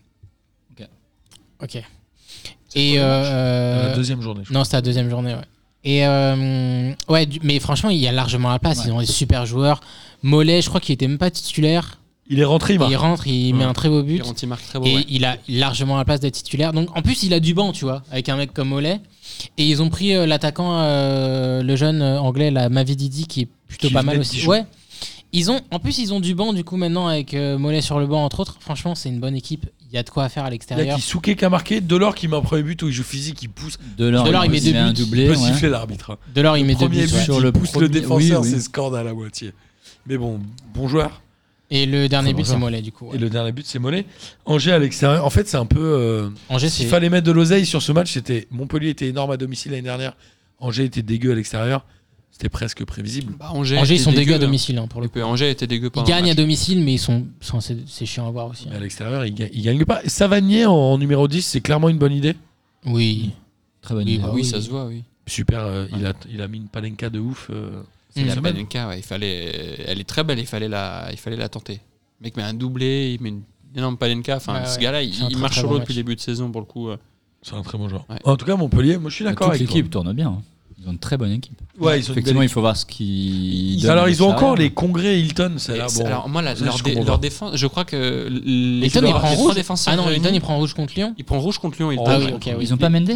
Speaker 1: Ok.
Speaker 2: C'est
Speaker 1: Et
Speaker 2: le premier match. La deuxième journée. je crois.
Speaker 1: non, c'était la deuxième journée, ouais. Et ouais, mais franchement, il y a largement la place.
Speaker 5: Ouais.
Speaker 1: Ils ont des super joueurs. Mollet, je crois qu'il était même pas titulaire.
Speaker 2: Il est rentré, il marque.
Speaker 1: Il rentre, il met un très beau but.
Speaker 4: Pironti marque très beau.
Speaker 1: Et
Speaker 4: Ouais.
Speaker 1: il a largement la place d'être titulaire. Donc en plus, il a du banc, tu vois, avec un mec comme Mollet. Et ils ont pris l'attaquant, le jeune anglais, la Mavididi, qui est plutôt
Speaker 2: Qui
Speaker 1: pas mal
Speaker 2: venait de
Speaker 1: aussi.
Speaker 2: Dijon.
Speaker 1: Ouais. En plus, ils ont du banc, du coup, maintenant, avec Mollet sur le banc, entre autres. Franchement, c'est une bonne équipe. Il y a de quoi faire à
Speaker 2: Il y a
Speaker 1: l'extérieur.
Speaker 2: Kisuke qui a marqué. Delors qui met un premier but où il joue physique, il pousse.
Speaker 5: Delors,
Speaker 1: Delors, il met deux
Speaker 5: un
Speaker 1: buts.
Speaker 2: Il
Speaker 5: doublé.
Speaker 2: peut
Speaker 5: ouais.
Speaker 2: siffler l'arbitre.
Speaker 1: Delors, il met deux
Speaker 2: Premier
Speaker 1: buts.
Speaker 2: but,
Speaker 1: ouais.
Speaker 5: Sur
Speaker 2: il
Speaker 5: le
Speaker 2: pousse
Speaker 5: premier-
Speaker 2: le défenseur,
Speaker 5: oui, oui.
Speaker 2: c'est scandale à moitié. Mais bon joueur.
Speaker 1: Et le dernier
Speaker 2: Enfin,
Speaker 1: but,
Speaker 2: bonjour.
Speaker 1: c'est Mollet, du coup. ouais.
Speaker 2: Et le dernier but, c'est Mollet. Angers à l'extérieur. En fait, c'est un peu.
Speaker 1: Angers,
Speaker 2: S'il
Speaker 1: c'est.
Speaker 2: fallait mettre de l'oseille sur ce match, c'était Montpellier était énorme à domicile l'année dernière. Angers était dégueu à l'extérieur. C'était presque prévisible.
Speaker 4: Bah, Angers,
Speaker 1: Angers, ils
Speaker 4: était
Speaker 1: sont dégueux à
Speaker 4: hein.
Speaker 1: domicile, hein, pour le
Speaker 4: Et
Speaker 1: coup.
Speaker 4: puis Angers était dégueu
Speaker 1: Ils
Speaker 4: pendant le
Speaker 1: gagnent à
Speaker 4: match.
Speaker 1: domicile, mais ils sont. C'est chiant à voir aussi.
Speaker 2: Mais à l'extérieur, il gagne pas. Savanier en numéro 10, c'est clairement une bonne idée.
Speaker 1: Oui.
Speaker 5: Très bonne
Speaker 1: Oui,
Speaker 5: idée.
Speaker 1: bah
Speaker 4: Ah oui,
Speaker 1: oui.
Speaker 4: ça se voit, oui.
Speaker 2: Super, il a mis une palenka de ouf.
Speaker 1: Mm.
Speaker 4: La
Speaker 2: semaine.
Speaker 4: Panenka, ouais, elle est très belle, il fallait la tenter. Le mec met un doublé, il met une énorme Panenka. Enfin,
Speaker 1: Ouais,
Speaker 4: ce
Speaker 1: ouais.
Speaker 4: gars-là,
Speaker 1: C'est un
Speaker 4: il
Speaker 1: très,
Speaker 4: marche
Speaker 1: très
Speaker 4: sur
Speaker 1: bon
Speaker 4: l'eau
Speaker 1: match.
Speaker 4: depuis le début de saison pour le coup.
Speaker 2: C'est un très bon joueur.
Speaker 4: Ouais.
Speaker 2: En tout cas, Montpellier, moi je suis d'accord
Speaker 5: Toute
Speaker 2: avec toi.
Speaker 5: l'équipe tourne bien. hein. Ils ont une très bonne équipe.
Speaker 2: Ouais, ils ont une
Speaker 5: Effectivement,
Speaker 2: belle
Speaker 5: il faut voir ce qu'ils.
Speaker 2: Alors,
Speaker 5: donnent
Speaker 2: ils ont
Speaker 5: de
Speaker 2: encore
Speaker 5: salaire.
Speaker 2: les congrès Hilton,
Speaker 4: Et
Speaker 2: celle-là.
Speaker 4: c'est-
Speaker 2: Bon.
Speaker 4: alors moi,
Speaker 2: ça, je comprends
Speaker 4: leur
Speaker 2: pas.
Speaker 4: défense, je crois que les
Speaker 1: Hilton, il
Speaker 4: trois-
Speaker 1: prend
Speaker 4: les trois
Speaker 1: rouge.
Speaker 4: défenseurs
Speaker 1: Ah non,
Speaker 4: réunis,
Speaker 1: Hilton, il prend rouge contre Lyon.
Speaker 4: il prend rouge contre Lyon.
Speaker 2: Oh,
Speaker 1: Ah
Speaker 2: ouais.
Speaker 1: oui, ok, oui.
Speaker 5: Ils ont pas Mendes.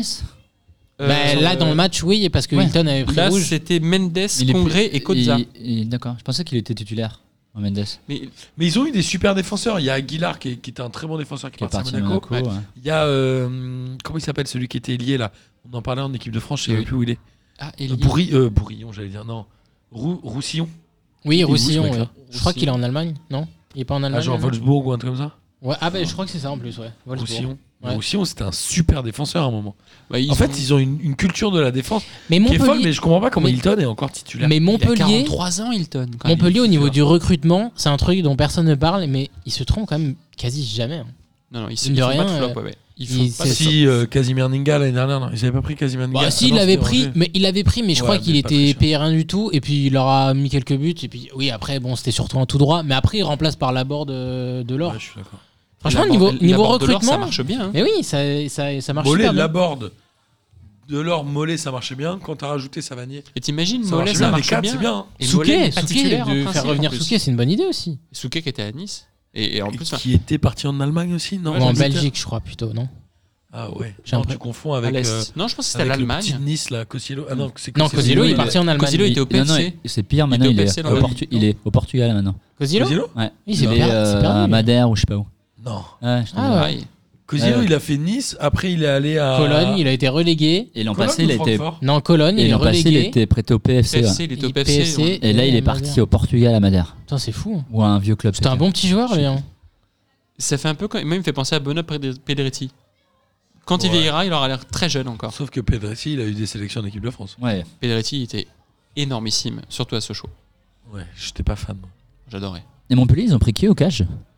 Speaker 1: Là, dans le match, oui, parce que
Speaker 5: Ouais.
Speaker 1: Hilton avait pris
Speaker 4: Là,
Speaker 1: rouge.
Speaker 4: c'était Mendes,
Speaker 5: Il est
Speaker 4: Congré et Kozza.
Speaker 5: D'accord. Je pensais qu'il était titulaire. Mendes.
Speaker 4: Mais
Speaker 2: Mais ils ont eu des super défenseurs. Il y a Aguilar qui était un très bon défenseur qui
Speaker 5: Qui
Speaker 2: est
Speaker 5: est
Speaker 2: parti à
Speaker 5: parti à
Speaker 2: Monaco.
Speaker 5: Monaco. ouais.
Speaker 2: Il y a. Comment il s'appelle celui qui était lié là? On en parlait en équipe de France, je ne sais
Speaker 4: Oui.
Speaker 2: plus où il est.
Speaker 4: ah,
Speaker 2: Bourillon, j'allais dire. Non. Roussillon.
Speaker 1: Oui,
Speaker 2: Il est où,
Speaker 1: Roussillon.
Speaker 2: ce mec-là
Speaker 1: ouais. Je crois qu'il est en Allemagne, non? Il est pas en
Speaker 2: Ah,
Speaker 1: Allemagne.
Speaker 2: genre
Speaker 1: non
Speaker 2: Wolfsburg ou un truc comme ça?
Speaker 1: Ouais, ah, bah, je crois que c'est ça en plus, ouais. Wolfsburg.
Speaker 2: Roussillon.
Speaker 1: Ouais.
Speaker 2: Roussillon, c'était un super défenseur à un moment.
Speaker 4: bah,
Speaker 2: En fait, ils ont une culture de la défense
Speaker 1: Mais
Speaker 2: qui est folle, mais
Speaker 1: Montpellier,
Speaker 2: je comprends pas comment
Speaker 1: mais-
Speaker 2: Hilton est encore titulaire.
Speaker 1: mais
Speaker 4: Il a
Speaker 1: Montpellier,
Speaker 4: 43 ans, Hilton. quand même.
Speaker 1: Montpellier au niveau
Speaker 2: sûr.
Speaker 1: du recrutement, c'est un truc dont personne ne parle, mais ils se trompent quand même quasi jamais. hein.
Speaker 4: Non, ils
Speaker 1: de
Speaker 4: font
Speaker 1: rien,
Speaker 4: pas de flop, ouais. Ils font
Speaker 1: ils-
Speaker 4: pas de
Speaker 1: c'est-
Speaker 4: flop.
Speaker 2: Si Casimir Ninga l'année dernière, non, ils avaient pas pris Casimir Ninga.
Speaker 1: Bah,
Speaker 2: Ah
Speaker 1: si,
Speaker 2: non,
Speaker 1: il l'avait
Speaker 2: c'était
Speaker 1: pris,
Speaker 2: Angers.
Speaker 1: mais je
Speaker 2: Ouais,
Speaker 1: crois qu'il
Speaker 2: mais pas très
Speaker 1: était
Speaker 2: cher.
Speaker 1: payé rien du tout, et puis il leur a mis quelques buts, et puis oui, après, bon, c'était surtout un tout droit, mais après, il remplace par Laborde de l'or.
Speaker 2: Ouais, je suis d'accord.
Speaker 1: Franchement,
Speaker 4: La
Speaker 1: niveau
Speaker 4: Borde- la Borde de l'Or,
Speaker 1: recrutement,
Speaker 4: ça marche bien. hein.
Speaker 1: mais oui, ça marche
Speaker 2: Mollet,
Speaker 1: super bien.
Speaker 2: Laborde, Delors, Mollet, ça marchait bien. Quand t'as rajouté Savanier,
Speaker 4: Et t'imagines,
Speaker 2: ça
Speaker 4: Mollet,
Speaker 2: marchait
Speaker 4: ça
Speaker 2: bien. Les
Speaker 4: marche
Speaker 2: 4,
Speaker 4: bien.
Speaker 2: c'est bien. hein.
Speaker 4: Et Mollet n'est
Speaker 1: Souquet,
Speaker 4: pas titulaire en
Speaker 1: de
Speaker 4: principe,
Speaker 1: faire revenir
Speaker 4: en plus.
Speaker 1: Souquet, c'est une bonne idée aussi.
Speaker 4: Souquet qui était à Nice. Et en plus,
Speaker 2: Qui était parti en Allemagne aussi, non
Speaker 1: Ou en
Speaker 2: Angleterre
Speaker 1: Belgique, je crois plutôt, non?
Speaker 2: Ah ouais.
Speaker 1: J'ai
Speaker 2: Non,
Speaker 1: un peu-
Speaker 2: tu confonds
Speaker 4: à
Speaker 2: avec.
Speaker 4: l'Est. Non, je pense que c'était à
Speaker 2: Avec le
Speaker 4: l'Allemagne.
Speaker 2: petit de Nice là, Cosiello. Ah non, c'est
Speaker 1: Non, Cosiello, il est parti en Allemagne.
Speaker 4: Cosiello
Speaker 1: lui.
Speaker 4: était au
Speaker 5: Non, non,
Speaker 4: PFC.
Speaker 5: c'est pire. Maintenant,
Speaker 4: était au
Speaker 5: il
Speaker 4: PFC
Speaker 5: est
Speaker 4: dans
Speaker 5: au
Speaker 4: la
Speaker 5: il est au Portugal maintenant.
Speaker 1: Cosiello?
Speaker 2: Cosiello
Speaker 5: Ouais.
Speaker 1: Oui,
Speaker 5: Il
Speaker 1: c'est
Speaker 5: est
Speaker 1: bien, c'est perdu,
Speaker 5: à
Speaker 1: lui.
Speaker 5: Madère ou je sais pas où.
Speaker 2: Non.
Speaker 5: Ouais, je te
Speaker 1: Ah
Speaker 5: dis.
Speaker 1: ouais.
Speaker 4: Pareil.
Speaker 2: Cosiello,
Speaker 5: Ouais.
Speaker 2: il a fait Nice. Après, il est allé à.
Speaker 1: Cologne, il a été relégué.
Speaker 5: Et l'an
Speaker 2: Cologne
Speaker 5: passé,
Speaker 2: ou
Speaker 5: il a été.
Speaker 2: Francfort
Speaker 1: Non, Cologne, il
Speaker 5: Et
Speaker 1: est
Speaker 5: l'an passé, il
Speaker 1: relégué.
Speaker 5: était prêté au PFC. ouais.
Speaker 4: PFC, il était au PFC. ouais.
Speaker 5: Et là, il est
Speaker 1: Madère.
Speaker 5: parti au Portugal à Madère.
Speaker 1: Putain, c'est fou.
Speaker 5: Ou à un vieux club.
Speaker 1: C'était un bon petit joueur, lui. hein.
Speaker 4: Ça fait un peu. Moi, il me fait penser à Benoît Pedretti. Quand il
Speaker 2: Ouais.
Speaker 4: vieillira, il aura l'air très jeune encore.
Speaker 2: Sauf que Pedretti, il a eu des sélections en équipe de France.
Speaker 5: Ouais.
Speaker 4: Pedretti était énormissime, surtout à Sochaux.
Speaker 2: Ouais, j'étais pas fan. moi.
Speaker 4: J'adorais.
Speaker 5: Et Montpellier, ils ont pris qui au cage?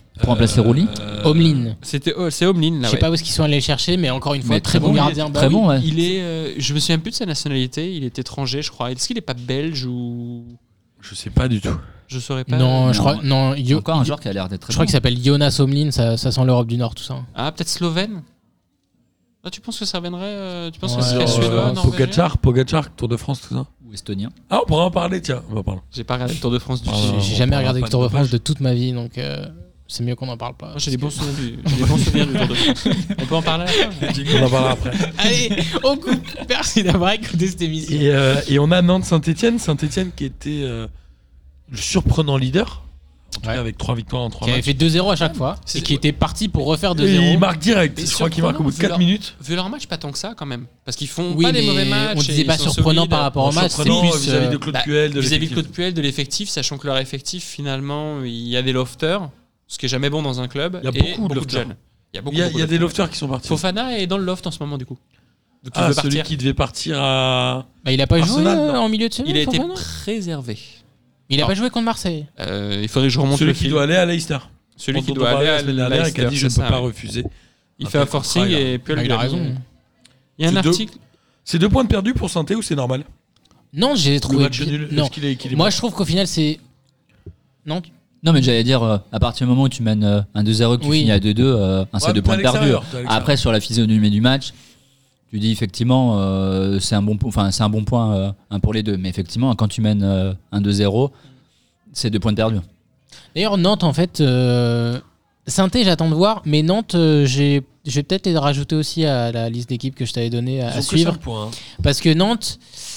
Speaker 5: Pour remplacer Rouli.
Speaker 1: Omlin.
Speaker 4: C'est Omlin,
Speaker 1: Je
Speaker 4: là,
Speaker 1: sais
Speaker 4: ouais.
Speaker 1: pas où est-ce qu'ils sont allés le chercher, mais encore une fois,
Speaker 5: Mais
Speaker 1: très bon gardien.
Speaker 5: Très bon, ouais.
Speaker 4: Il est, je me souviens plus de sa nationalité, il est étranger, je crois. Est-ce qu'il est pas belge ou.
Speaker 2: Je sais pas du tout.
Speaker 4: Je saurais pas.
Speaker 1: Non, je
Speaker 5: Non.
Speaker 1: crois. Non,
Speaker 5: Encore un joueur qui a l'air d'être très
Speaker 1: je crois
Speaker 5: bon.
Speaker 1: qu'il s'appelle Jonas Omlin, ça sent l'Europe du Nord, tout ça.
Speaker 4: Ah, peut-être slovène. Ah, tu penses que ça reviendrait Tu penses que
Speaker 1: Ouais,
Speaker 4: ce serait suédois, norvégien
Speaker 2: Pogacar, Tour de France, tout ça.
Speaker 5: Ou estonien.
Speaker 2: Ah, on pourra en parler, tiens. On va parler.
Speaker 4: J'ai pas regardé le Tour de France du
Speaker 2: Ah,
Speaker 4: tout.
Speaker 2: non,
Speaker 1: J'ai
Speaker 2: on
Speaker 1: jamais
Speaker 2: parlera
Speaker 1: regardé
Speaker 2: pas
Speaker 1: le Tour de
Speaker 2: de
Speaker 1: France
Speaker 2: dopage.
Speaker 1: de toute ma vie, donc c'est mieux qu'on n'en parle pas.
Speaker 4: J'ai des bons souvenirs j'ai des bons souvenirs du Tour de France. On peut en parler à la fin.
Speaker 2: On en parlera après.
Speaker 1: Allez, on coupe. Merci d'avoir écouté cette émission.
Speaker 2: Et on a Nantes-Saint-Etienne. Saint-Etienne qui était le surprenant leader. En tout cas, avec 3 victoires en 3
Speaker 1: Qui avait
Speaker 2: matchs.
Speaker 1: fait 2-0 à chaque fois
Speaker 4: C'est-
Speaker 1: et qui était parti pour refaire
Speaker 2: Et
Speaker 1: 2-0.
Speaker 2: il marque direct.
Speaker 4: Mais
Speaker 2: Je crois qu'il marque au bout de
Speaker 4: surprenant,
Speaker 2: 4 minutes.
Speaker 4: Vu leur match, pas tant que ça quand même. Parce qu'ils font
Speaker 1: Oui,
Speaker 4: pas des
Speaker 1: mais
Speaker 4: mauvais matchs.
Speaker 1: on
Speaker 4: et
Speaker 1: disait
Speaker 4: ils
Speaker 1: pas
Speaker 4: sont
Speaker 1: surprenant
Speaker 4: solides.
Speaker 1: par rapport au match, c'est
Speaker 2: Surprenant
Speaker 1: plus
Speaker 2: vis-à-vis de Claude Puel. de
Speaker 4: Vis-à-vis de
Speaker 2: l'effectif.
Speaker 4: Claude Puel, de l'effectif, sachant que leur effectif, finalement, il y a des lofters, ce qui est jamais bon dans un club.
Speaker 2: Il y a
Speaker 4: et
Speaker 2: beaucoup de lofters.
Speaker 4: jeunes. Il y a beaucoup,
Speaker 2: Il y a
Speaker 4: beaucoup
Speaker 2: des lofters qui sont partis.
Speaker 4: Fofana est dans le loft en ce moment, du coup. Donc, il
Speaker 2: Ah,
Speaker 4: veut
Speaker 2: celui
Speaker 4: partir.
Speaker 2: qui devait partir à.
Speaker 1: Bah, il a pas
Speaker 2: Arsenal,
Speaker 1: joué
Speaker 2: non.
Speaker 1: en milieu de semaine.
Speaker 4: Il a été
Speaker 1: Fofana
Speaker 4: préservé.
Speaker 1: Il a
Speaker 4: Ah.
Speaker 1: pas joué contre Marseille.
Speaker 4: Il faudrait que je remonte
Speaker 2: Celui
Speaker 4: le
Speaker 2: qui
Speaker 4: fil.
Speaker 2: doit aller à Leicester.
Speaker 4: Celui qui
Speaker 2: Dont on
Speaker 4: doit aller
Speaker 2: parlait
Speaker 4: à
Speaker 2: la semaine dernière et qui a dit je ne
Speaker 4: Leicester,
Speaker 2: peux
Speaker 4: c'est
Speaker 2: pas
Speaker 4: ça, ouais.
Speaker 2: refuser.
Speaker 4: Il
Speaker 2: Un
Speaker 4: fait un
Speaker 2: tel
Speaker 4: forcing
Speaker 2: contrat,
Speaker 4: et Puel
Speaker 1: Bah,
Speaker 4: lui
Speaker 1: il a
Speaker 4: a
Speaker 1: raison.
Speaker 4: mis- Il y a un
Speaker 2: C'est deux-
Speaker 4: article.
Speaker 2: C'est 2 points de perdus pour Saint-Étienne ou c'est normal?
Speaker 1: Non, j'ai
Speaker 2: Le
Speaker 1: trouvé.
Speaker 2: match nul,
Speaker 1: Non.
Speaker 2: est-ce qu'il est équilibré?
Speaker 1: Moi, je trouve qu'au final, c'est. Non.
Speaker 5: Non, mais j'allais dire, à partir du moment où tu mènes un 2-0 que tu
Speaker 1: Oui.
Speaker 5: finis à 2-2, c'est
Speaker 2: Ouais,
Speaker 5: 2
Speaker 2: mais
Speaker 5: points
Speaker 2: t'es
Speaker 5: de
Speaker 2: à
Speaker 5: perdu.
Speaker 2: l'extérieur, t'es à l'extérieur.
Speaker 5: Après, sur la physionomie du match, tu dis effectivement, c'est un bon point pour les deux. Mais effectivement, quand tu mènes un 2-0, c'est 2 points de perdu.
Speaker 1: D'ailleurs, Nantes, en fait. Saint-Étienne, j'attends de voir. Mais Nantes, je vais peut-être les rajouter aussi à la liste d'équipes que je t'avais donnée
Speaker 2: Ils
Speaker 1: à
Speaker 2: ont que
Speaker 1: suivre.
Speaker 2: 5 points.
Speaker 1: Parce que Nantes,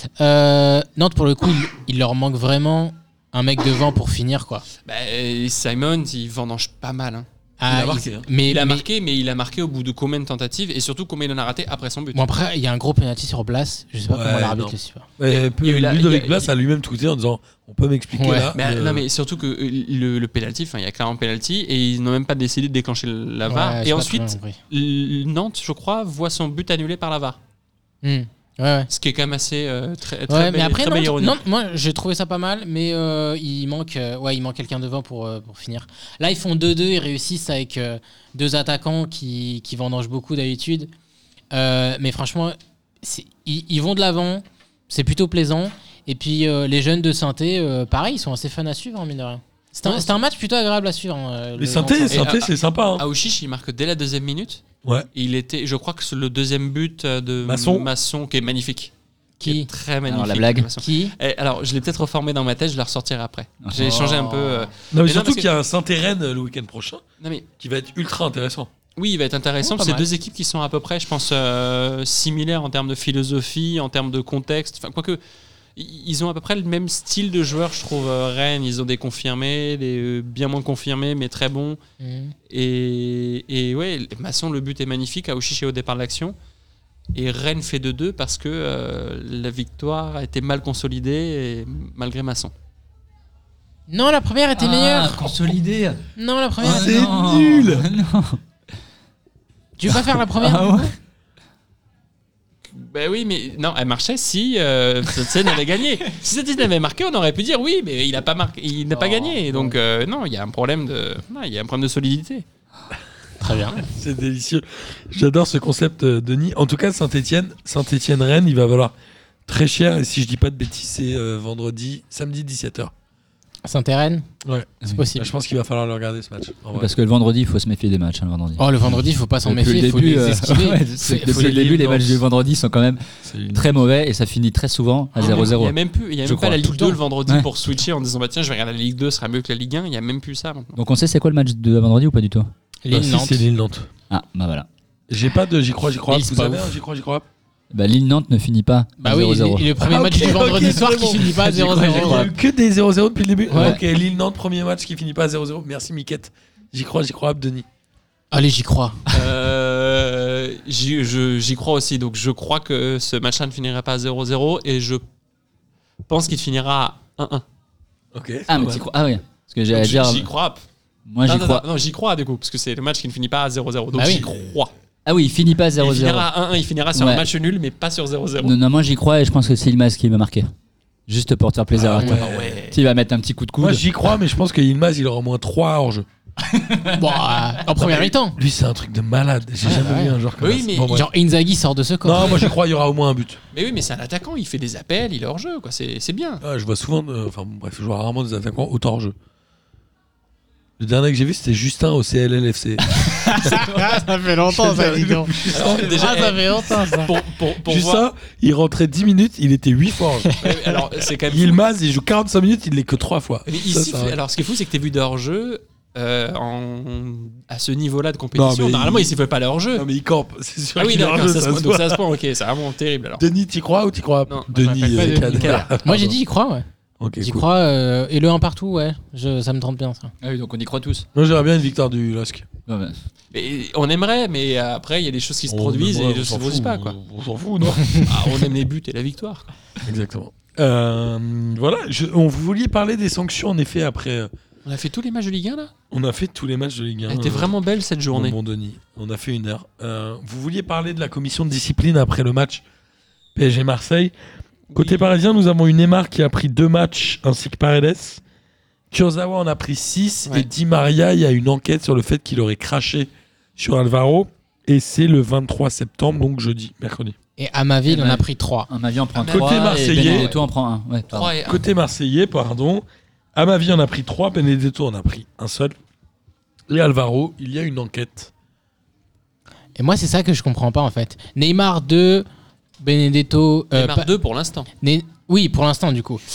Speaker 1: pour le coup, il leur manque vraiment un mec devant pour finir, quoi.
Speaker 4: Bah, Simon, il vendange pas mal. Hein.
Speaker 2: a marqué, hein.
Speaker 1: Mais,
Speaker 4: Il a
Speaker 1: mais-
Speaker 4: marqué, mais il a marqué au bout de combien de tentatives et surtout combien il en a raté après son but.
Speaker 1: Bon, après, il y a un gros penalty sur place. Je sais pas
Speaker 2: Ouais,
Speaker 1: comment l'arbitre
Speaker 2: non.
Speaker 1: le suit pas.
Speaker 4: Il y a eu la-
Speaker 2: Ludovic
Speaker 4: il y a-
Speaker 2: Blas a lui-même tweeté en disant on peut m'expliquer
Speaker 1: Ouais.
Speaker 2: là.
Speaker 4: Mais, non, mais surtout que le penalty, il y a clairement penalty et ils n'ont même pas décidé de déclencher la VAR.
Speaker 1: Ouais, j'ai
Speaker 4: et
Speaker 1: pas
Speaker 4: ensuite,
Speaker 1: très bien compris.
Speaker 4: Nantes, je crois, voit son but annulé par la VAR.
Speaker 1: Ouais.
Speaker 4: Ce qui est quand même assez très
Speaker 1: Ouais,
Speaker 4: belle,
Speaker 1: mais après,
Speaker 4: très belle
Speaker 1: Nantes,
Speaker 4: ironie.
Speaker 1: Nantes, moi, j'ai trouvé ça pas mal, mais il manque quelqu'un devant pour finir. Là, ils font 2-2, ils réussissent avec 2 attaquants qui vendangent beaucoup d'habitude. Mais franchement, ils vont de l'avant, c'est plutôt plaisant. Et puis, les jeunes de Saint-Étienne, pareil, ils sont assez fun à suivre, hein, mine de rien. C'était un match plutôt agréable à suivre. Hein,
Speaker 2: Les
Speaker 1: le
Speaker 2: Saint-Étienne,
Speaker 1: Nantes-Saint-Étienne.
Speaker 2: c'est sympa. Hein.
Speaker 4: Aouchiche, il marque dès la deuxième minute.
Speaker 2: Ouais.
Speaker 4: Et il était, je crois que c'est le deuxième but de
Speaker 2: Masson.
Speaker 4: qui est magnifique.
Speaker 1: Qui
Speaker 4: est très magnifique.
Speaker 5: Alors, la blague.
Speaker 4: Masson.
Speaker 1: Qui
Speaker 4: Alors, je l'ai peut-être reformé dans ma tête, je la ressortirai après. J'ai
Speaker 5: Oh.
Speaker 4: changé un peu.
Speaker 2: Non, mais
Speaker 4: Mais non,
Speaker 2: surtout
Speaker 4: parce
Speaker 2: qu'il y a un Saint-Étienne le week-end prochain
Speaker 4: Non, mais
Speaker 2: qui va être ultra intéressant.
Speaker 4: oui, il va être intéressant.
Speaker 1: Oh, pas
Speaker 4: C'est
Speaker 1: mal.
Speaker 4: 2 équipes qui sont à peu près, je pense, similaires en termes de philosophie, en termes de contexte. Enfin, quoique, ils ont à peu près le même style de joueurs, je trouve. Rennes, ils ont des confirmés, des bien moins confirmés, mais très bons. Et ouais, Masson, le but est magnifique. Aouchiche est au départ de l'action. Et Rennes fait 2-2 parce que la victoire a été mal consolidée et malgré Masson.
Speaker 1: Non, la première était meilleure.
Speaker 5: Consolidé.
Speaker 1: Non, la première.
Speaker 2: C'est
Speaker 5: non.
Speaker 2: nul.
Speaker 5: Non.
Speaker 1: Tu veux pas faire la première
Speaker 5: Ah ouais.
Speaker 4: Ben oui, mais non, elle marchait si Saint-Étienne avait gagné. Si Saint-Étienne avait marqué, on aurait pu dire oui, mais il n'a pas marqué, il n'a pas gagné. Donc non, il y a un problème de solidité.
Speaker 1: Très bien.
Speaker 2: C'est délicieux. J'adore ce concept, Denis. En tout cas, Saint-Étienne-Rennes, il va valoir très cher. Et si je dis pas de bêtises, c'est samedi 17h.
Speaker 1: Saint-Étienne,
Speaker 2: Ouais.
Speaker 1: c'est possible.
Speaker 2: Je pense qu'il va falloir le regarder ce match. en vrai.
Speaker 5: Parce que le vendredi, il faut se méfier des matchs. Le vendredi.
Speaker 1: Oh, le vendredi, il faut pas s'en
Speaker 5: Depuis
Speaker 1: méfier, il faut les esquiver.
Speaker 5: ouais,
Speaker 1: Faut
Speaker 5: depuis
Speaker 1: les
Speaker 5: le début, les matchs
Speaker 2: évidence.
Speaker 5: du vendredi sont quand même
Speaker 2: C'est une-
Speaker 5: très mauvais et ça finit très souvent à
Speaker 4: Il y a
Speaker 5: 0-0.
Speaker 4: même plus, il y a
Speaker 5: Je
Speaker 4: même pas
Speaker 5: crois,
Speaker 4: la
Speaker 5: tout
Speaker 4: Ligue
Speaker 5: le
Speaker 4: 2
Speaker 5: temps.
Speaker 4: le vendredi
Speaker 5: Ouais.
Speaker 4: pour switcher en disant bah tiens, je vais regarder la Ligue 2, ce sera mieux que la Ligue 1. Il y a même plus ça maintenant.
Speaker 5: Donc on sait c'est quoi le match de vendredi ou pas du tout?
Speaker 1: Lille,
Speaker 2: si,
Speaker 1: Nantes.
Speaker 2: c'est Lille-Nantes.
Speaker 5: Ah, bah voilà.
Speaker 2: J'ai pas de j'y crois.
Speaker 1: Lille,
Speaker 2: Vous
Speaker 1: c'est pas
Speaker 2: avez
Speaker 1: ouf.
Speaker 2: un j'y crois.
Speaker 5: Bah Lille-Nantes ne finit pas
Speaker 1: Bah
Speaker 5: à
Speaker 1: oui,
Speaker 5: 0-0.
Speaker 1: le premier
Speaker 2: Ah,
Speaker 1: match
Speaker 2: ok,
Speaker 1: du vendredi
Speaker 2: ok,
Speaker 1: soir
Speaker 2: c'est
Speaker 1: qui
Speaker 2: bon.
Speaker 1: finit pas à
Speaker 2: Il y a
Speaker 1: 0-0.
Speaker 2: eu que des 0-0 depuis le début.
Speaker 1: Ouais.
Speaker 2: Ok, Lille-Nantes, premier match qui finit pas à 0-0. Merci, Miquette. J'y crois, Denis.
Speaker 1: Allez, j'y crois.
Speaker 4: J'y crois aussi. Donc je crois que ce match-là ne finira pas à 0-0 et je pense qu'il finira à 1-1.
Speaker 2: Ok.
Speaker 5: Ah, mais t'y crois? Ah oui. Parce que j'allais
Speaker 4: Donc,
Speaker 5: dire.
Speaker 4: J'y crois.
Speaker 5: Moi j'y crois.
Speaker 4: Non, j'y crois du coup, parce que c'est le match qui ne finit pas à 0-0. Donc
Speaker 1: Bah oui.
Speaker 4: j'y crois.
Speaker 5: Ah oui, il finit pas à
Speaker 4: Il
Speaker 5: 0-0.
Speaker 4: finira à 1-1, il finira sur
Speaker 5: Ouais.
Speaker 4: un match nul, mais pas sur 0-0.
Speaker 5: Non, moi j'y crois et je pense que c'est Ilmaz qui va marquer. Juste pour te faire plaisir
Speaker 2: Ah
Speaker 5: à toi.
Speaker 2: ouais.
Speaker 5: Tu sais, il va mettre un petit coup de coude.
Speaker 2: Moi, j'y crois, mais je pense que Yilmaz, il aura au moins 3 hors-jeu.
Speaker 1: Bon, en première mi-temps.
Speaker 2: Lui, c'est un truc de malade. J'ai
Speaker 1: Ouais,
Speaker 2: jamais
Speaker 1: ouais.
Speaker 2: vu un joueur comme
Speaker 4: Oui,
Speaker 2: ça.
Speaker 4: mais
Speaker 2: Bon, bref.
Speaker 1: Genre Inzaghi sort de ce corps.
Speaker 2: Non, moi, je crois qu'il y aura au moins un but.
Speaker 4: Mais oui, mais c'est un attaquant, il fait des appels, il est hors jeu, quoi. C'est bien.
Speaker 2: Ah, je vois souvent, enfin bref, je vois rarement des attaquants autant en jeu. Le dernier que j'ai vu, c'était Justin au CLLFC.
Speaker 1: Ça fait longtemps, ça, dis donc.
Speaker 4: Déjà,
Speaker 1: Ça fait longtemps, ça.
Speaker 4: pour
Speaker 2: Justin,
Speaker 4: voir.
Speaker 2: il rentrait 10 minutes, il était 8 fois en jeu.
Speaker 4: Ouais, alors, c'est quand même.
Speaker 2: Yilmaz, il joue 45 minutes, il l'est que 3 fois.
Speaker 4: Mais
Speaker 2: Ça,
Speaker 4: ici,
Speaker 2: ça, ouais.
Speaker 4: alors ce qui est fou, c'est que tes vues de hors-jeu, à ce niveau-là de compétition,
Speaker 2: Non, mais
Speaker 4: normalement, il siffle pas le hors-jeu.
Speaker 2: Non, mais il campe, c'est sûr.
Speaker 4: Ah oui,
Speaker 2: qu'il est
Speaker 4: d'accord,
Speaker 2: hors jeu,
Speaker 4: ça se
Speaker 2: ça
Speaker 4: voit,
Speaker 2: se
Speaker 4: donc
Speaker 2: voit.
Speaker 4: ça se voit, ok, c'est vraiment terrible alors.
Speaker 2: Denis, t'y crois ou t'y crois
Speaker 4: Non,
Speaker 2: Denis,
Speaker 1: je m'appelle pas Denis
Speaker 2: Canel.
Speaker 1: Moi, j'ai dit j'y crois, ouais.
Speaker 2: Ok,
Speaker 1: J'y
Speaker 2: cool.
Speaker 1: crois. Et le 1 partout, ouais. Ça me tente bien, ça.
Speaker 5: Ah oui, donc on y croit tous.
Speaker 2: Moi, j'aimerais bien une victoire du LOSC.
Speaker 5: Ouais, ouais.
Speaker 4: Mais on aimerait, mais après, il y a des choses qui se produisent et des choses qui se produisent pas, quoi.
Speaker 2: On s'en fout, non
Speaker 4: Ah, on aime les buts et la victoire. Quoi.
Speaker 2: Exactement. Voilà, on vous vouliez parler des sanctions, en effet, après.
Speaker 4: On a fait tous les matchs de Ligue 1 là.
Speaker 2: On a fait tous les matchs de Ligue 1.
Speaker 4: Elle était vraiment belle cette journée.
Speaker 2: Bon, Denis, on a fait 1 heure. Vous vouliez parler de la commission de discipline après le match PSG Marseille. Côté parisien, nous avons eu Neymar qui a pris 2 matchs ainsi que Paredes. Kurzawa en a pris 6
Speaker 4: Ouais.
Speaker 2: et Di Maria, il y a une enquête sur le fait qu'il aurait craché sur Alvaro et c'est le 23 septembre, donc jeudi, mercredi.
Speaker 1: Et Amavi, il en a pris 3.
Speaker 5: Un Mavi en prend
Speaker 4: Côté
Speaker 5: 3 et
Speaker 2: Marseillais.
Speaker 5: Benedetto en prend 1. Ouais, pardon.
Speaker 4: 3 et 1.
Speaker 2: Côté marseillais, pardon, Amavi en a pris 3, Benedetto en a pris un seul. Et Alvaro, il y a une enquête.
Speaker 1: Et moi, c'est ça que je comprends pas, en fait. Neymar 2, Benedetto.
Speaker 4: Neymar 2 pour l'instant.
Speaker 1: Oui, pour l'instant, du coup.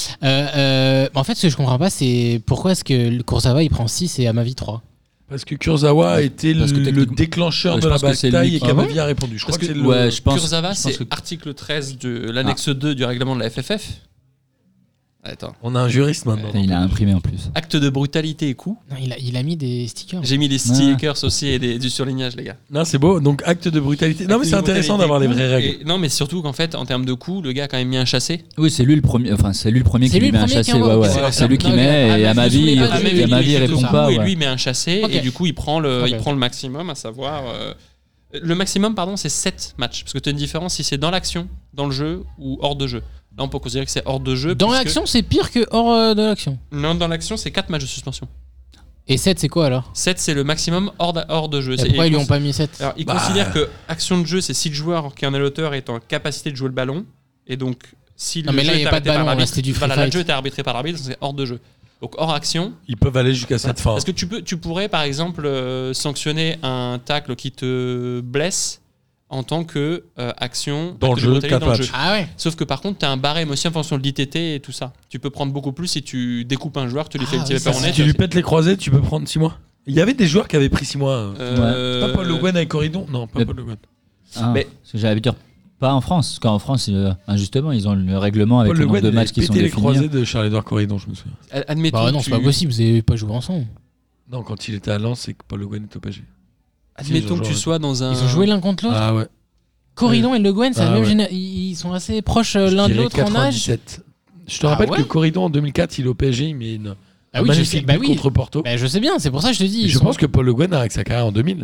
Speaker 1: En fait, ce que je comprends pas, c'est pourquoi est-ce que le Kurzawa, il prend 6 et Amavi 3.
Speaker 2: Parce que Kurzawa a été
Speaker 5: Parce que
Speaker 2: le
Speaker 5: techniquement-
Speaker 2: déclencheur
Speaker 5: Ouais,
Speaker 2: de
Speaker 5: je
Speaker 2: la
Speaker 5: pense que c'est
Speaker 2: bataille
Speaker 5: lui
Speaker 2: et
Speaker 5: qui-
Speaker 2: qu'Amavi a répondu. Je crois
Speaker 4: Parce
Speaker 2: que
Speaker 4: que-
Speaker 2: c'est le...
Speaker 5: Ouais, je pense.
Speaker 4: Kurzawa,
Speaker 5: je pense
Speaker 4: c'est
Speaker 5: que-
Speaker 4: article 13 de l'annexe 2 du règlement de la FFF. Attends.
Speaker 2: On a un juriste maintenant.
Speaker 5: Il a imprimé en plus.
Speaker 4: Acte de brutalité et coup.
Speaker 1: Non, il a mis des stickers.
Speaker 4: J'ai mis les stickers aussi et du surlignage, les gars.
Speaker 2: Non, c'est beau. Donc, acte de brutalité. Non, mais c'est intéressant d'avoir les vraies règles.
Speaker 4: Non, mais surtout qu'en fait, en termes de coups, le gars a quand même mis un chassé.
Speaker 5: Oui, c'est lui le premier. Enfin, c'est lui le premier
Speaker 1: C'est
Speaker 5: qui
Speaker 1: lui
Speaker 5: lui met
Speaker 1: le
Speaker 5: un
Speaker 1: premier qui
Speaker 5: chassé.
Speaker 1: envoie,
Speaker 5: Ouais,
Speaker 1: ok,
Speaker 5: ouais.
Speaker 1: d'accord.
Speaker 5: C'est lui qui
Speaker 1: Ok.
Speaker 5: met et Amavi,
Speaker 1: il
Speaker 5: Amavi
Speaker 1: fait
Speaker 5: répond
Speaker 1: tout ça.
Speaker 5: pas.
Speaker 4: Et
Speaker 5: ouais.
Speaker 4: lui met un chassé
Speaker 1: Ok.
Speaker 4: et du coup, il prend le
Speaker 1: Ok.
Speaker 4: maximum, à savoir. Le maximum, pardon, c'est 7 matchs. Parce que tu as une différence si c'est dans l'action, dans le jeu ou hors de jeu. Là, on peut considérer que c'est hors de jeu.
Speaker 1: Dans
Speaker 4: puisque-
Speaker 1: l'action, c'est pire que hors de l'action.
Speaker 4: Non, dans l'action, c'est 4 matchs de suspension.
Speaker 1: Et 7, c'est quoi alors
Speaker 4: 7, c'est le maximum hors de jeu.
Speaker 1: Et pourquoi ils lui ont pas mis 7
Speaker 4: Alors, il
Speaker 2: Bah.
Speaker 4: considère que action de jeu, c'est si le joueur qui en est l'auteur est en capacité de jouer le ballon. Et donc, si
Speaker 1: Non,
Speaker 4: le
Speaker 1: mais là,
Speaker 4: jeu
Speaker 1: il y
Speaker 4: est
Speaker 1: a pas de
Speaker 4: arrêté par
Speaker 1: ballon, là,
Speaker 4: l'arbitre,
Speaker 1: c'était du free
Speaker 4: voilà, là, le
Speaker 1: fight.
Speaker 4: jeu est arbitré par l'arbitre, c'est hors de jeu. Donc, hors action.
Speaker 2: Ils peuvent aller jusqu'à cette fin.
Speaker 4: Parce que tu pourrais, par exemple, sanctionner un tacle qui te blesse en tant que action
Speaker 2: Dans le
Speaker 4: acte de
Speaker 2: jeu,
Speaker 4: brutalité
Speaker 2: 4
Speaker 4: dans le
Speaker 2: matchs.
Speaker 4: jeu.
Speaker 1: Ah ouais.
Speaker 4: Sauf que par contre, tu as un barème aussi en fonction de l'ITT et tout ça. Tu peux prendre beaucoup plus si tu découpes un joueur, tu lui fais
Speaker 1: Ah
Speaker 4: le petit
Speaker 1: oui, ça,
Speaker 4: paper en
Speaker 1: c'est-
Speaker 4: net.
Speaker 2: Si tu lui pètes les croisés, tu peux prendre 6 mois. Il y avait des joueurs qui avaient pris 6 mois. C'est pas Paul Le Guen avec Corridon. Non, pas
Speaker 5: Mais-
Speaker 2: Paul Le Guen.
Speaker 5: Ah,
Speaker 4: Mais-
Speaker 5: parce que j'allais dire pas en France. Parce qu'en France, injustement, ils ont le règlement avec
Speaker 2: Paul
Speaker 5: le
Speaker 2: Le
Speaker 5: nombre
Speaker 2: Guen,
Speaker 5: de
Speaker 2: il
Speaker 5: matchs
Speaker 2: avait
Speaker 5: qui sont
Speaker 2: pété les
Speaker 5: définis.
Speaker 2: croisés de Charles-Édouard Corridon, je me souviens.
Speaker 4: Admettons
Speaker 1: Bah non,
Speaker 4: que
Speaker 1: c'est pas
Speaker 4: tu-
Speaker 1: possible, vous avez pas joué ensemble.
Speaker 2: Non, quand il était à Lens, c'est que Paul Le Guen est au PSG.
Speaker 4: Admettons
Speaker 2: Ils ont
Speaker 4: que tu
Speaker 2: joué.
Speaker 4: sois dans un.
Speaker 1: Ils ont joué l'un contre l'autre.
Speaker 2: Ah ouais.
Speaker 1: Corridon et Le Guen, c'est la
Speaker 2: Ah
Speaker 1: même
Speaker 2: ouais.
Speaker 1: génération. Ils sont assez proches l'un
Speaker 2: Je
Speaker 1: de
Speaker 2: dirais
Speaker 1: l'autre en âge.
Speaker 2: 97. Je te rappelle
Speaker 1: Ah ouais
Speaker 2: que Corridon en 2004, il est au PSG, il met une
Speaker 1: Ah oui, je
Speaker 2: magnifique
Speaker 1: sais. Bah
Speaker 2: but
Speaker 1: oui.
Speaker 2: contre Porto.
Speaker 1: Bah, je sais bien, c'est pour ça que je te dis.
Speaker 2: Et
Speaker 1: ils
Speaker 2: je
Speaker 1: sont-
Speaker 2: pense que Paul Le Guen arrête sa carrière en 2000.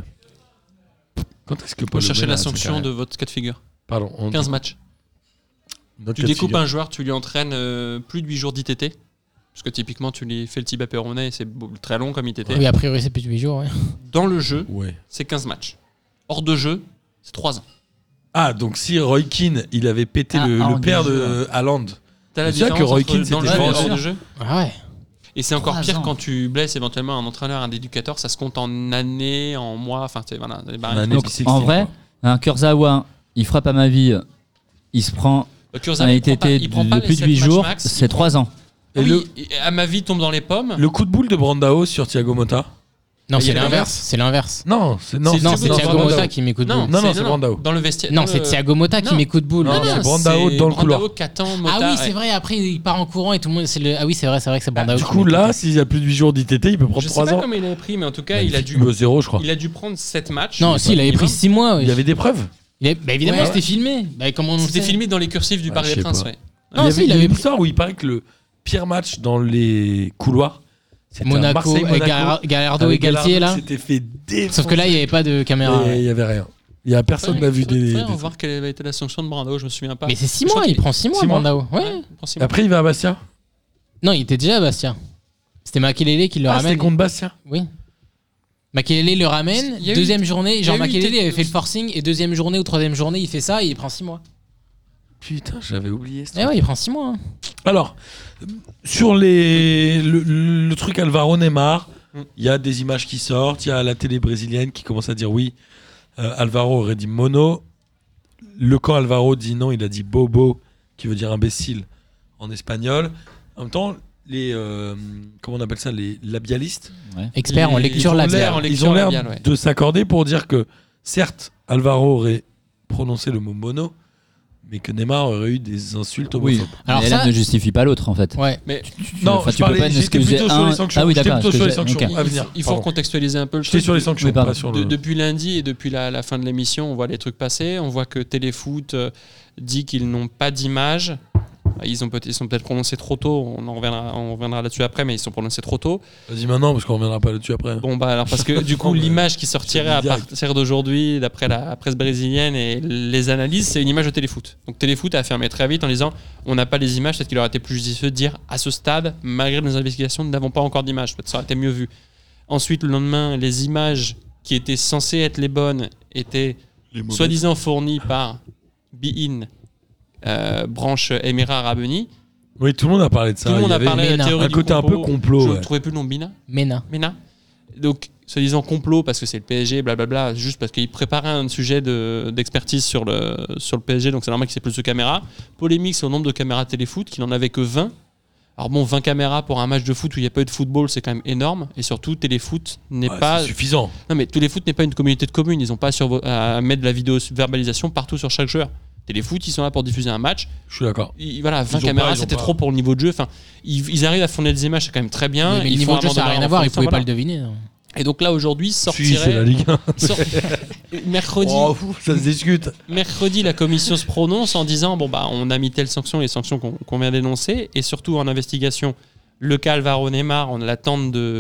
Speaker 2: Quand est-ce que Paul Le
Speaker 4: Recherchez
Speaker 2: Guen
Speaker 4: la
Speaker 2: arrête sa
Speaker 4: sanction de
Speaker 2: carrière
Speaker 4: votre cas de figure.
Speaker 2: Pardon, on
Speaker 4: 15 matchs.
Speaker 2: notre
Speaker 4: Tu
Speaker 2: cas de
Speaker 4: découpes
Speaker 2: figure.
Speaker 4: un joueur, tu lui entraînes plus de 8 jours d'ITT. Parce que typiquement, tu lui fais le Tibia Perronet et c'est très long comme ITT.
Speaker 1: Oui, a priori, c'est plus de 8 jours. Ouais.
Speaker 4: Dans le jeu,
Speaker 2: Ouais.
Speaker 4: c'est 15 matchs. Hors de jeu, c'est 3 ans.
Speaker 2: Ah, donc si Roy Keane, il avait pété
Speaker 5: Ah,
Speaker 2: le
Speaker 5: en
Speaker 2: père
Speaker 5: jeu,
Speaker 2: de Haaland.
Speaker 4: T'as la
Speaker 2: C'est ça que
Speaker 4: différence
Speaker 2: Roy
Speaker 4: entre
Speaker 2: Keane,
Speaker 4: dans le
Speaker 2: c'était
Speaker 4: jeu et
Speaker 2: fort.
Speaker 4: hors de jeu.
Speaker 1: Ah ouais.
Speaker 4: Et c'est encore
Speaker 5: 3
Speaker 4: pire
Speaker 5: ans.
Speaker 4: quand tu blesses éventuellement un entraîneur, un éducateur, ça se compte en années, en mois, enfin, tu sais, voilà. des barèmes.
Speaker 2: Année
Speaker 5: Donc,
Speaker 2: bissextile,
Speaker 5: en vrai,
Speaker 2: quoi.
Speaker 5: un Kurzawa, il frappe à ma vie, il se prend
Speaker 4: Kurzawa,
Speaker 5: un
Speaker 4: il prend pas-
Speaker 5: ITT
Speaker 4: il prend
Speaker 5: de
Speaker 4: pas
Speaker 5: plus
Speaker 4: les
Speaker 5: de
Speaker 4: 7
Speaker 5: 8
Speaker 4: matchs
Speaker 5: jours,
Speaker 4: max,
Speaker 5: c'est 3 ans.
Speaker 4: Ah
Speaker 2: Et
Speaker 4: oui, et à ma vie, tombe dans les pommes.
Speaker 2: Le coup de boule de Brandao sur Thiago Motta.
Speaker 1: Non,
Speaker 4: Il y
Speaker 1: c'est
Speaker 4: a
Speaker 1: l'inverse. C'est l'inverse.
Speaker 2: Non, c'est non,
Speaker 4: C'est-
Speaker 1: Non,
Speaker 4: non,
Speaker 1: c'est
Speaker 4: non,
Speaker 1: Thiago
Speaker 2: Brandao.
Speaker 1: Motta qui met coup de
Speaker 4: Non,
Speaker 1: boule.
Speaker 2: Non, c'est Brandao.
Speaker 4: Dans le vestiaire.
Speaker 1: Non,
Speaker 4: dans
Speaker 1: c'est
Speaker 4: le-
Speaker 1: Thiago Motta qui
Speaker 4: Non.
Speaker 1: met coup de boule.
Speaker 2: Non,
Speaker 1: le gars.
Speaker 2: c'est Brandao dans le couloir.
Speaker 4: Brandao qui attend Mota.
Speaker 1: Ah oui,
Speaker 4: ouais.
Speaker 1: c'est vrai. Après, il part en courant et tout le monde. Ah oui, c'est vrai que c'est Brandao.
Speaker 2: Du
Speaker 1: qui
Speaker 2: coup,
Speaker 1: met
Speaker 2: là,
Speaker 1: coup
Speaker 2: s'il y a plus de 8 jours d'ITT, il peut prendre
Speaker 4: Je sais
Speaker 2: 3
Speaker 4: pas
Speaker 2: ans.
Speaker 4: comment il avait pris, mais en tout cas, il a dû
Speaker 2: 0, je crois.
Speaker 4: il a dû prendre 7 matchs.
Speaker 1: de boule. Non, si, il avait pris 6 mois.
Speaker 2: Il y avait des preuves.
Speaker 1: Bah évidemment,
Speaker 2: Ouais.
Speaker 1: c'était filmé. Bah, comment on
Speaker 4: C'était
Speaker 1: sait
Speaker 4: filmé dans les cursifs du
Speaker 2: Ouais,
Speaker 4: Parc
Speaker 2: je
Speaker 4: des
Speaker 2: sais
Speaker 4: Princes,
Speaker 2: pas.
Speaker 4: ouais.
Speaker 1: Non, si, il
Speaker 2: y a
Speaker 1: avait
Speaker 2: une
Speaker 1: pris-
Speaker 2: histoire où il paraît que le pire match dans les couloirs, c'était
Speaker 1: Monaco,
Speaker 2: Marseille-Monaco.
Speaker 1: Gallardo et
Speaker 2: Avec
Speaker 1: Galtier là.
Speaker 2: S'était fait défoncer.
Speaker 1: Sauf que là, il n'y avait pas de caméra.
Speaker 2: Et
Speaker 1: ouais.
Speaker 2: il y avait rien. Il y a personne qui n'a vu des.
Speaker 4: On va voir quelle avait été la sanction de Brandao, je me souviens pas.
Speaker 1: Mais c'est 6
Speaker 4: Je crois
Speaker 1: mois, il
Speaker 4: qu'il-
Speaker 1: prend 6 mois,
Speaker 2: 6 mois.
Speaker 1: Brandao. Ouais.
Speaker 4: Ouais, il prend 6 mois.
Speaker 2: Après, il va à Bastia.
Speaker 1: Non, il était déjà à Bastia. C'était Makelele qui le
Speaker 2: Ah, c'était
Speaker 1: ramène.
Speaker 2: contre Bastia.
Speaker 1: Oui. Makelele le ramène,
Speaker 4: Il y a eu-
Speaker 1: deuxième journée,
Speaker 4: il y a
Speaker 1: genre
Speaker 4: eu
Speaker 1: Makelele avait fait le forcing et deuxième journée ou troisième journée il fait ça et il prend 6 mois.
Speaker 2: Putain, j'avais oublié ça.
Speaker 1: Eh ouais, il prend 6 mois. Hein.
Speaker 2: Alors, sur le truc Alvaro Neymar, il y a des images qui sortent, il y a la télé brésilienne qui commence à dire oui, Alvaro aurait dit mono. Le camp Alvaro dit non, il a dit bobo, qui veut dire imbécile en espagnol. En même temps, comment on appelle ça, les labialistes,
Speaker 1: Expert en lecture
Speaker 2: ils ont
Speaker 1: labiale.
Speaker 2: l'air-
Speaker 4: en
Speaker 2: Ils
Speaker 4: lecture
Speaker 2: ont l'air
Speaker 4: labiale, ouais.
Speaker 2: de s'accorder pour dire que, certes, Alvaro aurait prononcé le mot mono, mais que Neymar aurait eu des insultes
Speaker 5: Oui.
Speaker 2: homophobes.
Speaker 1: Alors
Speaker 5: Mais
Speaker 1: ça-
Speaker 5: l'un ne justifie pas l'autre en fait.
Speaker 1: Ouais.
Speaker 4: Mais
Speaker 2: Non,
Speaker 5: Enfin,
Speaker 2: je
Speaker 5: tu peux
Speaker 2: parlais-
Speaker 5: pas
Speaker 2: j'étais
Speaker 5: n'excuser
Speaker 2: plutôt sur
Speaker 5: un-
Speaker 2: les sanctions.
Speaker 5: Ah oui,
Speaker 2: J'étais
Speaker 5: d'accord,
Speaker 2: plutôt
Speaker 5: parce
Speaker 2: sur
Speaker 5: que
Speaker 2: les sanctions
Speaker 5: ok.
Speaker 2: à venir.
Speaker 4: il faut
Speaker 2: Pardon.
Speaker 4: contextualiser un peu le
Speaker 2: J'étais
Speaker 4: truc.
Speaker 2: sur les sanctions,
Speaker 5: Oui, pardon.
Speaker 2: pas sur le...
Speaker 4: Depuis lundi et depuis la fin de l'émission, on voit les trucs passer. On voit que Téléfoot dit qu'ils n'ont pas d'image. Ils sont peut-être prononcés trop tôt. On reviendra là-dessus après, mais ils sont prononcés trop tôt.
Speaker 2: Vas-y maintenant, parce qu'on reviendra pas là-dessus après.
Speaker 4: Bon, bah alors, parce que du coup,
Speaker 2: Non, mais
Speaker 4: l'image qui sortirait à
Speaker 2: c'est direct.
Speaker 4: partir d'aujourd'hui, d'après la presse brésilienne et les analyses, c'est une image de Téléfoot. Donc Téléfoot a affirmé très vite en disant on n'a pas les images, peut-être qu'il aurait été plus judicieux de dire à ce stade, malgré nos investigations, nous n'avons pas encore d'images. Peut-être ça aurait été mieux vu. Ensuite, le lendemain, les images qui étaient censées être les bonnes étaient soi-disant fournies par Bein, branche Émirats Arabes Unis.
Speaker 2: Oui, tout le monde a parlé de ça.
Speaker 4: Tout le monde
Speaker 2: Il y
Speaker 4: a
Speaker 2: avait
Speaker 4: parlé de la
Speaker 1: Mena.
Speaker 4: théorie
Speaker 2: un
Speaker 4: du
Speaker 2: côté un peu complot.
Speaker 4: Je ne
Speaker 2: ouais.
Speaker 4: trouvais plus le nom Bina.
Speaker 1: Mena.
Speaker 4: Donc, soi-disant complot parce que c'est le PSG, blablabla, juste parce qu'il préparait un sujet d'expertise sur le PSG, donc c'est normal qu'il y ait plus de caméras. Polémique sur le nombre de caméras téléfoot, qu'il n'en avait que 20. Alors bon, 20 caméras pour un match de foot où il n'y a pas eu de football, c'est quand même énorme. Et surtout, Téléfoot n'est
Speaker 2: Ouais,
Speaker 4: pas...
Speaker 2: c'est suffisant.
Speaker 4: Non mais Téléfoot n'est pas une communauté de communes, ils n'ont pas à mettre de la vidéo verbalisation partout sur chaque joueur. Téléfoot, ils sont là pour diffuser un match.
Speaker 2: Je suis d'accord.
Speaker 4: Voilà, 20
Speaker 2: Ils ont
Speaker 4: caméras,
Speaker 2: pas- ils ont
Speaker 4: c'était
Speaker 2: pas.
Speaker 4: trop pour le niveau de jeu. Enfin, ils arrivent à fournir des images, c'est quand même très bien.
Speaker 1: Mais le
Speaker 4: Ils
Speaker 1: niveau
Speaker 4: font
Speaker 1: de jeu
Speaker 4: un
Speaker 1: ça n'a
Speaker 4: moment
Speaker 1: rien
Speaker 4: de
Speaker 1: à voir, ils
Speaker 4: renfort,
Speaker 1: pouvaient pas
Speaker 4: voilà.
Speaker 1: le deviner. hein.
Speaker 4: Et donc là, aujourd'hui,
Speaker 2: Si, c'est la
Speaker 4: sortirait...
Speaker 2: Ligue 1.
Speaker 4: mercredi,
Speaker 2: Oh, ça se discute.
Speaker 4: mercredi, la commission se prononce en disant bon bah on a mis telle sanction, les sanctions qu'on vient d'énoncer, et surtout en investigation, le cas Alvaro Neymar, on attend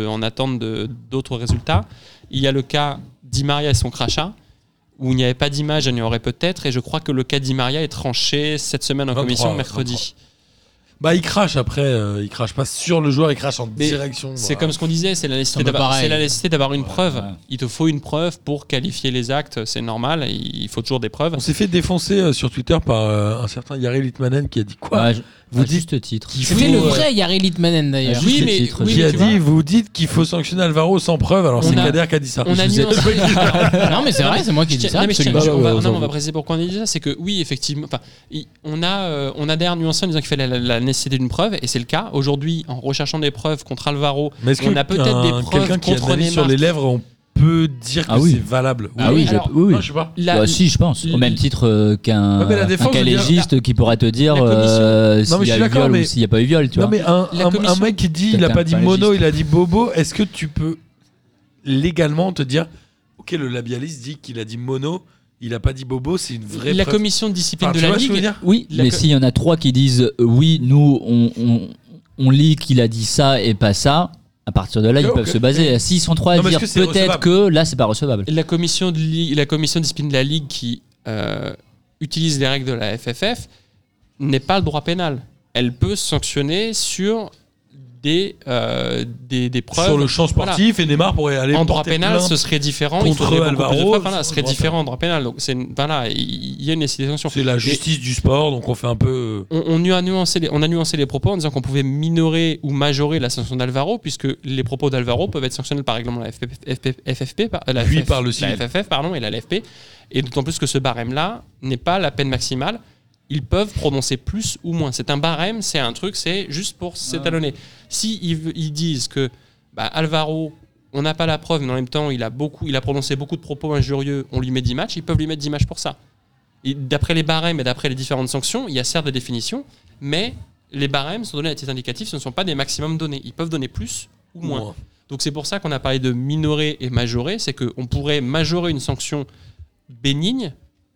Speaker 4: d'autres résultats. Il y a le cas Di Maria et son crachat, où il n'y avait pas d'image, il y en aurait peut-être, et je crois que le cas Di Maria est tranché cette semaine en
Speaker 2: 23,
Speaker 4: commission mercredi.
Speaker 2: 23. Bah, il crache après. Il crache pas sur le joueur, il crache en
Speaker 4: Mais
Speaker 2: direction.
Speaker 4: C'est
Speaker 2: voilà.
Speaker 4: comme ce qu'on disait, c'est la nécessité
Speaker 1: un peu
Speaker 4: d'avoir
Speaker 1: pareil.
Speaker 4: c'est la nécessité d'avoir une preuve.
Speaker 5: ouais.
Speaker 4: Il te faut une preuve pour qualifier les actes, c'est normal, il faut toujours des preuves.
Speaker 2: On s'est fait défoncer sur Twitter par un certain Yari Litmanen qui a dit quoi
Speaker 5: Ouais,
Speaker 2: Vous
Speaker 5: à
Speaker 2: dites
Speaker 5: juste titre.
Speaker 2: qu'il
Speaker 1: C'était
Speaker 2: faut,
Speaker 1: le
Speaker 2: euh,
Speaker 1: vrai Yari Litmanen d'ailleurs.
Speaker 5: juste
Speaker 4: Oui,
Speaker 5: le
Speaker 4: mais-
Speaker 5: titre,
Speaker 4: oui,
Speaker 2: qui
Speaker 4: mais
Speaker 2: a
Speaker 4: tu
Speaker 2: dit
Speaker 4: vois-
Speaker 2: vous dites qu'il faut sanctionner Alvaro sans preuve, alors
Speaker 4: On
Speaker 2: c'est
Speaker 4: a-
Speaker 2: Kader qui a dit ça.
Speaker 4: On a
Speaker 2: Je vous ai-
Speaker 4: nuancé-
Speaker 1: Non mais c'est vrai, c'est moi qui dis ça.
Speaker 4: Non, mais je tiens-
Speaker 1: absolument.
Speaker 2: Bah,
Speaker 4: on
Speaker 2: ouais,
Speaker 4: va-
Speaker 2: ouais,
Speaker 4: on va
Speaker 2: ouais.
Speaker 4: préciser pourquoi on a dit ça, c'est que oui, effectivement, on a d'ailleurs nuancé en disant qu'il fallait la nécessité d'une preuve, et c'est le cas. Aujourd'hui, en recherchant des preuves contre Alvaro,
Speaker 2: Mais est-ce
Speaker 4: on a peut-être des preuves
Speaker 2: quelqu'un qui
Speaker 4: contre
Speaker 2: analyse sur
Speaker 4: Neymar.
Speaker 2: les lèvres, on peut dire que
Speaker 5: Ah oui.
Speaker 2: c'est valable
Speaker 5: Ah oui,
Speaker 4: alors-
Speaker 5: oui.
Speaker 2: Non, je sais pas.
Speaker 5: Bah, si, je pense. Au même titre qu'un
Speaker 2: Ouais, mais la défense,
Speaker 5: qu'un
Speaker 2: je veux dire,
Speaker 5: légiste qui pourrait te dire
Speaker 4: la commission-
Speaker 2: Non, mais
Speaker 5: s'il
Speaker 2: je
Speaker 5: y a
Speaker 2: suis
Speaker 5: eu
Speaker 2: d'accord,
Speaker 5: viol
Speaker 2: mais-
Speaker 5: ou s'il n'y a pas eu viol, tu
Speaker 2: Non
Speaker 5: vois.
Speaker 2: mais un
Speaker 4: commission-
Speaker 2: mec qui dit il a
Speaker 5: Peut-être
Speaker 2: pas
Speaker 5: un
Speaker 2: dit
Speaker 5: pas
Speaker 2: mono,
Speaker 5: légiste.
Speaker 2: il a dit bobo, est-ce que tu peux légalement te dire ok, le labialiste dit qu'il a dit mono, il a pas dit bobo, c'est une vraie
Speaker 4: la
Speaker 2: preuve.
Speaker 4: commission de discipline
Speaker 2: Enfin,
Speaker 4: de
Speaker 2: tu
Speaker 4: la
Speaker 2: vois ce que je veux
Speaker 4: Ligue.
Speaker 2: dire
Speaker 5: Oui,
Speaker 4: La
Speaker 5: mais
Speaker 4: co-
Speaker 5: s'il y en a 3 qui disent oui, nous on lit qu'il a dit ça et pas ça, à partir de là ils
Speaker 2: Ok.
Speaker 5: peuvent se baser. S'ils sont 3 à
Speaker 2: Non, mais
Speaker 5: dire
Speaker 2: est-ce que c'est
Speaker 5: peut-être
Speaker 2: recevable
Speaker 5: que là c'est pas recevable.
Speaker 4: La commission de discipline de la Ligue qui utilise les règles de la FFF n'est pas le droit pénal. Elle peut sanctionner sur des preuves.
Speaker 2: Sur le champ sportif et Neymar pourrait aller
Speaker 4: En droit
Speaker 2: porter
Speaker 4: pénal,
Speaker 2: plainte.
Speaker 4: ce serait différent.
Speaker 2: contre
Speaker 4: il faudrait beaucoup
Speaker 2: Alvaro,
Speaker 4: plus de preuves. Voilà,
Speaker 2: sur
Speaker 4: ce serait
Speaker 2: le droit
Speaker 4: différent en droit pénal. Donc, voilà, il y a une nécessité de sanction.
Speaker 2: C'est la justice du sport, donc on fait un peu.
Speaker 4: On a nuancé les propos en disant qu'on pouvait minorer ou majorer la sanction d'Alvaro, puisque les propos d'Alvaro peuvent être sanctionnés par règlement de la FFP,
Speaker 2: Puis par le
Speaker 4: la
Speaker 2: CIV.
Speaker 4: FFF pardon, et la LFP. Et d'autant plus que ce barème-là n'est pas la peine maximale. Ils peuvent prononcer plus ou moins. C'est un barème, c'est un truc, c'est juste pour s'étalonner. Si ils disent que Alvaro, on n'a pas la preuve, mais en même temps, il a prononcé beaucoup de propos injurieux, on lui met 10 matchs, ils peuvent lui mettre 10 matchs pour ça. Et d'après les barèmes et d'après les différentes sanctions, il y a certes des définitions, mais les barèmes sont donnés à titre indicatif, ce ne sont pas des maximums donnés. Ils peuvent donner plus ou moins. Donc c'est pour ça qu'on a parlé de minorer et majorer, c'est qu'on pourrait majorer une sanction bénigne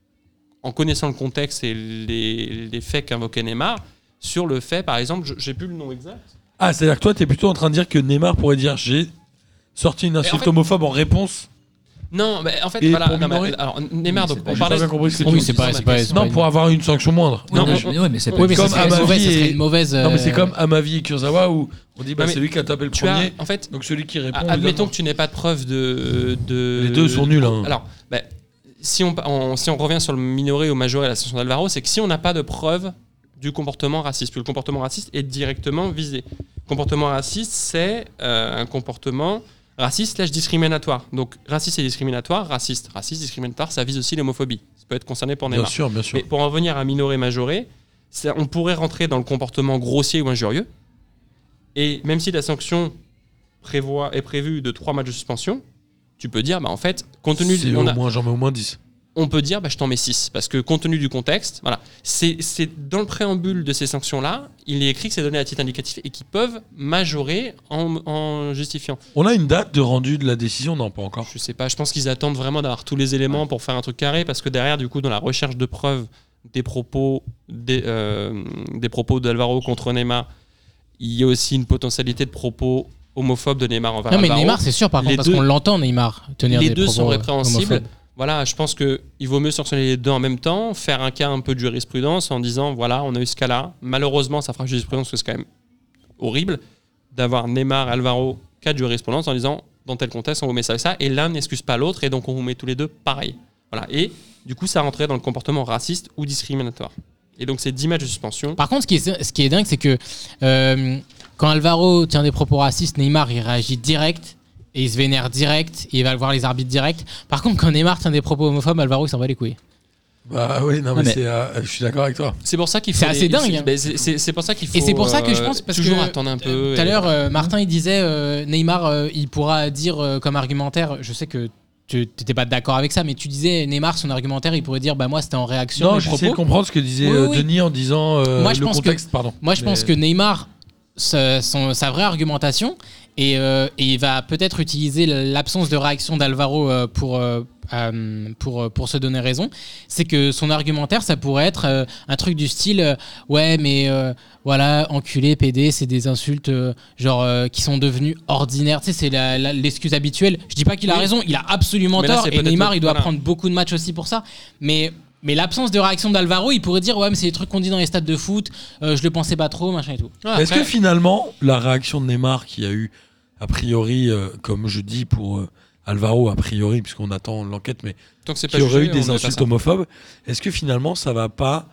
Speaker 4: en connaissant le contexte et les faits qu'invoquait Neymar sur le fait, par exemple, j'ai plus le nom exact.
Speaker 2: Ah, c'est-à-dire que toi, t'es plutôt en train de dire que Neymar pourrait dire j'ai sorti une insulte
Speaker 4: en fait-
Speaker 2: homophobe en réponse.
Speaker 4: Non, mais en fait,
Speaker 2: Et
Speaker 4: voilà.
Speaker 2: pour
Speaker 4: Non, mais,
Speaker 2: minorer-
Speaker 4: alors, Neymar, donc,
Speaker 2: J'ai
Speaker 4: on
Speaker 2: pas
Speaker 4: parlait.
Speaker 2: bien compris ce que tu
Speaker 1: Oui,
Speaker 2: dis.
Speaker 1: c'est pas
Speaker 2: Non, pour avoir une sanction moindre.
Speaker 5: Oui,
Speaker 4: Non,
Speaker 5: mais c'est pas
Speaker 1: Oui, mais
Speaker 2: Comme
Speaker 1: ça serait
Speaker 2: Amavi
Speaker 1: ça serait
Speaker 2: et-
Speaker 1: une mauvaise.
Speaker 2: Non, mais c'est comme Amavi et Kurzawa où on dit
Speaker 4: Non, mais
Speaker 2: c'est lui qui a tapé le
Speaker 4: Tu as,
Speaker 2: premier.
Speaker 4: en fait,
Speaker 2: Donc celui qui répond.
Speaker 4: admettons
Speaker 2: évidemment.
Speaker 4: que tu n'aies pas de preuve de.
Speaker 2: Les deux sont nuls. Hein.
Speaker 4: Alors, si on revient sur le minoré ou majoré à la sanction d'Alvaro, c'est que si on n'a pas de preuve du comportement raciste, puis le comportement raciste est directement visé. Comportement raciste, c'est un comportement raciste / discriminatoire. Donc, raciste et discriminatoire, raciste, discriminatoire, ça vise aussi l'homophobie. Ça peut être concerné pour
Speaker 2: Bien
Speaker 4: Neymar.
Speaker 2: sûr, bien sûr.
Speaker 4: Mais pour en venir à minoré majoré, on pourrait rentrer dans le comportement grossier ou injurieux. Et même si la sanction est prévue de 3 matchs de suspension, tu peux dire, en fait, compte tenu
Speaker 2: C'est j'en mets au moins 10.
Speaker 4: on peut dire je t'en mets 6 parce que compte tenu du contexte, voilà, c'est dans le préambule de ces sanctions-là, il est écrit que c'est donné à titre indicatif et qu'ils peuvent majorer en justifiant.
Speaker 2: On a une date de rendu de la décision? Non, pas encore.
Speaker 4: Je sais pas, je pense qu'ils attendent vraiment d'avoir tous les éléments pour faire un truc carré parce que derrière, du coup, dans la recherche de preuves des propos d'Alvaro contre Neymar, il y a aussi une potentialité de propos homophobes de Neymar envers
Speaker 1: Non, mais
Speaker 4: Alvaro.
Speaker 1: Neymar, c'est sûr, par
Speaker 4: Les
Speaker 1: contre, parce
Speaker 4: deux-
Speaker 1: qu'on l'entend, Neymar, tenir
Speaker 4: Les
Speaker 1: des
Speaker 4: deux
Speaker 1: propos
Speaker 4: sont répréhensibles.
Speaker 1: homophobes.
Speaker 4: Voilà, je pense qu'il vaut mieux sanctionner les deux en même temps, faire un cas un peu de jurisprudence en disant voilà, on a eu ce cas-là. Malheureusement, ça fera jurisprudence parce que c'est quand même horrible d'avoir Neymar, Alvaro, cas de jurisprudence en disant dans tel contexte, on vous met ça et ça, et l'un n'excuse pas l'autre, et donc on vous met tous les deux pareil. Voilà, et du coup, ça rentrait dans le comportement raciste ou discriminatoire. Et donc, c'est 10 matchs de suspension.
Speaker 1: Par contre, ce qui est dingue, c'est que quand Alvaro tient des propos racistes, Neymar, il réagit direct. Et il se vénère direct, et il va voir les arbitres direct. Par contre, quand Neymar tient des propos homophobes, Alvaro, il s'en bat les couilles.
Speaker 2: Bah oui, non, mais,
Speaker 5: mais-
Speaker 2: je suis d'accord avec toi.
Speaker 4: C'est pour ça qu'il faut.
Speaker 1: C'est assez dingue, hein.
Speaker 4: C'est pour ça qu'il faut.
Speaker 1: Et c'est pour ça que je pense, parce
Speaker 4: toujours
Speaker 1: que
Speaker 4: attendre un peu.
Speaker 1: tout à l'heure, Martin, il disait Neymar, il pourra dire comme argumentaire, je sais que tu n'étais pas d'accord avec ça, mais tu disais Neymar, son argumentaire, il pourrait dire bah moi, c'était en réaction
Speaker 2: Non,
Speaker 1: mes
Speaker 2: j'essaie de
Speaker 1: propos.
Speaker 2: comprendre ce que disait
Speaker 1: Oui, oui.
Speaker 2: Denis en disant
Speaker 1: Moi, je
Speaker 2: le
Speaker 1: pense
Speaker 2: contexte, pardon.
Speaker 1: Moi, je pense que Neymar, sa vraie argumentation, et il va peut-être utiliser l'absence de réaction d'Alvaro pour se donner raison, c'est que son argumentaire, ça pourrait être un truc du style ouais, mais voilà, enculé, PD, c'est des insultes qui sont devenues ordinaires. Tu sais, c'est l'excuse habituelle. Je dis pas qu'il a
Speaker 4: Oui.
Speaker 1: raison, il a absolument
Speaker 4: Mais là,
Speaker 1: tort,
Speaker 4: c'est
Speaker 1: et
Speaker 4: peut-être
Speaker 1: Neymar, il doit
Speaker 4: voilà.
Speaker 1: prendre beaucoup de matchs aussi pour ça. Mais l'absence de réaction d'Alvaro, il pourrait dire ouais, mais c'est des trucs qu'on dit dans les stades de foot, je le pensais pas trop, machin et tout.
Speaker 4: Ah,
Speaker 2: Est-ce
Speaker 4: après-
Speaker 2: que finalement, la réaction de Neymar qui a eu, a priori, comme je dis pour Alvaro, a priori, puisqu'on attend l'enquête, mais
Speaker 4: Tant que c'est pas
Speaker 2: qui aurait
Speaker 4: jugé,
Speaker 2: eu des
Speaker 4: on met pas
Speaker 2: insultes
Speaker 4: ça.
Speaker 2: homophobes, est-ce que finalement ça va pas,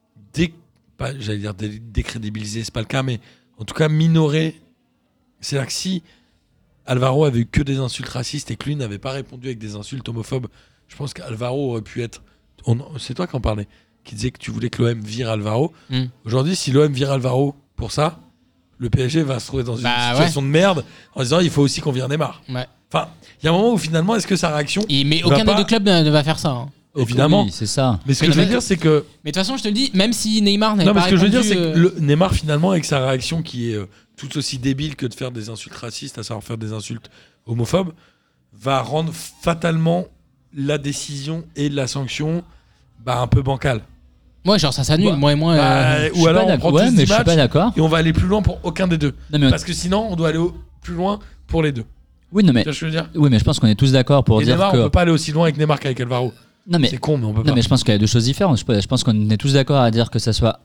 Speaker 2: j'allais dire décrédibiliser, c'est pas le cas, mais en tout cas minorer? C'est-à-dire que si Alvaro avait eu que des insultes racistes et que lui n'avait pas répondu avec des insultes homophobes, je pense qu'Alvaro aurait pu être... C'est toi qui en parlais, qui disait que tu voulais que l'OM vire Alvaro.
Speaker 1: Mm.
Speaker 2: Aujourd'hui, si l'OM vire Alvaro pour ça, le PSG va se trouver dans une
Speaker 1: Bah,
Speaker 2: situation de merde en disant il faut aussi qu'on vire Neymar.
Speaker 1: Ouais.
Speaker 2: Enfin, il y a un moment où finalement, est-ce que sa réaction...
Speaker 1: Mais
Speaker 2: va
Speaker 1: aucun des
Speaker 2: pas-
Speaker 1: deux clubs ne va faire ça. Hein.
Speaker 2: Évidemment.
Speaker 5: Oui, c'est ça.
Speaker 2: Mais ce que
Speaker 1: Mais
Speaker 2: je veux
Speaker 1: non,
Speaker 2: dire, c'est que...
Speaker 1: Mais de toute façon, je te le dis, même si Neymar n'avait
Speaker 2: Non, mais
Speaker 1: pas
Speaker 2: ce que je veux dire,
Speaker 1: répondu,
Speaker 2: c'est que le Neymar, finalement, avec sa réaction qui est tout aussi débile que de faire des insultes racistes, à savoir faire des insultes homophobes, va rendre fatalement la décision et la sanction un peu bancale.
Speaker 1: moi, genre ça s'annule,
Speaker 2: Bah,
Speaker 1: moi et moi.
Speaker 5: Je
Speaker 2: Ou
Speaker 5: suis
Speaker 2: alors
Speaker 5: pas
Speaker 2: on
Speaker 5: d'accord.
Speaker 2: prend
Speaker 5: Ouais,
Speaker 2: tous
Speaker 5: mais
Speaker 2: 10
Speaker 5: je suis
Speaker 2: matchs
Speaker 5: pas d'accord.
Speaker 2: et on va aller plus loin pour aucun des deux.
Speaker 5: Non, mais
Speaker 2: Parce que sinon, on doit aller plus loin pour les deux.
Speaker 5: oui, non, mais
Speaker 2: Tu vois ce que je veux dire?
Speaker 5: oui, mais je pense qu'on est tous d'accord pour
Speaker 2: Et
Speaker 5: dire
Speaker 2: Neymar,
Speaker 5: que
Speaker 2: on peut pas aller aussi loin avec Neymar qu'avec Alvaro.
Speaker 5: non, mais
Speaker 2: C'est con, mais on peut
Speaker 5: non,
Speaker 2: pas.
Speaker 5: mais je pense qu'il y a deux choses différentes. Je pense qu'on est tous d'accord à dire que ça soit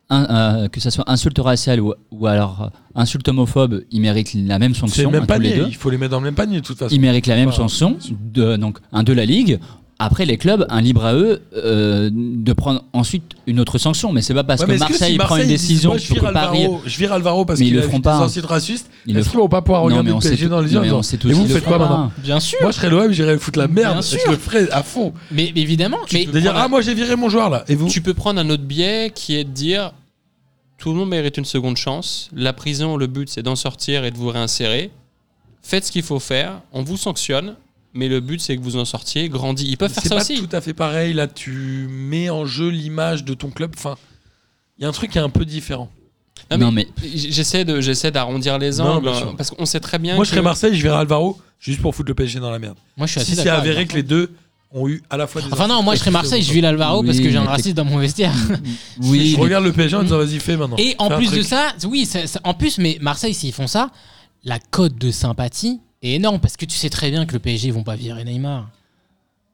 Speaker 5: insulte raciale ou alors insulte homophobe, ils méritent la même
Speaker 2: C'est
Speaker 5: sanction,
Speaker 2: le même
Speaker 5: tous les
Speaker 2: panier.
Speaker 5: deux.
Speaker 2: Il faut les mettre dans le même panier, de toute façon.
Speaker 5: Ils méritent la même
Speaker 2: Voilà.
Speaker 5: sanction, donc un de la Ligue. Après, les clubs, un libre à eux de prendre ensuite une autre sanction. Mais c'est pas parce
Speaker 2: Ouais,
Speaker 5: que
Speaker 2: mais est-ce
Speaker 5: Marseille
Speaker 2: si
Speaker 5: prend une
Speaker 2: Marseille disent,
Speaker 5: décision
Speaker 2: moi,
Speaker 5: que Paris.
Speaker 2: je vire Alvaro parce
Speaker 5: Mais ils
Speaker 2: qu'il
Speaker 5: le
Speaker 2: a
Speaker 5: feront
Speaker 2: eu des
Speaker 5: pas.
Speaker 2: insultes racistes.
Speaker 5: Ils le
Speaker 2: Est-ce qu'ils vont pas pouvoir
Speaker 5: Non,
Speaker 2: regarder
Speaker 5: mais
Speaker 2: le
Speaker 5: on sait
Speaker 2: PSG
Speaker 5: tout-
Speaker 2: dans les
Speaker 5: non,
Speaker 2: yeux
Speaker 5: mais
Speaker 2: en
Speaker 5: on
Speaker 2: disant,
Speaker 5: sait tous
Speaker 2: et vous
Speaker 5: qu'ils le
Speaker 2: faites quoi
Speaker 5: feront
Speaker 2: maintenant?
Speaker 1: Bien sûr.
Speaker 2: Moi, je serais l'OM, j'irais foutre la merde.
Speaker 1: Bien
Speaker 2: Je
Speaker 1: sûr.
Speaker 2: le ferais à fond.
Speaker 1: Mais évidemment. Mais
Speaker 2: De dire, moi j'ai viré mon joueur là. Et vous?
Speaker 4: Tu peux prendre un autre biais qui est de dire tout le monde mérite une seconde chance. La prison, le but, c'est d'en sortir et de vous réinsérer. Faites ce qu'il faut faire. On vous sanctionne. Mais le but, c'est que vous en sortiez grandi. Ils peuvent faire
Speaker 2: C'est
Speaker 4: ça
Speaker 2: pas
Speaker 4: aussi.
Speaker 2: tout à fait pareil. Là, tu mets en jeu l'image de ton club. Enfin, il y a un truc qui est un peu différent.
Speaker 5: Non, mais
Speaker 4: J'essaie d'arrondir les
Speaker 2: Non,
Speaker 4: angles
Speaker 2: bien sûr.
Speaker 4: parce qu'on sait très bien
Speaker 2: Moi,
Speaker 4: que
Speaker 2: je serais Marseille, je verrais Alvaro juste pour foutre le PSG dans la merde.
Speaker 1: moi, je suis assez
Speaker 2: Si c'est
Speaker 1: d'accord.
Speaker 2: avéré
Speaker 1: avec
Speaker 2: que les deux ont eu à la fois des
Speaker 1: Enfin non,
Speaker 2: insultes
Speaker 1: moi je serais
Speaker 2: racistes
Speaker 1: Marseille,
Speaker 2: et
Speaker 1: je vis l'Alvaro parce
Speaker 5: Oui,
Speaker 1: que j'ai un
Speaker 5: mais
Speaker 1: raciste dans mon vestiaire.
Speaker 5: oui,
Speaker 2: Je
Speaker 5: mais-
Speaker 2: regarde le PSG en disant vas-y fais maintenant.
Speaker 1: Et en
Speaker 2: Fais un
Speaker 1: plus de
Speaker 2: truc.
Speaker 1: ça, oui, en plus, mais Marseille, s'ils font ça, la cote de sympathie est énorme parce que tu sais très bien que le PSG ils vont pas virer Neymar.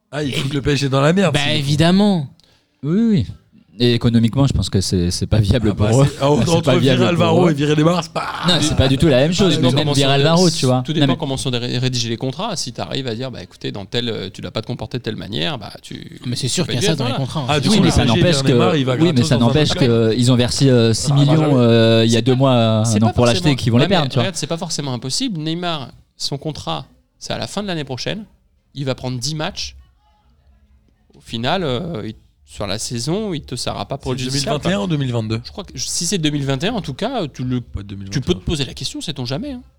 Speaker 2: Ah, il fout le PSG dans la merde.
Speaker 1: Bah
Speaker 2: sinon.
Speaker 1: évidemment.
Speaker 5: Oui. Et économiquement, je pense que c'est pas viable
Speaker 2: Ah bah,
Speaker 5: pour eux.
Speaker 2: c'est- entre
Speaker 5: C'est pas
Speaker 2: virer
Speaker 5: viable
Speaker 2: Alvaro
Speaker 5: pour eux.
Speaker 2: et virer Neymar, c'est pas.
Speaker 5: Non, c'est pas du tout la même chose.
Speaker 4: Tout
Speaker 5: mais
Speaker 4: dépend
Speaker 5: même
Speaker 4: comment
Speaker 5: virer
Speaker 4: sont-
Speaker 5: Alvaro, tu vois.
Speaker 4: Tout
Speaker 5: Non,
Speaker 4: dépend
Speaker 5: mais-
Speaker 4: comment sont rédigés les contrats. Si tu arrives à dire, bah écoutez, dans tel, tu dois pas te comporter de telle manière, bah tu.
Speaker 1: Mais c'est sûr
Speaker 4: tu
Speaker 1: qu'il y a
Speaker 4: peux
Speaker 1: ça
Speaker 4: dire,
Speaker 1: dans les
Speaker 4: voilà.
Speaker 1: contrats.
Speaker 2: Ah,
Speaker 1: hein.
Speaker 2: du
Speaker 5: Oui,
Speaker 2: coup,
Speaker 5: mais
Speaker 2: le
Speaker 5: ça
Speaker 2: PSG
Speaker 5: n'empêche
Speaker 2: vers Neymar,
Speaker 5: que
Speaker 2: il va
Speaker 5: oui, mais
Speaker 2: gratos
Speaker 5: ça
Speaker 2: dans un
Speaker 5: n'empêche
Speaker 2: autre
Speaker 5: qu'ils ont versé 6
Speaker 2: Ah,
Speaker 5: millions
Speaker 2: jamais.
Speaker 5: il y a 2 mois
Speaker 4: C'est
Speaker 5: donc
Speaker 4: pas
Speaker 5: pour l'acheter
Speaker 4: forcément-
Speaker 5: qu'ils vont les
Speaker 4: Ouais, mais
Speaker 5: perdre, tu vois.
Speaker 4: Regarde, c'est pas forcément impossible. Neymar, son contrat, c'est à la fin de l'année prochaine. Il va prendre 10 matchs. Au final, sur la saison, il te sera pas
Speaker 2: C'est
Speaker 4: préjudiciable.
Speaker 2: 2021 ou 2022
Speaker 4: Je crois que si c'est 2021, en tout cas,
Speaker 2: Pas 2021.
Speaker 4: tu peux te poser la question, sait-on jamais. Hein.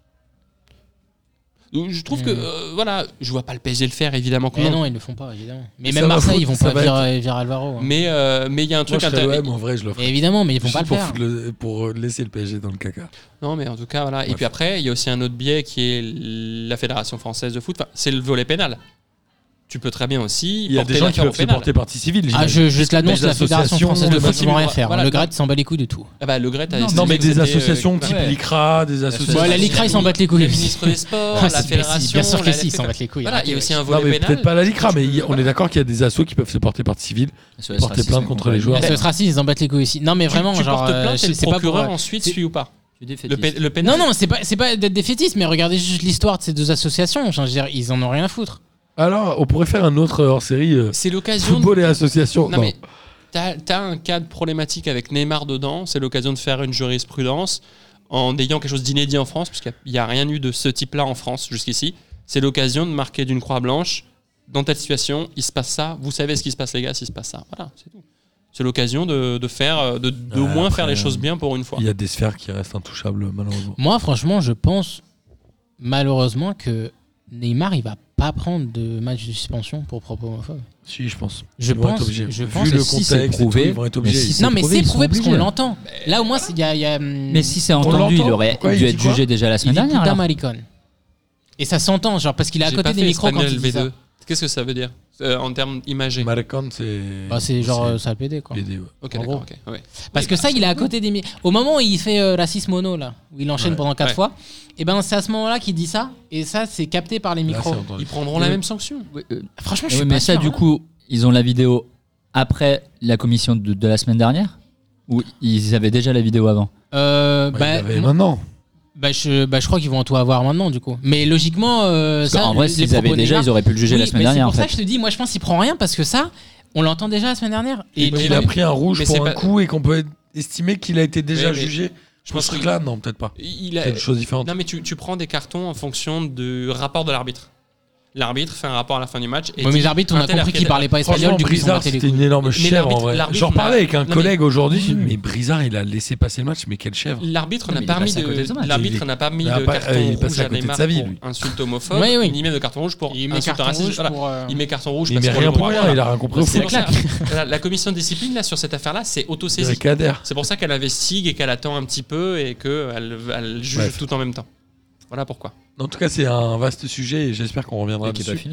Speaker 4: Donc, je trouve que, voilà, je vois pas le PSG le faire, évidemment que
Speaker 1: Mais
Speaker 4: non.
Speaker 1: non, ils le font pas, évidemment. Mais
Speaker 2: Ça
Speaker 1: même
Speaker 2: va
Speaker 1: Marseille,
Speaker 2: foutre-
Speaker 1: ils vont
Speaker 2: ça
Speaker 1: pas
Speaker 2: va
Speaker 1: virer Alvaro. hein.
Speaker 4: Mais il y a un
Speaker 2: Moi,
Speaker 4: truc
Speaker 2: je serais
Speaker 4: intéressant.
Speaker 2: l'OM, en vrai, je le ferais.
Speaker 1: Mais évidemment, mais ils vont
Speaker 2: Juste
Speaker 1: pas le
Speaker 2: pour,
Speaker 1: faire.
Speaker 2: pour laisser le PSG dans le caca.
Speaker 4: Non, mais en tout cas, voilà. Et
Speaker 2: Bref.
Speaker 4: puis après, il y a aussi un autre biais qui est la Fédération française de foot. Enfin, c'est le volet pénal. Tu peux très bien aussi.
Speaker 2: Il y a
Speaker 4: porter
Speaker 2: des gens qui
Speaker 4: l'affaire au
Speaker 2: peuvent se
Speaker 4: pénal.
Speaker 2: porter partie civile.
Speaker 1: Ah,
Speaker 2: j'imagine.
Speaker 1: je te l'annonce,
Speaker 2: des
Speaker 1: la Fédération
Speaker 2: associations,
Speaker 1: française de
Speaker 2: des
Speaker 1: foot, ils vont rien
Speaker 4: associations,
Speaker 1: faire.
Speaker 4: voilà.
Speaker 1: Le Gret s'en bat les couilles de tout.
Speaker 4: Ah bah, le Gret a
Speaker 5: Non,
Speaker 4: estimé
Speaker 2: Non, mais
Speaker 4: que
Speaker 2: des
Speaker 4: c'était,
Speaker 2: associations type
Speaker 5: ouais.
Speaker 2: l'ICRA, des associations.
Speaker 1: Ouais, la Ligue, ils s'en battent les couilles.
Speaker 4: Le ministre des Sports,
Speaker 1: Ah,
Speaker 4: la
Speaker 1: si,
Speaker 4: fédération.
Speaker 1: bien sûr que
Speaker 4: la
Speaker 1: si, ils s'en
Speaker 4: LFP.
Speaker 1: battent les couilles.
Speaker 4: Voilà, il y a aussi un
Speaker 2: Non,
Speaker 4: volet
Speaker 2: mais
Speaker 4: pénal.
Speaker 2: peut-être pas la LICRA, mais on est
Speaker 4: Voilà.
Speaker 2: d'accord qu'il y a des assos qui peuvent se porter partie civile, porter plainte contre les joueurs.
Speaker 1: Mais ce sera si, ils s'en battent les couilles aussi. Non, mais vraiment,
Speaker 4: tu
Speaker 1: genre.
Speaker 4: portes plainte et le
Speaker 1: c'est pas pour.
Speaker 4: procureur ensuite suit ou pas. Le pénal.
Speaker 1: Non, non, c'est pas d'être défaitiste, mais regardez juste l'histoire de ces deux associations. Enfin, je veux dire, ils en ont rien à foutre.
Speaker 2: Alors, on pourrait faire un autre hors-série
Speaker 4: C'est l'occasion.
Speaker 2: football et association.
Speaker 4: Non, mais t'as un cadre problématique avec Neymar dedans. C'est l'occasion de faire une jurisprudence en ayant quelque chose d'inédit en France, puisqu'il n'y a rien eu de ce type-là en France jusqu'ici. C'est l'occasion de marquer d'une croix blanche. Dans telle situation, il se passe ça. Vous savez ce qui se passe, les gars, s'il se passe ça. Voilà, c'est tout. C'est l'occasion de faire, au moins
Speaker 2: après,
Speaker 4: faire les choses bien pour une fois.
Speaker 2: Il y a des sphères qui restent intouchables, malheureusement.
Speaker 1: Moi, franchement, je pense malheureusement que Neymar, il va pas prendre de match de suspension pour propos homophobes.
Speaker 2: Si, je pense.
Speaker 1: Je
Speaker 2: Ils vont être
Speaker 1: pense-
Speaker 2: obligés.
Speaker 1: je
Speaker 2: Vu
Speaker 1: pense
Speaker 2: le
Speaker 5: que si
Speaker 2: contexte,
Speaker 5: c'est
Speaker 2: et tout,
Speaker 5: prouvé,
Speaker 2: ils vont être
Speaker 5: mais
Speaker 2: obligés.
Speaker 5: si c'est
Speaker 1: Non, mais
Speaker 5: prouvé,
Speaker 1: c'est
Speaker 5: ils sont
Speaker 1: prouvé parce qu'on
Speaker 5: obligés.
Speaker 1: l'entend. Là, au moins, il y a.
Speaker 5: Mais si c'est
Speaker 2: On
Speaker 5: entendu, il
Speaker 2: l'entend.
Speaker 5: aurait
Speaker 2: Pourquoi
Speaker 5: dû
Speaker 2: il
Speaker 5: être
Speaker 2: dit quoi
Speaker 5: jugé déjà la
Speaker 1: il
Speaker 5: semaine
Speaker 1: dit
Speaker 5: dernière.
Speaker 1: putain
Speaker 5: alors.
Speaker 1: maricone. Et ça s'entend, genre, parce qu'il est à
Speaker 4: J'ai
Speaker 1: côté
Speaker 4: pas
Speaker 1: des
Speaker 4: fait
Speaker 1: micros quand
Speaker 4: espagnol
Speaker 1: il dit ça.
Speaker 4: V2. Qu'est-ce que ça veut dire en termes imagés?
Speaker 2: Maricón, c'est.
Speaker 1: Bah, c'est genre sale PD, quoi.
Speaker 2: PD, ouais.
Speaker 4: Ok,
Speaker 1: en
Speaker 4: d'accord.
Speaker 1: gros.
Speaker 4: Ok, ouais.
Speaker 1: Parce que ça, il est à côté des. Au moment où il fait la 6 mono, là, où il enchaîne
Speaker 2: Ouais.
Speaker 1: pendant 4
Speaker 4: Ouais.
Speaker 1: fois, et ben c'est à ce moment-là qu'il dit ça, et ça, c'est capté par les
Speaker 2: Là,
Speaker 1: micros.
Speaker 2: c'est entendu.
Speaker 4: Ils prendront la même sanction.
Speaker 1: Franchement, je
Speaker 5: Oui,
Speaker 1: suis
Speaker 5: mais
Speaker 1: pas
Speaker 5: ça,
Speaker 1: sûr,
Speaker 5: du
Speaker 1: hein.
Speaker 5: coup, ils ont la vidéo après la commission de la semaine dernière ou ils avaient déjà la vidéo avant?
Speaker 2: Bah, il l'avait maintenant.
Speaker 1: Je crois qu'ils vont tout avoir maintenant, du coup. Mais logiquement,
Speaker 5: Parce
Speaker 1: ça,
Speaker 5: qu'en vrai,
Speaker 1: les
Speaker 5: s'ils avaient
Speaker 1: propos
Speaker 5: déjà,
Speaker 1: Neymar-
Speaker 5: ils auraient pu le juger
Speaker 1: Oui,
Speaker 5: la semaine
Speaker 1: mais
Speaker 5: dernière.
Speaker 1: C'est
Speaker 5: En
Speaker 1: pour ça
Speaker 5: fait.
Speaker 1: que je te dis, moi, je pense qu'il prend rien parce que ça, on l'entend déjà la semaine dernière. Et
Speaker 2: Donc,
Speaker 4: mais
Speaker 2: il a
Speaker 4: mais-
Speaker 2: pris un rouge
Speaker 4: mais
Speaker 2: pour
Speaker 4: c'est
Speaker 2: un
Speaker 4: pas-
Speaker 2: coup et qu'on peut estimer qu'il a été déjà
Speaker 4: Oui, mais
Speaker 2: jugé.
Speaker 4: Je
Speaker 2: Pour
Speaker 4: pense
Speaker 2: ce
Speaker 4: qu'il
Speaker 2: truc-là, non, peut-être pas.
Speaker 4: il a.
Speaker 2: C'est une chose différente.
Speaker 4: Non, mais tu prends des cartons en fonction du rapport de l'arbitre. L'arbitre fait un rapport à la fin du match. Et
Speaker 1: Ouais, mais
Speaker 4: dit,
Speaker 1: les arbitres, on
Speaker 4: un
Speaker 1: a
Speaker 4: tel
Speaker 1: compris
Speaker 4: a
Speaker 1: qu'ils
Speaker 4: pris-
Speaker 1: parlaient pas espagnol,
Speaker 2: Franchement,
Speaker 1: du coup, ils s'en
Speaker 2: Brizard,
Speaker 1: battaient les
Speaker 2: c'était une
Speaker 1: couilles.
Speaker 2: énorme
Speaker 4: Mais
Speaker 2: chèvre en
Speaker 4: l'arbitre-
Speaker 2: vrai.
Speaker 4: l'arbitre
Speaker 2: J'en parlais avec un
Speaker 4: non, mais-
Speaker 2: collègue aujourd'hui, mais Brizard, il a laissé passer le match, mais quelle chèvre.
Speaker 4: L'arbitre
Speaker 5: Non,
Speaker 4: n'a
Speaker 5: mais
Speaker 4: pas
Speaker 5: il est
Speaker 4: mis
Speaker 5: passé à côté de son match.
Speaker 4: l'arbitre n'a pas mis
Speaker 2: Il a
Speaker 4: de
Speaker 2: pas-
Speaker 4: carton
Speaker 2: il est passé
Speaker 4: rouge
Speaker 2: à
Speaker 4: à
Speaker 2: côté de
Speaker 4: Neymar
Speaker 2: sa vie,
Speaker 4: pour
Speaker 2: lui.
Speaker 4: insulte homophobe,
Speaker 1: Oui, oui.
Speaker 4: ni même de carton rouge pour
Speaker 1: Il met
Speaker 4: insulte
Speaker 1: carton
Speaker 4: raciste.
Speaker 1: rouge
Speaker 4: Voilà.
Speaker 1: pour.
Speaker 4: Il met carton rouge
Speaker 2: Il
Speaker 4: parce
Speaker 2: met
Speaker 4: qu'on
Speaker 2: rien
Speaker 4: le
Speaker 2: pour
Speaker 4: voit.
Speaker 2: rien,
Speaker 4: Voilà.
Speaker 2: il a rien compris au
Speaker 4: C'est
Speaker 2: foot.
Speaker 4: pour ça la commission de discipline là sur cette affaire-là, c'est
Speaker 2: C'est
Speaker 4: autosaisie.
Speaker 2: Kader.
Speaker 4: C'est pour ça qu'elle investigue et qu'elle attend un petit peu et qu'elle juge
Speaker 2: Bref.
Speaker 4: tout en même temps. Voilà pourquoi.
Speaker 2: En tout cas, c'est un vaste sujet et j'espère qu'on reviendra
Speaker 5: Qui est pas
Speaker 2: dessus.
Speaker 5: fini.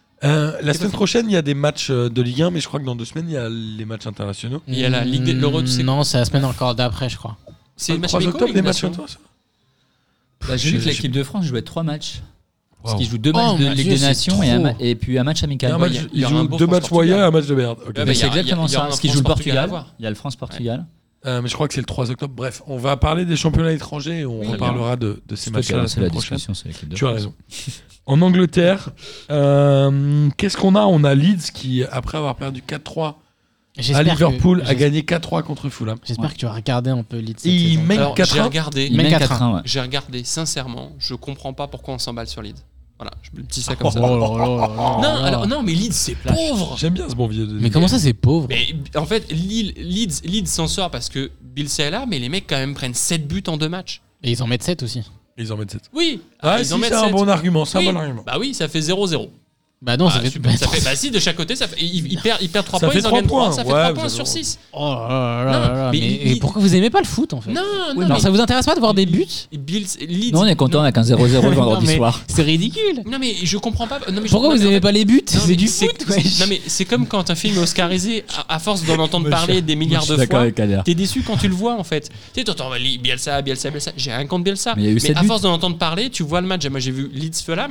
Speaker 2: La semaine prochaine, il y a des matchs de Ligue 1, mais je crois que dans 2 semaines, il y a les matchs internationaux.
Speaker 4: Il y a la Ligue des- l'Euro, tu sais-
Speaker 1: Non, c'est la semaine encore d'après, je crois.
Speaker 4: C'est
Speaker 2: le
Speaker 4: le match
Speaker 2: 3
Speaker 4: amicaux,
Speaker 2: octobre,
Speaker 4: Ligue
Speaker 2: des
Speaker 4: des
Speaker 2: matchs
Speaker 4: Nations.
Speaker 2: internationaux.
Speaker 5: Bah, j'ai vu que
Speaker 2: Je-
Speaker 5: l'équipe de France jouait 3 matchs. Parce
Speaker 2: Wow.
Speaker 5: qu'ils jouent 2
Speaker 1: Oh,
Speaker 5: matchs de
Speaker 1: mon
Speaker 5: Ligue
Speaker 1: Dieu,
Speaker 5: des
Speaker 1: c'est
Speaker 5: Nations et puis un match
Speaker 2: Il y
Speaker 5: amical.
Speaker 2: a un
Speaker 4: Ouais,
Speaker 2: match-
Speaker 4: il y
Speaker 2: Ils
Speaker 4: aura un
Speaker 2: jouent
Speaker 4: beau
Speaker 2: 2 matchs
Speaker 4: France-Portugal.
Speaker 2: moyens et un match de merde. Ok.
Speaker 4: Ouais, bah,
Speaker 5: Mais
Speaker 4: il y
Speaker 5: c'est
Speaker 4: a-
Speaker 5: exactement
Speaker 4: il y aura
Speaker 5: ça.
Speaker 4: un
Speaker 5: Parce qu'ils jouent le
Speaker 4: France-Portugal à
Speaker 5: Portugal.
Speaker 4: voir.
Speaker 5: Il y a le France-Portugal.
Speaker 2: Mais je crois que c'est le 3 octobre. Bref, on va parler des championnats étrangers et on
Speaker 4: Oui,
Speaker 2: reparlera de ces
Speaker 5: C'est toi qui
Speaker 2: matchs-là
Speaker 5: as
Speaker 2: la
Speaker 5: lancé la
Speaker 2: semaine prochaine.
Speaker 5: discussion, c'est l'équipe de
Speaker 2: Tu as
Speaker 5: France.
Speaker 2: raison. En Angleterre, qu'est-ce qu'on a? On a Leeds qui, après avoir perdu 4-3 à
Speaker 1: J'espère
Speaker 2: Liverpool,
Speaker 1: que-
Speaker 2: a gagné 4-3 contre Fulham.
Speaker 1: J'espère que tu vas regarder un peu Leeds. cette
Speaker 2: Il
Speaker 1: saison.
Speaker 2: mène
Speaker 4: Alors,
Speaker 2: 4-1.
Speaker 4: j'ai regardé.
Speaker 5: Il
Speaker 1: mène
Speaker 5: mène
Speaker 1: 4-1.
Speaker 5: 4-1, ouais.
Speaker 4: J'ai regardé, sincèrement, je comprends pas pourquoi on s'emballe sur Leeds. Voilà, je me dis ça comme
Speaker 1: Oh
Speaker 4: ça.
Speaker 1: là là là
Speaker 4: Non,
Speaker 1: là.
Speaker 4: alors, non, mais Leeds, c'est pauvre.
Speaker 2: J'aime bien ce bon vieux.
Speaker 1: Mais comment ça, c'est pauvre?
Speaker 4: Mais en fait, Leeds s'en sort parce que Bielsa est là, mais les mecs quand même prennent 7 buts en 2 matchs.
Speaker 1: Et ils en mettent 7 aussi.
Speaker 2: Ils en mettent 7.
Speaker 4: Oui,
Speaker 2: Ah,
Speaker 4: ils
Speaker 2: si,
Speaker 4: en
Speaker 2: c'est
Speaker 4: mettent
Speaker 2: un
Speaker 4: 7.
Speaker 2: bon argument. C'est un
Speaker 4: Oui.
Speaker 2: bon argument.
Speaker 4: Bah oui, ça fait 0-0.
Speaker 1: Bah non, ça
Speaker 4: Ah,
Speaker 1: fait.
Speaker 4: super. Ça fait bah si, de chaque côté, ça fait, ils perdent 3
Speaker 2: Ça
Speaker 4: points,
Speaker 2: fait
Speaker 4: ils en
Speaker 2: 3
Speaker 4: gagnent 3,
Speaker 2: points.
Speaker 4: ça fait
Speaker 2: Ouais,
Speaker 4: 3
Speaker 2: vous
Speaker 4: points
Speaker 2: avez
Speaker 4: sur
Speaker 2: raison.
Speaker 4: 6.
Speaker 1: Oh là là
Speaker 4: Non,
Speaker 1: là là.
Speaker 4: mais
Speaker 1: Mais
Speaker 4: il-
Speaker 1: et pourquoi vous aimez pas le foot en fait?
Speaker 4: Non, non,
Speaker 1: Alors
Speaker 4: mais
Speaker 1: ça vous intéresse pas de voir des buts?
Speaker 4: Leeds.
Speaker 5: Nous, on est content avec un 0-0 le vendredi
Speaker 1: Non, mais
Speaker 5: soir.
Speaker 1: C'est ridicule.
Speaker 4: Non mais je comprends pas. Non, mais je-
Speaker 1: Pourquoi
Speaker 4: non,
Speaker 1: vous
Speaker 4: mais en
Speaker 1: aimez
Speaker 4: fait-
Speaker 1: pas les buts?
Speaker 4: Non,
Speaker 1: C'est
Speaker 4: mais
Speaker 1: du foot, wesh.
Speaker 4: Non mais c'est comme quand un film est oscarisé, à force d'en entendre
Speaker 5: Moi, je
Speaker 4: parler
Speaker 5: suis-
Speaker 4: des milliards
Speaker 5: je suis
Speaker 4: de
Speaker 5: d'accord
Speaker 4: fois,
Speaker 5: avec Kader.
Speaker 4: t'es déçu quand tu le vois en fait. Tu sais, t'entends Bielsa, j'ai rien contre Bielsa.
Speaker 5: Mais il y a eu
Speaker 4: Mais
Speaker 5: 7
Speaker 4: à
Speaker 5: buts.
Speaker 4: force d'en entendre parler, tu vois le match. Moi j'ai vu Leeds Fulham.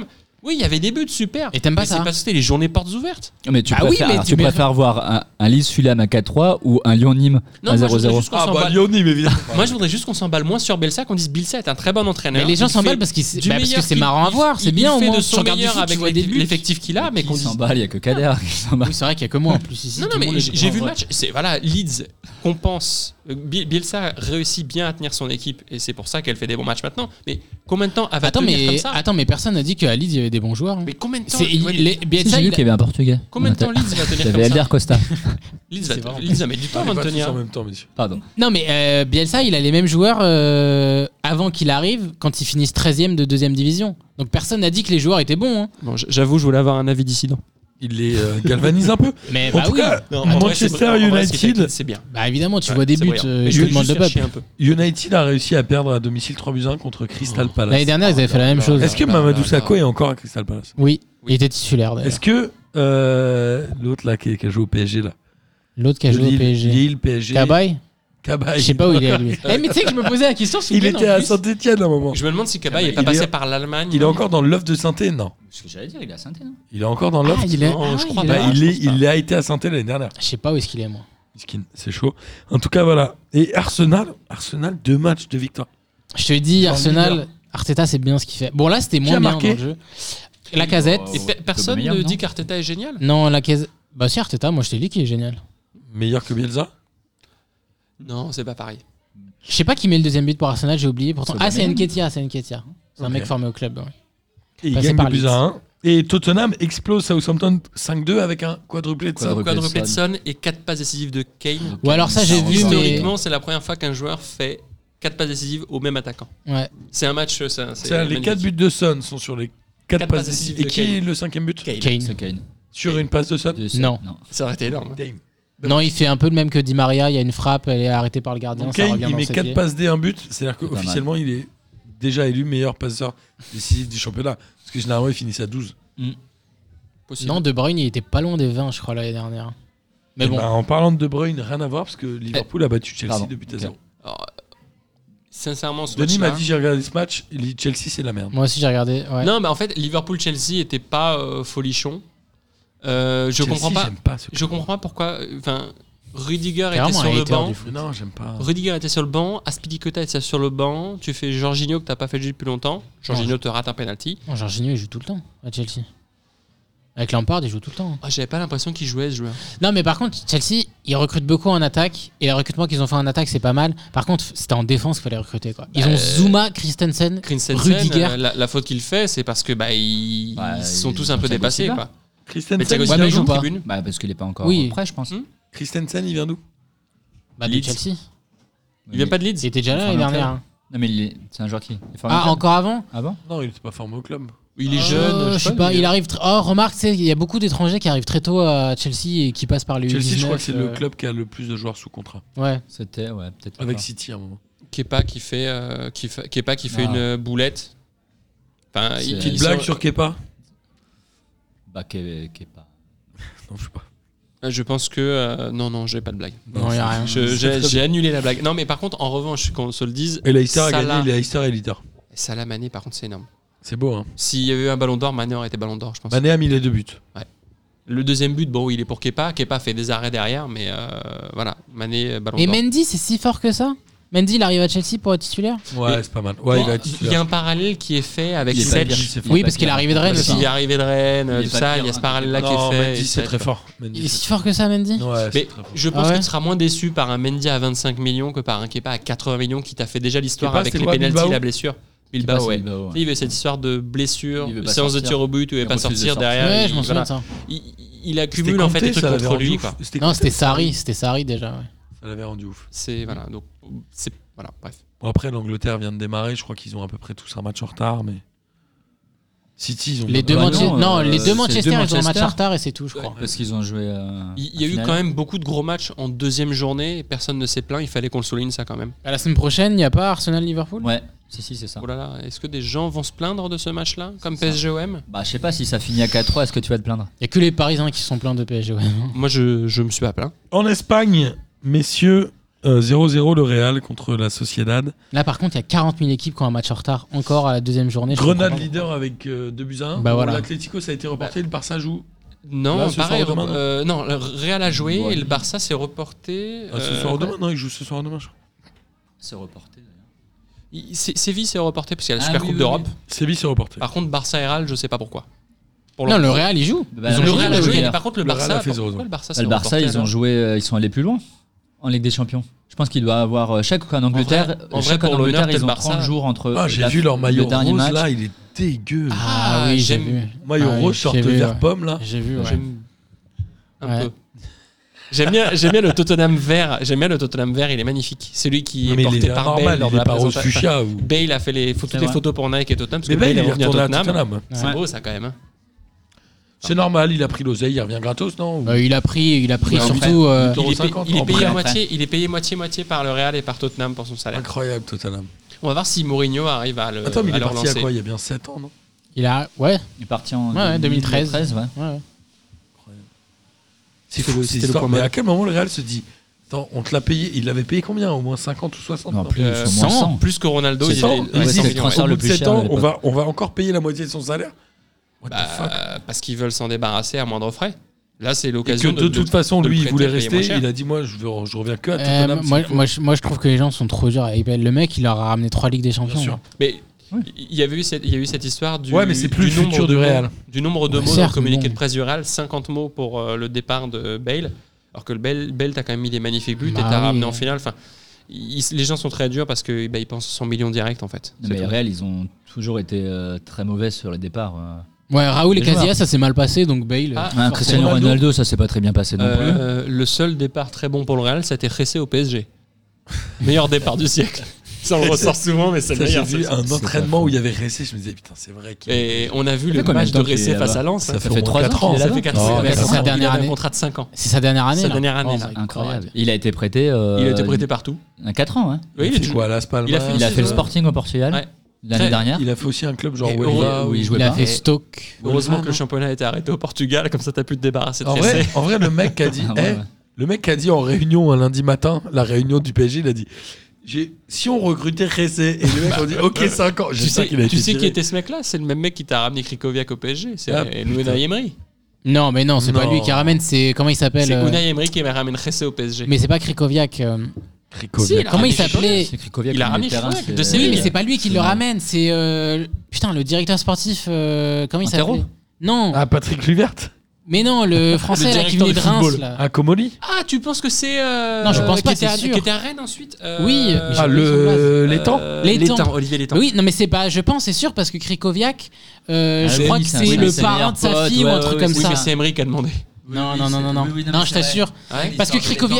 Speaker 4: Oui, il y avait des buts, super.
Speaker 1: Et t'aimes pas
Speaker 4: Mais
Speaker 1: ça
Speaker 4: c'est parce que c'était les journées portes ouvertes.
Speaker 5: Mais tu
Speaker 1: Bah oui,
Speaker 5: préfères,
Speaker 1: mais
Speaker 5: alors,
Speaker 1: tu
Speaker 5: tu
Speaker 1: mets-
Speaker 5: préfères voir un Leeds-Fulham à 4-3 ou un Lyon-Nîmes
Speaker 4: Non,
Speaker 5: à
Speaker 4: moi, je voudrais
Speaker 5: 0-0
Speaker 4: juste qu'on
Speaker 2: Ah
Speaker 4: s'emballe.
Speaker 2: bah Lyonnais, évidemment.
Speaker 4: Moi, je voudrais juste qu'on s'emballe moins sur Bielsa, qu'on dise Bielsa est un très bon entraîneur.
Speaker 1: Mais les gens
Speaker 4: Il
Speaker 1: s'emballent
Speaker 4: fait
Speaker 1: parce,
Speaker 4: du
Speaker 1: parce que
Speaker 4: meilleur
Speaker 1: c'est
Speaker 4: qu'il-
Speaker 1: marrant à voir, c'est
Speaker 4: il
Speaker 1: bien au
Speaker 4: fait
Speaker 1: moins.
Speaker 4: de
Speaker 1: Tu
Speaker 4: son
Speaker 1: regardes du
Speaker 4: meilleur
Speaker 1: foot,
Speaker 4: avec
Speaker 1: tu vois des buts.
Speaker 4: l'effectif qu'il a, mais qu'on
Speaker 5: Qui
Speaker 4: dise.
Speaker 5: s'emballe, il n'y a que Kader qui s'emballe.
Speaker 1: Oui, c'est vrai qu'il y a que moi en plus ici.
Speaker 4: Non,
Speaker 1: tout
Speaker 4: non,
Speaker 1: le
Speaker 4: mais
Speaker 1: monde est
Speaker 4: j'ai vu le
Speaker 1: content.
Speaker 4: match. C'est voilà, Leeds compense. Bielsa réussit bien à tenir son équipe et c'est pour ça qu'elle fait des bons matchs maintenant. Mais combien de temps elle va tenir comme ça
Speaker 1: Attends, mais personne n'a dit qu'à Leeds il y avait des bons joueurs. hein.
Speaker 4: Mais combien de temps
Speaker 1: C'est-
Speaker 4: ouais,
Speaker 1: les-
Speaker 5: Si,
Speaker 1: Bielsa,
Speaker 5: j'ai vu
Speaker 1: il
Speaker 5: qu'il y avait un Portugais.
Speaker 4: Combien de temps Leeds va tenir
Speaker 5: Il y avait
Speaker 4: comme
Speaker 5: Elder
Speaker 4: ça
Speaker 5: Costa.
Speaker 4: Leeds
Speaker 1: C'est vrai.
Speaker 4: Leeds va mettre du temps
Speaker 2: On
Speaker 4: avant
Speaker 2: est
Speaker 4: de
Speaker 2: pas tous
Speaker 4: tenir.
Speaker 2: en même temps, messieurs.
Speaker 5: Pardon.
Speaker 1: Non, mais Bielsa, il a les mêmes joueurs avant qu'il arrive, quand ils finissent 13e de 2e division. Donc personne n'a dit que les joueurs étaient bons. hein.
Speaker 4: Bon, j'avoue, je voulais avoir un avis dissident.
Speaker 2: Il les galvanise un peu.
Speaker 1: Mais
Speaker 2: En
Speaker 1: bah
Speaker 2: tout
Speaker 1: oui.
Speaker 2: cas,
Speaker 4: Non, en vrai, c'est
Speaker 2: Manchester
Speaker 4: vrai, en vrai, ce qu'il
Speaker 2: United,
Speaker 4: fait, c'est bien.
Speaker 1: Bah évidemment, tu
Speaker 4: Ouais,
Speaker 1: vois des
Speaker 4: c'est
Speaker 1: buts,
Speaker 4: brillant.
Speaker 1: je
Speaker 4: Mais
Speaker 1: te
Speaker 4: je vais
Speaker 1: demande
Speaker 4: juste
Speaker 1: de
Speaker 4: faire
Speaker 1: peuple.
Speaker 4: chier un peu.
Speaker 2: United a réussi à perdre à domicile 3-1 contre Crystal Palace.
Speaker 1: L'année dernière, ils avaient fait la même chose.
Speaker 2: Est-ce que Mamadou Sakho est encore à Crystal Palace?
Speaker 1: Oui,
Speaker 4: Oui.
Speaker 1: il était titulaire d'ailleurs.
Speaker 2: Est-ce que l'autre là qui a joué au PSG là,
Speaker 1: L'autre qui a joué au
Speaker 2: Lille,
Speaker 1: PSG.
Speaker 2: Lille, PSG,
Speaker 1: Cabaye
Speaker 2: Cabaye.
Speaker 1: Je sais pas où il est lui. Eh, mais tu sais que je me posais la question ce
Speaker 2: Il
Speaker 1: week-end,
Speaker 2: était
Speaker 1: en
Speaker 2: à
Speaker 1: plus.
Speaker 2: Saint-Etienne à un moment.
Speaker 4: Je me demande si Cabaye
Speaker 2: Ah
Speaker 4: est
Speaker 2: bah,
Speaker 4: pas
Speaker 2: il
Speaker 4: passé
Speaker 2: est-
Speaker 4: par l'Allemagne.
Speaker 2: Il est encore dans l'œuf de Saint-Etienne, non?
Speaker 5: Ce que j'allais dire, il est à Saint-Etienne.
Speaker 2: Il est encore dans l'œuf.
Speaker 1: Ah, il est.
Speaker 4: Non,
Speaker 1: ah
Speaker 4: je
Speaker 1: ouais,
Speaker 4: crois
Speaker 1: il
Speaker 4: pas.
Speaker 1: est-
Speaker 2: Bah,
Speaker 4: je pense
Speaker 2: il a été à Saint-Etienne l'année dernière.
Speaker 1: Je sais pas où est-ce qu'il est moi.
Speaker 2: Miskin, c'est chaud. En tout cas, voilà. Et Arsenal, 2 matchs de victoire.
Speaker 1: Je te dis,
Speaker 2: Jean
Speaker 1: Arsenal,
Speaker 2: Miller.
Speaker 1: Arteta, c'est bien ce qu'il fait. Bon, là, c'était
Speaker 2: Qui
Speaker 1: moins
Speaker 2: a
Speaker 1: bien
Speaker 2: marqué
Speaker 1: dans le jeu. La casette.
Speaker 4: Et personne
Speaker 5: Aubameyang,
Speaker 4: ne
Speaker 5: non
Speaker 4: dit qu'Arteta est génial.
Speaker 1: Non, la casette. Bah, si, Arteta, moi, je t'ai dit qu'il est génial.
Speaker 2: Meilleur que Bielsa.
Speaker 4: Non, c'est pas pareil.
Speaker 1: Je sais pas qui met le deuxième but pour Arsenal, j'ai oublié. Pourtant.
Speaker 5: C'est
Speaker 1: Ah, c'est
Speaker 5: Aubameyang.
Speaker 1: Nketiah, c'est Nketiah. C'est un
Speaker 2: Ok.
Speaker 1: mec formé au club. Ouais.
Speaker 2: Et il
Speaker 1: Passé
Speaker 2: gagne
Speaker 1: par
Speaker 2: de plus
Speaker 1: Leeds.
Speaker 2: à 1. Et Tottenham explose Southampton 5-2 avec un quadruplé de ça.
Speaker 5: Quadruplé.
Speaker 4: Quadruplé de Son et 4 passes décisives de Kane.
Speaker 1: Ou alors ça, j'ai vu, mais.
Speaker 4: Historiquement, c'est la première fois qu'un joueur fait 4 passes décisives au même attaquant.
Speaker 1: Ouais.
Speaker 4: C'est un match.
Speaker 2: Les 4 buts de Son sont sur les 4
Speaker 4: Quatre
Speaker 2: passes
Speaker 4: passes
Speaker 2: décisives.
Speaker 4: décisives
Speaker 2: Et
Speaker 4: de
Speaker 2: qui
Speaker 4: Kane.
Speaker 2: est le 5e but?
Speaker 1: Kane.
Speaker 5: C'est Kane.
Speaker 2: Sur une passe de Son.
Speaker 1: Non.
Speaker 4: Ça aurait été énorme.
Speaker 2: Damn.
Speaker 1: Non, il fait un peu le même que Di Maria. Il y a une frappe, elle est arrêtée par le gardien.
Speaker 2: Donc
Speaker 1: ça
Speaker 2: Kane,
Speaker 1: revient
Speaker 2: il
Speaker 1: dans
Speaker 2: met
Speaker 1: ses
Speaker 2: 4
Speaker 1: pieds.
Speaker 2: passes D, un but. C'est-à-dire
Speaker 5: pas
Speaker 2: qu'officiellement, il est déjà élu meilleur passeur décisif du championnat. Parce que généralement, il finissait à 12.
Speaker 4: Possible.
Speaker 1: Non, De Bruyne, il était pas loin des 20, je crois, l'année dernière. Mais
Speaker 2: Et
Speaker 1: bon.
Speaker 2: bah, en parlant de De Bruyne, rien à voir parce que Liverpool a battu Chelsea
Speaker 5: Pardon.
Speaker 2: depuis 0.
Speaker 4: Alors, sincèrement, ce
Speaker 2: Denis m'a
Speaker 4: match-là-
Speaker 2: dit j'ai regardé ce match, Chelsea c'est la merde.
Speaker 1: Moi aussi, j'ai regardé. Ouais.
Speaker 4: Non, mais en fait, Liverpool-Chelsea était pas folichon. Je
Speaker 2: Chelsea,
Speaker 4: comprends pas.
Speaker 2: J'aime pas ce
Speaker 4: Je comprends pas pourquoi. Enfin, Rudiger était
Speaker 1: vraiment
Speaker 4: sur
Speaker 1: un
Speaker 4: le
Speaker 1: hater
Speaker 4: banc.
Speaker 1: du foot.
Speaker 2: Non, j'aime pas.
Speaker 4: Rudiger était sur le banc, Aspilicueta était sur le banc. Tu fais Jorginho que t'as pas fait jouer depuis longtemps. Jorginho te rate un penalty.
Speaker 1: Non, Jorginho, il joue tout le temps à Chelsea. Avec Lampard, il joue tout le temps.
Speaker 4: Ah, j'avais pas l'impression qu'il jouait ce joueur.
Speaker 1: Non, mais par contre, Chelsea, ils recrutent beaucoup en attaque. Et le recrutement qu'ils ont fait en attaque, c'est pas mal. Par contre, c'était en défense qu'il fallait recruter. Quoi. Ils ont Zuma, Christensen,
Speaker 4: Christensen,
Speaker 1: Rudiger.
Speaker 4: la faute qu'il fait, c'est parce que ils
Speaker 5: Bah,
Speaker 4: sont
Speaker 5: ils
Speaker 4: tous un
Speaker 5: ont
Speaker 4: peu
Speaker 5: Thiago
Speaker 4: dépassés.
Speaker 5: Silva.
Speaker 4: Quoi.
Speaker 2: Christensen,
Speaker 4: Mais Thiago
Speaker 2: il
Speaker 1: Ouais,
Speaker 4: Silva
Speaker 1: mais il
Speaker 2: vient
Speaker 1: joue
Speaker 2: d'où
Speaker 1: pas.
Speaker 4: tribune.
Speaker 5: Bah, parce qu'il est pas encore
Speaker 1: Oui.
Speaker 5: prêt, je pense.
Speaker 2: Christensen, il vient d'où
Speaker 1: bah, de
Speaker 4: Leeds.
Speaker 1: Chelsea.
Speaker 4: Il vient pas de Leeds.
Speaker 1: Il était déjà là
Speaker 5: Enfin,
Speaker 1: l'année
Speaker 5: un club.
Speaker 1: dernière. hein.
Speaker 5: Non, mais c'est un joueur qui est formé au
Speaker 1: Ah,
Speaker 5: club.
Speaker 1: encore avant
Speaker 5: Ah bon
Speaker 2: Non, il était pas formé au club.
Speaker 4: Il est jeune.
Speaker 1: Je sais pas, il arrive. Oh, remarque, tu sais, il y a beaucoup d'étrangers qui arrivent très tôt à Chelsea et qui passent par les
Speaker 2: Chelsea,
Speaker 1: U19.
Speaker 2: je crois que c'est le club qui a le plus de joueurs sous contrat.
Speaker 1: Ouais.
Speaker 5: C'était, ouais, peut-être.
Speaker 2: Avec
Speaker 5: pas.
Speaker 2: City à un moment.
Speaker 4: Kepa qui fait
Speaker 5: Ah.
Speaker 4: une boulette. Enfin,
Speaker 5: C'est-
Speaker 4: il-
Speaker 2: Petite
Speaker 4: il
Speaker 2: blague
Speaker 4: sort-
Speaker 2: sur Kepa
Speaker 5: Bah, qui est pas.
Speaker 2: Non, je sais pas.
Speaker 4: Je pense que non, j'ai pas de blague.
Speaker 1: Non, il y a rien.
Speaker 4: J'ai annulé la blague. Non, mais par contre, en revanche, qu'on se le dise,
Speaker 2: Et Leicester a
Speaker 4: Salah-
Speaker 2: gagné, Leicester est leader.
Speaker 4: Salah Mané, par contre, c'est énorme.
Speaker 2: C'est beau, hein.
Speaker 4: S'il y avait eu un ballon d'or, Mané aurait été ballon d'or, je pense.
Speaker 2: Mané a mis les 2 buts.
Speaker 4: Le deuxième but, bon, il est pour Kepa. Kepa fait des arrêts derrière, mais voilà, Mané, ballon
Speaker 1: Et
Speaker 4: d'or.
Speaker 1: Mendy, c'est si fort que ça Mendy, il arrive à Chelsea pour être titulaire
Speaker 2: Ouais,
Speaker 4: Mais-
Speaker 2: c'est pas mal. Ouais, il va être
Speaker 4: Il y a
Speaker 2: titulaire.
Speaker 4: un parallèle qui est fait avec
Speaker 5: Il est pas
Speaker 4: Sedge.
Speaker 5: bien, c'est
Speaker 1: Oui,
Speaker 5: pas
Speaker 1: parce qu'il est
Speaker 5: bien.
Speaker 1: arrivé de Rennes
Speaker 5: Parce
Speaker 1: aussi.
Speaker 4: Il est arrivé de Rennes,
Speaker 5: Il est
Speaker 4: tout
Speaker 5: pas
Speaker 4: ça,
Speaker 5: pire,
Speaker 4: il y a ce
Speaker 5: hein.
Speaker 4: parallèle-là qui
Speaker 2: Non,
Speaker 4: est fait.
Speaker 2: Mendy, c'est très fort. Mendy,
Speaker 1: Il est
Speaker 2: c'est
Speaker 1: si fort que ça, Mendy
Speaker 2: Ouais,
Speaker 4: Mais
Speaker 2: c'est très fort.
Speaker 4: je pense
Speaker 1: Ah ouais
Speaker 4: que tu seras moins déçu par un Mendy à 25 millions que par un Kepa à 80 millions qui t'a fait déjà l'histoire
Speaker 2: Kepa,
Speaker 4: avec
Speaker 2: c'est
Speaker 4: les
Speaker 2: quoi,
Speaker 4: pénaltys
Speaker 2: Bilbao
Speaker 4: et la blessure.
Speaker 5: Qui
Speaker 4: Bilbao,
Speaker 5: passe,
Speaker 4: ouais.
Speaker 5: Bilbao, ouais.
Speaker 4: Tu sais, il y avait cette histoire de blessure,
Speaker 5: Il veut pas
Speaker 4: séance de
Speaker 5: sortir.
Speaker 4: tir au but où il ne
Speaker 5: Il
Speaker 4: veut pas
Speaker 5: refuse de
Speaker 4: sortir
Speaker 5: sortir.
Speaker 4: derrière.
Speaker 1: Ouais, je m'en souviens
Speaker 4: voilà.
Speaker 1: de ça.
Speaker 4: Il accumule en fait des trucs
Speaker 2: ça l'avait
Speaker 4: contre
Speaker 2: rendu
Speaker 4: lui.
Speaker 2: ouf.
Speaker 4: Quoi.
Speaker 1: Non, c'était
Speaker 2: Sarri.
Speaker 1: Sarri déjà. Ouais.
Speaker 2: Ça l'avait rendu ouf.
Speaker 4: C'est voilà, donc c'est voilà, bref.
Speaker 2: Bon, après, l'Angleterre vient de démarrer. Je crois qu'ils ont à peu près tous un match en retard, mais. City, ils ont.
Speaker 1: Les deux,
Speaker 5: Bah
Speaker 1: Manchester,
Speaker 5: non,
Speaker 1: non, les
Speaker 5: c'est
Speaker 1: deux
Speaker 5: deux
Speaker 1: Manchester, ils ont un match
Speaker 5: Manchester.
Speaker 1: en retard et c'est tout, je crois.
Speaker 5: Parce qu'ils ont joué.
Speaker 4: Il y a eu quand même beaucoup de gros matchs en deuxième journée et personne ne s'est plaint. Il fallait qu'on le souligne ça quand même.
Speaker 1: À la semaine prochaine, il n'y a pas Arsenal-Liverpool
Speaker 5: Ouais, si, c'est ça.
Speaker 4: Oh là là, est-ce que des gens vont se plaindre de ce match-là, comme
Speaker 5: C'est ça.
Speaker 4: PSG-OM?
Speaker 5: Bah, je sais pas si ça finit à 4-3, est-ce que tu vas te plaindre
Speaker 1: Il n'y a que les Parisiens qui se sont plaints de PSG. Ouais.
Speaker 4: Moi, je me suis pas plaint.
Speaker 2: En Espagne, messieurs, 0-0 le Real contre la Sociedad.
Speaker 1: Là, par contre, il y a 40 000 équipes qui ont un match en retard encore à la deuxième journée. je
Speaker 2: Grenade
Speaker 1: comprends pas.
Speaker 2: leader avec 2-1.
Speaker 1: Bah voilà.
Speaker 2: L'Atlético, ça a été reporté. Le Barça joue.
Speaker 4: Non,
Speaker 2: Là, ce
Speaker 4: pareil.
Speaker 2: soir ou demain,
Speaker 4: Non, le Real a joué et le Barça s'est reporté.
Speaker 2: Ce soir ou demain. Non, il joue ce soir ou demain, je crois.
Speaker 5: C'est reporté.
Speaker 4: Séville s'est reporté parce qu'il y a la
Speaker 5: Ah
Speaker 4: Super
Speaker 5: oui,
Speaker 4: Coupe
Speaker 5: oui,
Speaker 4: d'Europe.
Speaker 2: Séville s'est reporté.
Speaker 4: Par contre, Barça et Real, je sais pas pourquoi. Pour
Speaker 1: Non, le Real, il joue.
Speaker 5: Bah,
Speaker 4: Ils ont
Speaker 5: le
Speaker 4: le Real a
Speaker 5: Real,
Speaker 4: joué,
Speaker 5: oui.
Speaker 4: mais par contre, le
Speaker 2: Le Real
Speaker 4: Barça.
Speaker 2: a fait 0-0.
Speaker 4: Pourquoi le Barça s'est
Speaker 5: Le Barça,
Speaker 4: reporté,
Speaker 5: ils ont
Speaker 4: alors
Speaker 5: joué, ils sont allés plus loin en Ligue des Champions. Je pense qu'il doit avoir chaque en Angleterre.
Speaker 4: en vrai,
Speaker 5: chaque
Speaker 4: pour
Speaker 5: en
Speaker 4: l'honneur,
Speaker 5: Angleterre, ils ont
Speaker 4: peut-être
Speaker 5: 30
Speaker 4: Barça.
Speaker 5: jours entre.
Speaker 2: Ah, j'ai
Speaker 5: la-
Speaker 2: vu leur maillot
Speaker 5: le dernier
Speaker 2: rose
Speaker 5: match.
Speaker 2: là, il est dégueu.
Speaker 1: Ah oui, j'ai
Speaker 4: j'aime-
Speaker 1: vu.
Speaker 2: Maillot
Speaker 1: Ah oui,
Speaker 2: rose, short
Speaker 1: j'ai vu,
Speaker 2: vert
Speaker 1: ouais.
Speaker 2: pomme là.
Speaker 1: J'ai vu, ouais.
Speaker 4: J'aime un
Speaker 1: Ouais.
Speaker 4: peu. J'aime bien le Tottenham vert. J'aime bien le Tottenham vert. Il est magnifique. Celui qui est
Speaker 2: Mais il
Speaker 4: porté
Speaker 2: est
Speaker 4: par
Speaker 2: normal,
Speaker 4: Bale lors
Speaker 2: il
Speaker 4: de
Speaker 2: est
Speaker 4: la
Speaker 2: pas rose
Speaker 4: présentation.
Speaker 2: fuchsia. Ou...
Speaker 4: Bale a fait toutes
Speaker 5: C'est
Speaker 4: les
Speaker 5: vrai.
Speaker 4: photos pour Nike et Tottenham parce
Speaker 2: Mais
Speaker 4: que
Speaker 2: Bale,
Speaker 4: Bale
Speaker 2: il
Speaker 4: est
Speaker 2: est
Speaker 4: revenu à
Speaker 2: retourné à
Speaker 4: Tottenham.
Speaker 2: Tottenham.
Speaker 4: C'est
Speaker 1: Ouais.
Speaker 4: beau ça quand même. Hein.
Speaker 2: C'est normal, il a pris l'oseille, il revient gratos, non?
Speaker 1: Il a pris
Speaker 5: Ouais,
Speaker 1: surtout.
Speaker 2: Il est payé-
Speaker 4: Il est payé à
Speaker 5: après.
Speaker 4: moitié. Il est payé moitié par le Real et par Tottenham pour son salaire.
Speaker 2: Incroyable, Tottenham.
Speaker 4: On va voir si Mourinho arrive à le
Speaker 2: Attends, mais il
Speaker 4: à
Speaker 2: est
Speaker 4: le
Speaker 2: parti
Speaker 4: relancer.
Speaker 2: à quoi? Il y a bien 7 ans, non?
Speaker 1: Il a. Ouais.
Speaker 5: Il est parti en
Speaker 1: Ouais, 2013.
Speaker 5: 2013, ouais.
Speaker 1: Ouais.
Speaker 2: C'est
Speaker 4: C'était
Speaker 2: fou,
Speaker 4: le-
Speaker 2: cette
Speaker 4: c'était le
Speaker 2: histoire.
Speaker 4: point
Speaker 2: Mais
Speaker 4: mal.
Speaker 2: à quel moment le Real se dit attends, on te l'a payé, il l'avait payé combien? Au moins 50 ou 60?
Speaker 5: Non,
Speaker 2: non
Speaker 5: plus,
Speaker 4: Euh,
Speaker 5: au moins 100.
Speaker 4: Plus que Ronaldo.
Speaker 2: C'est
Speaker 4: il
Speaker 2: 100,
Speaker 4: est-
Speaker 2: il
Speaker 4: ouais,
Speaker 2: dit,
Speaker 5: 100
Speaker 4: 100
Speaker 5: c'est
Speaker 4: millions,
Speaker 5: transfert
Speaker 2: au
Speaker 5: le
Speaker 2: bout de
Speaker 5: plus
Speaker 2: 7
Speaker 5: cher
Speaker 2: ans,
Speaker 5: à l'époque.
Speaker 2: on va encore payer la moitié de son salaire? What the fuck?
Speaker 4: Parce qu'ils veulent s'en débarrasser à moindre frais. Là, c'est
Speaker 2: Et que
Speaker 4: l'occasion
Speaker 2: de toute façon,
Speaker 4: de le
Speaker 2: lui, il
Speaker 4: prêter,
Speaker 2: voulait
Speaker 4: payer
Speaker 2: rester.
Speaker 4: moins cher.
Speaker 2: Il a dit moi, je reviens que à Tottenham.
Speaker 1: Moi, je trouve que les gens sont trop durs avec Bale. Le mec, il leur a ramené 3 Ligues des Champions.
Speaker 2: Bien sûr.
Speaker 1: hein.
Speaker 4: Mais
Speaker 5: Oui.
Speaker 4: il y a eu cette histoire du.
Speaker 2: Ouais, mais c'est plus le
Speaker 4: nombre
Speaker 2: futur
Speaker 4: de
Speaker 2: du
Speaker 4: mots-
Speaker 2: Real.
Speaker 4: Du nombre de
Speaker 1: Ouais,
Speaker 4: mots dans
Speaker 1: certes,
Speaker 4: le communiqué
Speaker 1: bon.
Speaker 4: de presse du Real, 50 mots pour le départ de Bale. Alors que le Bale, t'as quand même mis des magnifiques buts
Speaker 1: Bah
Speaker 4: et t'as
Speaker 1: oui.
Speaker 4: ramené en finale. Enfin, les gens sont très durs parce que ils pensent 100 millions direct en fait.
Speaker 5: Non, mais le Real, ils ont toujours été très mauvais sur les départs.
Speaker 1: Ouais, Raoul et
Speaker 5: Les
Speaker 1: Casillas,
Speaker 5: joueurs.
Speaker 1: ça s'est mal passé, donc Bale.
Speaker 4: Ah,
Speaker 1: forcément.
Speaker 5: Cristiano Ronaldo, ça s'est pas très bien passé non plus.
Speaker 4: Le seul départ très bon pour le Real, c'était Ressé au PSG. Meilleur départ du siècle. Ça on le ressort souvent, mais c'est le
Speaker 2: Ça, j'ai
Speaker 4: meilleur.
Speaker 2: vu
Speaker 4: c'est-
Speaker 2: un
Speaker 5: c'est
Speaker 2: entraînement
Speaker 5: pas
Speaker 2: où il y avait Ressé, je me disais putain, c'est vrai qu'il.
Speaker 4: Et on a vu
Speaker 5: fait
Speaker 4: le
Speaker 5: combien
Speaker 4: match
Speaker 5: de
Speaker 4: de
Speaker 5: temps qu'il
Speaker 4: Ressé
Speaker 5: est
Speaker 4: face
Speaker 5: là-bas
Speaker 4: à Lens.
Speaker 2: Ça
Speaker 4: hein.
Speaker 2: fait
Speaker 5: fait
Speaker 2: au moins
Speaker 5: 3 ans
Speaker 2: 4
Speaker 5: qu'il
Speaker 2: ans.
Speaker 5: est
Speaker 4: Ça
Speaker 5: là-bas.
Speaker 4: fait 4
Speaker 2: Oh,
Speaker 4: ans.
Speaker 1: mais c'est sa dernière
Speaker 4: Il a
Speaker 1: année.
Speaker 4: un contrat de 5 ans.
Speaker 1: C'est sa dernière année.
Speaker 4: Sa
Speaker 1: là.
Speaker 4: dernière année,
Speaker 1: Oh,
Speaker 4: là.
Speaker 1: c'est
Speaker 5: Incroyable. Il a été prêté.
Speaker 4: Il a été prêté partout.
Speaker 5: À 4 ans, hein.
Speaker 4: Oui,
Speaker 2: Il
Speaker 4: est
Speaker 2: fait quoi à Las Palmas?
Speaker 4: il a fait
Speaker 5: Il a
Speaker 4: une
Speaker 5: fait le
Speaker 4: saison.
Speaker 5: Sporting au Portugal
Speaker 4: Ouais.
Speaker 5: l'année
Speaker 4: Très-
Speaker 5: dernière.
Speaker 2: Il a fait aussi un club genre
Speaker 4: Et
Speaker 2: Huelva
Speaker 5: où il
Speaker 2: ou-
Speaker 5: jouait
Speaker 1: Il a
Speaker 5: pas.
Speaker 1: fait
Speaker 4: Et-
Speaker 1: Stoke.
Speaker 4: Heureusement
Speaker 2: Wolverhampton,
Speaker 4: que le championnat a été arrêté au Portugal, comme ça t'as pu te débarrasser de
Speaker 2: En
Speaker 4: Ressé.
Speaker 2: vrai, le mec qui a dit,
Speaker 5: Ah ouais, ouais.
Speaker 2: le mec qui a dit en réunion un lundi matin, la réunion du PSG, il a dit, si on recrutait Ressé, et les mecs ont dit, ok, 5 ans.
Speaker 4: Tu
Speaker 2: J'espère
Speaker 4: sais,
Speaker 2: qu'il a été
Speaker 4: tu sais qui
Speaker 2: tiré.
Speaker 4: était ce mec-là? C'est le même mec qui t'a ramené Krikoviak au PSG. C'est
Speaker 2: Ah,
Speaker 4: Unai
Speaker 2: putain.
Speaker 4: Emery.
Speaker 1: Non, mais non, c'est pas
Speaker 2: Non.
Speaker 1: lui qui ramène. C'est comment il s'appelle
Speaker 4: C'est Unai Emery qui m'a ramené Ressé au PSG.
Speaker 1: Mais c'est pas Krikoviak.
Speaker 2: Krikoviak.
Speaker 4: Si, il a
Speaker 1: Comment il
Speaker 4: ramené
Speaker 1: s'appelait
Speaker 5: C'est Krikoviak
Speaker 4: Il a
Speaker 5: au milieu
Speaker 4: ramené
Speaker 5: de terrain,
Speaker 4: Krikoviak
Speaker 5: c'est-
Speaker 4: de
Speaker 1: Oui,
Speaker 4: Séville.
Speaker 1: mais c'est pas lui qui le
Speaker 5: Non.
Speaker 1: ramène. C'est putain le directeur sportif. Comment il
Speaker 5: Montero
Speaker 1: s'appelle Non,
Speaker 2: Ah, Patrick Kluivert.
Speaker 1: mais non, le français
Speaker 4: Le
Speaker 1: là, qui
Speaker 4: directeur
Speaker 1: venait
Speaker 4: du
Speaker 1: de Reims.
Speaker 4: football.
Speaker 1: Là.
Speaker 2: Ah, Comoli.
Speaker 4: Ah, tu penses que c'est.
Speaker 1: Non, je pense pas,
Speaker 4: qui était
Speaker 1: c'est
Speaker 4: à-
Speaker 1: sûr.
Speaker 4: Qui était à Rennes ensuite
Speaker 1: Oui, mais
Speaker 2: Ah, l'étang.
Speaker 1: L'étang.
Speaker 4: Olivier Létang.
Speaker 1: Oui, non, mais c'est pas. Je pense, c'est sûr, parce que Krikoviak, je
Speaker 5: oui,
Speaker 1: crois
Speaker 5: oui,
Speaker 1: que
Speaker 5: c'est un
Speaker 1: c'est
Speaker 5: vrai,
Speaker 1: le
Speaker 5: c'est
Speaker 1: parrain
Speaker 5: meilleur
Speaker 1: de sa
Speaker 5: pote,
Speaker 1: fille ou
Speaker 5: ouais,
Speaker 1: un truc
Speaker 5: ouais,
Speaker 1: comme
Speaker 4: Oui,
Speaker 1: ça.
Speaker 4: mais c'est Emery qui a demandé.
Speaker 1: Non, je t'assure.
Speaker 4: Ouais.
Speaker 1: Parce que Krikoviak,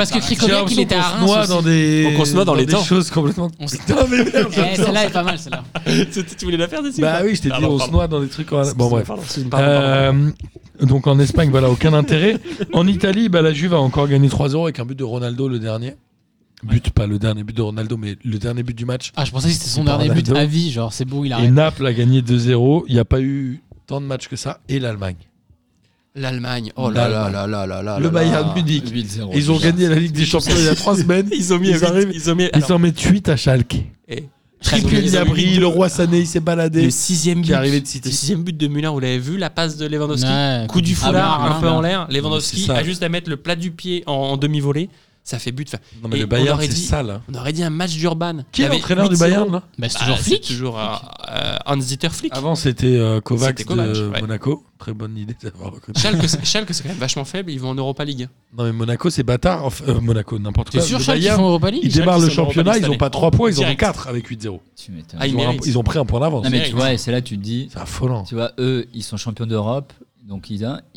Speaker 1: il était à Reims.
Speaker 2: On se noie
Speaker 1: aussi.
Speaker 2: dans des.
Speaker 4: On se noie dans les
Speaker 2: des
Speaker 4: temps.
Speaker 2: choses complètement.
Speaker 1: On se-
Speaker 2: Putain, mais merde.
Speaker 1: Eh, celle-là est pas mal, celle-là.
Speaker 4: Tu voulais la faire dessus
Speaker 2: Bah oui, je t'ai dit, on se noie dans des trucs. Bon, bref.
Speaker 4: Pardon.
Speaker 2: Donc en Espagne, voilà, aucun intérêt. En Italie, bah, la Juve a encore gagné 3-0 avec un but de Ronaldo le dernier. Pas le dernier but de Ronaldo, mais le dernier but du match.
Speaker 1: Ah, je pensais que c'était son
Speaker 2: C'est pas
Speaker 1: dernier but
Speaker 2: Ronaldo.
Speaker 1: à vie. Genre, c'est beau, il
Speaker 2: Et
Speaker 1: arrive.
Speaker 2: Naples a gagné 2-0. Il n'y a pas eu tant de matchs que ça. Et l'Allemagne.
Speaker 4: L'Allemagne. Oh là là là là là là.
Speaker 2: Le Bayern Munich.
Speaker 5: 8-0.
Speaker 2: Ils ont gagné la Ligue des Champions il y a 3 semaines.
Speaker 4: Ils ont mis.
Speaker 2: Ils arrivent.
Speaker 4: Ils ont mis.
Speaker 2: Ils en mettent 8 à Schalke. Triple Gnabry, le roi Sané, il s'est baladé.
Speaker 4: Le sixième
Speaker 2: Qui
Speaker 4: but.
Speaker 2: est arrivé de City.
Speaker 4: Le sixième but de Müller, vous l'avez vu, la passe de Lewandowski.
Speaker 1: Ouais,
Speaker 4: Coup du foulard,
Speaker 1: Ah,
Speaker 4: un peu
Speaker 1: bien.
Speaker 4: en l'air. Lewandowski
Speaker 2: C'est ça.
Speaker 4: a juste à mettre le plat du pied en demi-volée. Ça fait but. Enfin,
Speaker 2: Non, mais
Speaker 4: et
Speaker 2: le
Speaker 4: on
Speaker 2: Bayern,
Speaker 4: aurait
Speaker 2: c'est
Speaker 4: dit-
Speaker 2: sale. Hein.
Speaker 4: On aurait dit un match d'Urban.
Speaker 2: Qui est
Speaker 4: Il y avait
Speaker 2: l'entraîneur du
Speaker 4: 8-0.
Speaker 2: Bayern là
Speaker 1: Bah, c'est
Speaker 4: Bah,
Speaker 1: toujours Flick.
Speaker 4: C'est toujours Hans-Dieter Flick.
Speaker 2: Avant, c'était Kovacs
Speaker 4: C'était Kovacs,
Speaker 2: de
Speaker 4: ouais.
Speaker 2: Monaco. Très bonne idée d'avoir recruté.
Speaker 4: Schalke, c'est quand même vachement faible. Ils vont en Europa League.
Speaker 2: Non, mais Monaco, c'est bâtard. Enfin, Monaco, n'importe
Speaker 1: T'es
Speaker 2: quoi.
Speaker 1: sûr,
Speaker 2: Le
Speaker 1: Schalke, ils
Speaker 2: Bayern,
Speaker 1: font Europa League
Speaker 2: ils
Speaker 4: Schalke,
Speaker 2: démarrent le
Speaker 4: ils sont en Europa
Speaker 2: championnat,
Speaker 4: League
Speaker 2: ils n'ont
Speaker 4: cette
Speaker 2: pas
Speaker 4: année.
Speaker 2: 3 points, ils en ont
Speaker 4: Direct.
Speaker 2: 4 avec 8-0.
Speaker 5: Tu m'étonnes.
Speaker 4: Ah, ils méritent.
Speaker 2: Ils ont pris un point d'avance.
Speaker 5: Non, mais tu
Speaker 4: mérite.
Speaker 5: vois, et c'est là tu te dis,
Speaker 2: C'est affolant.
Speaker 5: tu vois, eux, ils sont champions d'Europe, donc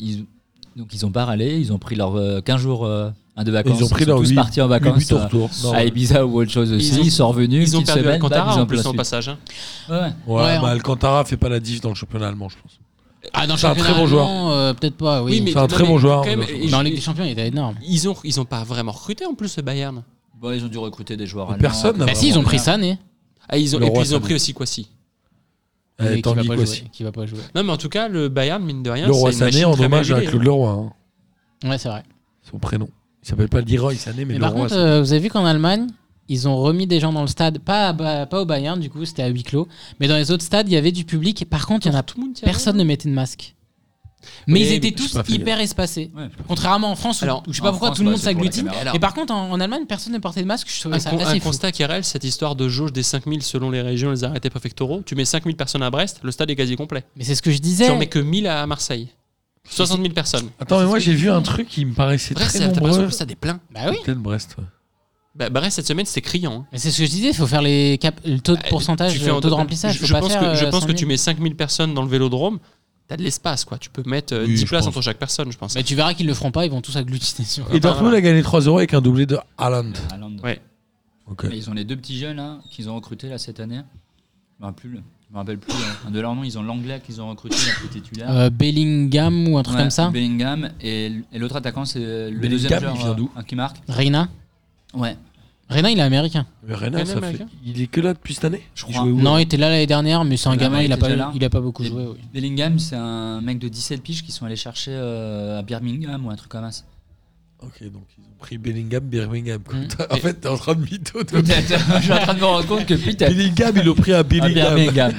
Speaker 5: ils ont pas râlé, ils ont pris leurs 15 jours de vacances.
Speaker 2: Ils ont pris leur
Speaker 5: sont tous
Speaker 2: 8
Speaker 5: partis en vacances
Speaker 2: buts au retour.
Speaker 5: à Ibiza ou autre chose aussi. Ils sont revenus,
Speaker 4: Ils ont
Speaker 5: une petite
Speaker 4: perdu
Speaker 5: semaine,
Speaker 4: Alcantara
Speaker 5: bam, ils
Speaker 4: en
Speaker 5: ont
Speaker 4: plus
Speaker 5: la
Speaker 4: en
Speaker 5: suite.
Speaker 4: passage. hein.
Speaker 5: Ouais.
Speaker 2: Ouais,
Speaker 1: Ouais,
Speaker 2: bah Alcantara fait pas la diff dans le championnat allemand, je pense.
Speaker 1: Ah, dans le
Speaker 2: C'est un très bon joueur.
Speaker 1: championnat, peut-être pas, oui.
Speaker 4: mais
Speaker 2: c'est un
Speaker 4: non,
Speaker 2: très
Speaker 4: mais
Speaker 2: bon joueur,
Speaker 4: quand même,
Speaker 2: dans
Speaker 4: et
Speaker 1: Dans la
Speaker 4: je-
Speaker 1: Ligue des Champions, il était énorme.
Speaker 4: Ils ont pas vraiment recruté en plus le Bayern.
Speaker 5: Bon, ils ont dû recruter des joueurs
Speaker 2: Mais
Speaker 5: allemands.
Speaker 2: personne n'a
Speaker 1: Bah, si, ils ont pris Sané.
Speaker 4: Ah, ils ont,
Speaker 2: Le
Speaker 4: et puis
Speaker 2: roi
Speaker 4: ils ont
Speaker 2: Sané.
Speaker 4: pris aussi Kwasi.
Speaker 1: Mais qui
Speaker 2: Tanguy
Speaker 1: va pas
Speaker 2: Kouassi.
Speaker 1: jouer, qui va pas jouer.
Speaker 4: Non, mais en tout cas, le Bayern, mine de rien,
Speaker 2: Le roi
Speaker 4: c'est une
Speaker 2: Sané
Speaker 4: machine
Speaker 2: en
Speaker 4: très
Speaker 2: hommage
Speaker 4: bien
Speaker 2: à
Speaker 4: huilée.
Speaker 2: Claude Leroy, hein,
Speaker 1: Ouais, c'est vrai.
Speaker 2: son prénom. Il s'appelle pas Leroy Sané, mais
Speaker 1: Mais par
Speaker 2: Leroy
Speaker 1: contre,
Speaker 2: Sané.
Speaker 1: vous avez vu qu'en Allemagne, ils ont remis des gens dans le stade, pas au Bayern, du coup, c'était à huis clos, mais dans les autres stades, il y avait du public. Et par contre, il y en a
Speaker 4: Tout le monde y
Speaker 1: personne
Speaker 4: allait,
Speaker 1: ne mettait de masque. Mais
Speaker 4: Oui,
Speaker 1: ils étaient
Speaker 2: j'ai
Speaker 1: tous
Speaker 2: pas fait
Speaker 1: hyper espacés.
Speaker 5: Ouais.
Speaker 1: Contrairement en France,
Speaker 4: Alors,
Speaker 1: où je sais pas
Speaker 5: en
Speaker 1: pourquoi
Speaker 5: France,
Speaker 1: tout le monde
Speaker 5: c'est pour la
Speaker 1: s'agglutine.
Speaker 5: caméra.
Speaker 1: Et par contre, en Allemagne, personne ne portait de masque. Je trouvais ça
Speaker 4: Un
Speaker 1: assez fou.
Speaker 4: constat qui est réel, cette histoire de jauge des 5000 selon les régions et les arrêtés préfectoraux. Tu mets 5000 personnes à Brest, le stade est quasi complet.
Speaker 1: Mais c'est ce que je
Speaker 4: Tu
Speaker 1: disais.
Speaker 4: en mets que 1000 à Marseille. 60 000 personnes.
Speaker 2: Attends, mais moi j'ai vu un truc qui me paraissait
Speaker 4: Brest,
Speaker 2: très
Speaker 4: t'as l'impression que
Speaker 2: nombreux.
Speaker 4: le stade est plein.
Speaker 1: Bah oui.
Speaker 2: Peut-être Brest. Ouais.
Speaker 4: Bah, Brest, cette semaine, c'était criant. Hein.
Speaker 1: Mais c'est ce que je disais. Il faut faire le taux de pourcentage,
Speaker 4: Tu fais
Speaker 1: le
Speaker 4: un
Speaker 1: taux de remplissage.
Speaker 4: Je
Speaker 1: Faut pas
Speaker 4: pense
Speaker 1: faire,
Speaker 4: je pense
Speaker 1: 100
Speaker 4: que
Speaker 1: 000.
Speaker 4: tu mets 5000 personnes dans le vélodrome, t'as de l'espace, quoi. Tu peux mettre
Speaker 2: Oui,
Speaker 4: 10
Speaker 2: je
Speaker 4: places
Speaker 2: pense.
Speaker 4: entre chaque personne, je pense.
Speaker 1: Mais tu verras qu'ils le feront pas. Ils vont tous agglutiner sur.
Speaker 2: Et Dortmund a gagné 3-0 avec un doublé de Haaland.
Speaker 5: Haaland.
Speaker 4: Ouais.
Speaker 2: Ok.
Speaker 5: Mais ils ont les deux petits jeunes là, qu'ils ont recrutés là cette année. Je me rappelle plus. Un de leurs noms, ils ont l'anglais qu'ils ont recruté là, qui est titulaire.
Speaker 1: Bellingham ou un truc
Speaker 5: Ouais,
Speaker 1: comme ça.
Speaker 5: Bellingham et l'autre attaquant c'est le
Speaker 2: Bellingham,
Speaker 5: deuxième joueur
Speaker 2: il vient d'où
Speaker 5: qui marque.
Speaker 1: Reina.
Speaker 5: Ouais.
Speaker 1: Reina, il est américain.
Speaker 2: Mais Reina,
Speaker 4: Quel
Speaker 2: ça fait...
Speaker 4: Américain
Speaker 2: Il est que là depuis cette année
Speaker 5: Je
Speaker 2: Il
Speaker 5: crois.
Speaker 2: jouait où,
Speaker 1: Non,
Speaker 2: alors
Speaker 1: il était là l'année dernière, mais c'est un
Speaker 5: Bellingham,
Speaker 1: gamin. Il a
Speaker 5: il était déjà
Speaker 1: pas.
Speaker 5: là.
Speaker 1: Il a pas beaucoup
Speaker 5: Et
Speaker 1: joué. Oui.
Speaker 5: Bellingham c'est un mec de 17 piges qui sont allés chercher à Birmingham ou un truc comme ça.
Speaker 2: Ok, donc ils ont pris Bellingham, Birmingham. quoi.
Speaker 1: Mm.
Speaker 2: En fait, t'es en train de mytho.
Speaker 5: Je suis en train de me rendre compte que putain.
Speaker 2: Bellingham, ils l'ont pris à Bellingham.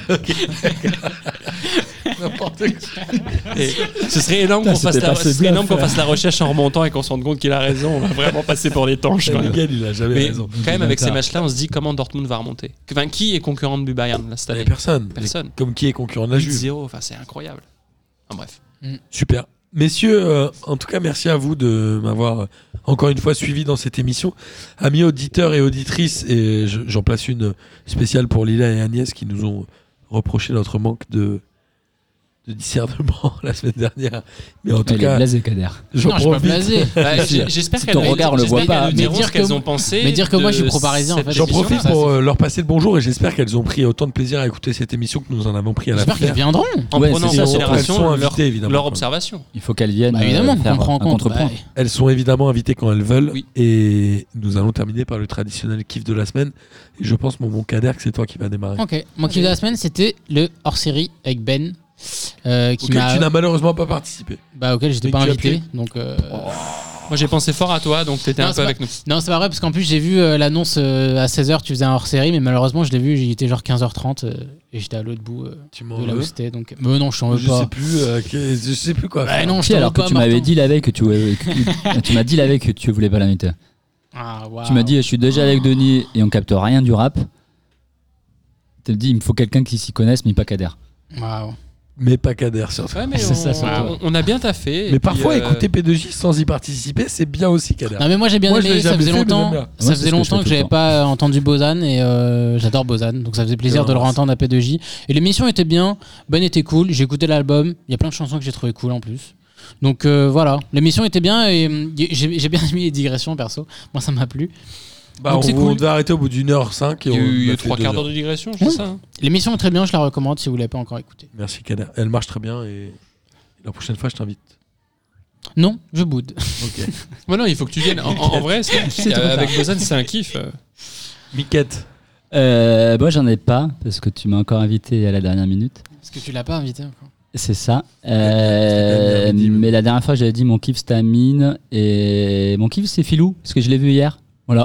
Speaker 2: N'importe quoi.
Speaker 4: Et ce serait énorme
Speaker 5: Putain,
Speaker 4: qu'on fasse,
Speaker 5: c'était
Speaker 4: la...
Speaker 5: pas
Speaker 4: ce
Speaker 5: ce
Speaker 4: serait énorme
Speaker 5: bluff,
Speaker 4: qu'on fasse la recherche en remontant et qu'on se rende compte qu'il a raison. On va vraiment passer pour des tanches. quand même.
Speaker 2: Bellingham, il a jamais
Speaker 4: Mais
Speaker 2: raison.
Speaker 4: quand même, avec ces
Speaker 5: D'accord.
Speaker 4: matchs-là, on se dit comment Dortmund va remonter. Enfin, qui est concurrent du Bayern là, cette année
Speaker 2: Personne.
Speaker 4: Personne.
Speaker 2: Comme qui est concurrent de la Juve.
Speaker 4: 8-0, enfin, c'est incroyable. Enfin, bref.
Speaker 2: Super. Messieurs, en tout cas, merci à vous de m'avoir encore une fois suivi dans cette émission. Amis auditeurs et auditrices, et j'en place une spéciale pour Lila et Agnès qui nous ont reproché notre manque de discernement la semaine dernière. Mais en tout
Speaker 5: Il est
Speaker 2: cas,
Speaker 5: blasé Kader.
Speaker 2: j'en
Speaker 1: Non, je suis pas
Speaker 2: profite.
Speaker 1: blasé.
Speaker 4: Bah, j'espère
Speaker 5: Si
Speaker 4: qu'elles
Speaker 5: ton
Speaker 4: nous-
Speaker 5: regard, on le voit
Speaker 4: j'espère
Speaker 5: pas.
Speaker 4: qu'elles nous
Speaker 1: Mais
Speaker 4: diront
Speaker 1: dire
Speaker 4: ce qu'elles
Speaker 1: que-
Speaker 4: ont pensé.
Speaker 1: mais dire que moi, je suis
Speaker 4: de
Speaker 1: pro-parisien, en fait.
Speaker 4: cette
Speaker 2: J'en
Speaker 4: émission.
Speaker 2: profite
Speaker 1: ça,
Speaker 2: pour
Speaker 1: c'est-
Speaker 2: leur passer le bonjour et j'espère qu'elles ont pris autant de plaisir à écouter cette émission que nous en avons pris à la
Speaker 1: J'espère qu'ils
Speaker 2: faire.
Speaker 1: viendront.
Speaker 4: En
Speaker 5: Ouais,
Speaker 4: prenant
Speaker 5: c'est
Speaker 4: en
Speaker 5: ça,
Speaker 2: elles
Speaker 4: considération
Speaker 2: sont
Speaker 4: leur,
Speaker 2: invitées, évidemment.
Speaker 4: leur observation.
Speaker 5: Il faut qu'elles viennent
Speaker 1: Bah, évidemment,
Speaker 5: faire
Speaker 1: qu'on prend en
Speaker 5: un
Speaker 1: compte.
Speaker 5: contrepoint.
Speaker 1: Bah,
Speaker 2: Elles sont évidemment invitées quand elles veulent.
Speaker 4: Oui.
Speaker 2: Et nous allons terminer par le traditionnel kiff de la semaine. Et je pense, mon bon Kader, que c'est toi qui vas démarrer.
Speaker 1: Ok. Mon kiff de la semaine, c'était le hors-série avec Ben. Qui
Speaker 2: Auquel
Speaker 1: m'a.
Speaker 2: tu n'as malheureusement pas participé.
Speaker 1: Bah, auquel j'étais
Speaker 2: Mais
Speaker 1: pas
Speaker 2: tu as
Speaker 1: invité.
Speaker 2: pu.
Speaker 1: Donc.
Speaker 4: Moi, j'ai pensé fort à toi, donc t'étais
Speaker 1: Non,
Speaker 4: un
Speaker 1: c'est
Speaker 4: peu
Speaker 1: pas-
Speaker 4: avec nous.
Speaker 1: Non, c'est pas vrai, parce qu'en plus, j'ai vu l'annonce à 16h, tu faisais un hors-série, mais malheureusement, je l'ai vu, il était genre 15h30 et j'étais à l'autre bout
Speaker 2: Tu m'en
Speaker 1: de là où
Speaker 2: veux
Speaker 1: c'était. Donc. Mais non, je t'en veux
Speaker 2: Je
Speaker 1: pas.
Speaker 2: sais plus. Je sais plus quoi.
Speaker 1: Bah,
Speaker 2: faire.
Speaker 1: non, je
Speaker 5: Si,
Speaker 1: t'en
Speaker 5: alors
Speaker 1: veux
Speaker 5: que
Speaker 1: pas,
Speaker 5: tu m'avais
Speaker 1: Martin.
Speaker 5: dit la veille que tu m'as dit la veille que tu voulais pas l'inviter.
Speaker 1: Ah, waouh.
Speaker 5: Tu m'as dit je suis déjà avec Denis et on capte rien du rap. Tu me dis il me faut quelqu'un qui s'y connaisse mais pas Kader.
Speaker 1: Waouh.
Speaker 2: Mais pas Kader, surtout.
Speaker 4: Ouais, mais
Speaker 5: C'est ça, surtout.
Speaker 4: on a bien taffé. et
Speaker 2: Mais
Speaker 4: puis,
Speaker 2: parfois, écouter P2J sans y participer, c'est bien aussi, Kader.
Speaker 1: Non, mais moi, j'ai bien
Speaker 2: Moi, je
Speaker 1: aimé,
Speaker 2: l'ai
Speaker 1: ça
Speaker 2: jamais
Speaker 1: faisait
Speaker 2: fait, mais
Speaker 1: longtemps.
Speaker 2: j'aime bien.
Speaker 1: Ça
Speaker 5: Moi, c'est
Speaker 1: faisait
Speaker 5: ce que je
Speaker 1: longtemps
Speaker 5: fais
Speaker 1: que
Speaker 5: tout le
Speaker 1: j'avais
Speaker 5: temps.
Speaker 1: pas entendu Bozan et j'adore Bozan, donc ça faisait plaisir de le
Speaker 2: l'embrasse.
Speaker 1: entendre à P2J. Et l'émission était bien, Ben était cool, j'ai écouté l'album, il y a plein de chansons que j'ai trouvé cool en plus. Donc voilà, l'émission était bien et j'ai bien aimé les digressions perso, moi ça m'a plu.
Speaker 2: Bah,
Speaker 1: Donc, c'est
Speaker 2: on
Speaker 1: cool.
Speaker 2: devait arrêter au bout d'1h05.
Speaker 4: Il y a eu
Speaker 2: 3
Speaker 4: 3 quarts d'heure de digression, c'est
Speaker 1: Ouais.
Speaker 4: ça hein
Speaker 1: L'émission est très bien, je la recommande si vous l'avez pas encore écoutée.
Speaker 2: Merci, Kader. Elle marche très bien et la prochaine fois, je t'invite.
Speaker 1: Non, je boude.
Speaker 2: Ok.
Speaker 4: Ouais, non, il faut que tu viennes. En vrai,
Speaker 5: C'est trop
Speaker 4: avec Bozan, c'est un kiff.
Speaker 2: Miquette.
Speaker 5: Moi j'en ai pas parce que tu m'as encore invité à la dernière minute.
Speaker 1: Parce que tu l'as pas invité encore.
Speaker 5: C'est ça.
Speaker 2: C'était midi,
Speaker 5: Mais la dernière fois j'avais dit mon kiff c'était Amine et mon kiff c'est Filou parce que je l'ai vu hier. Voilà.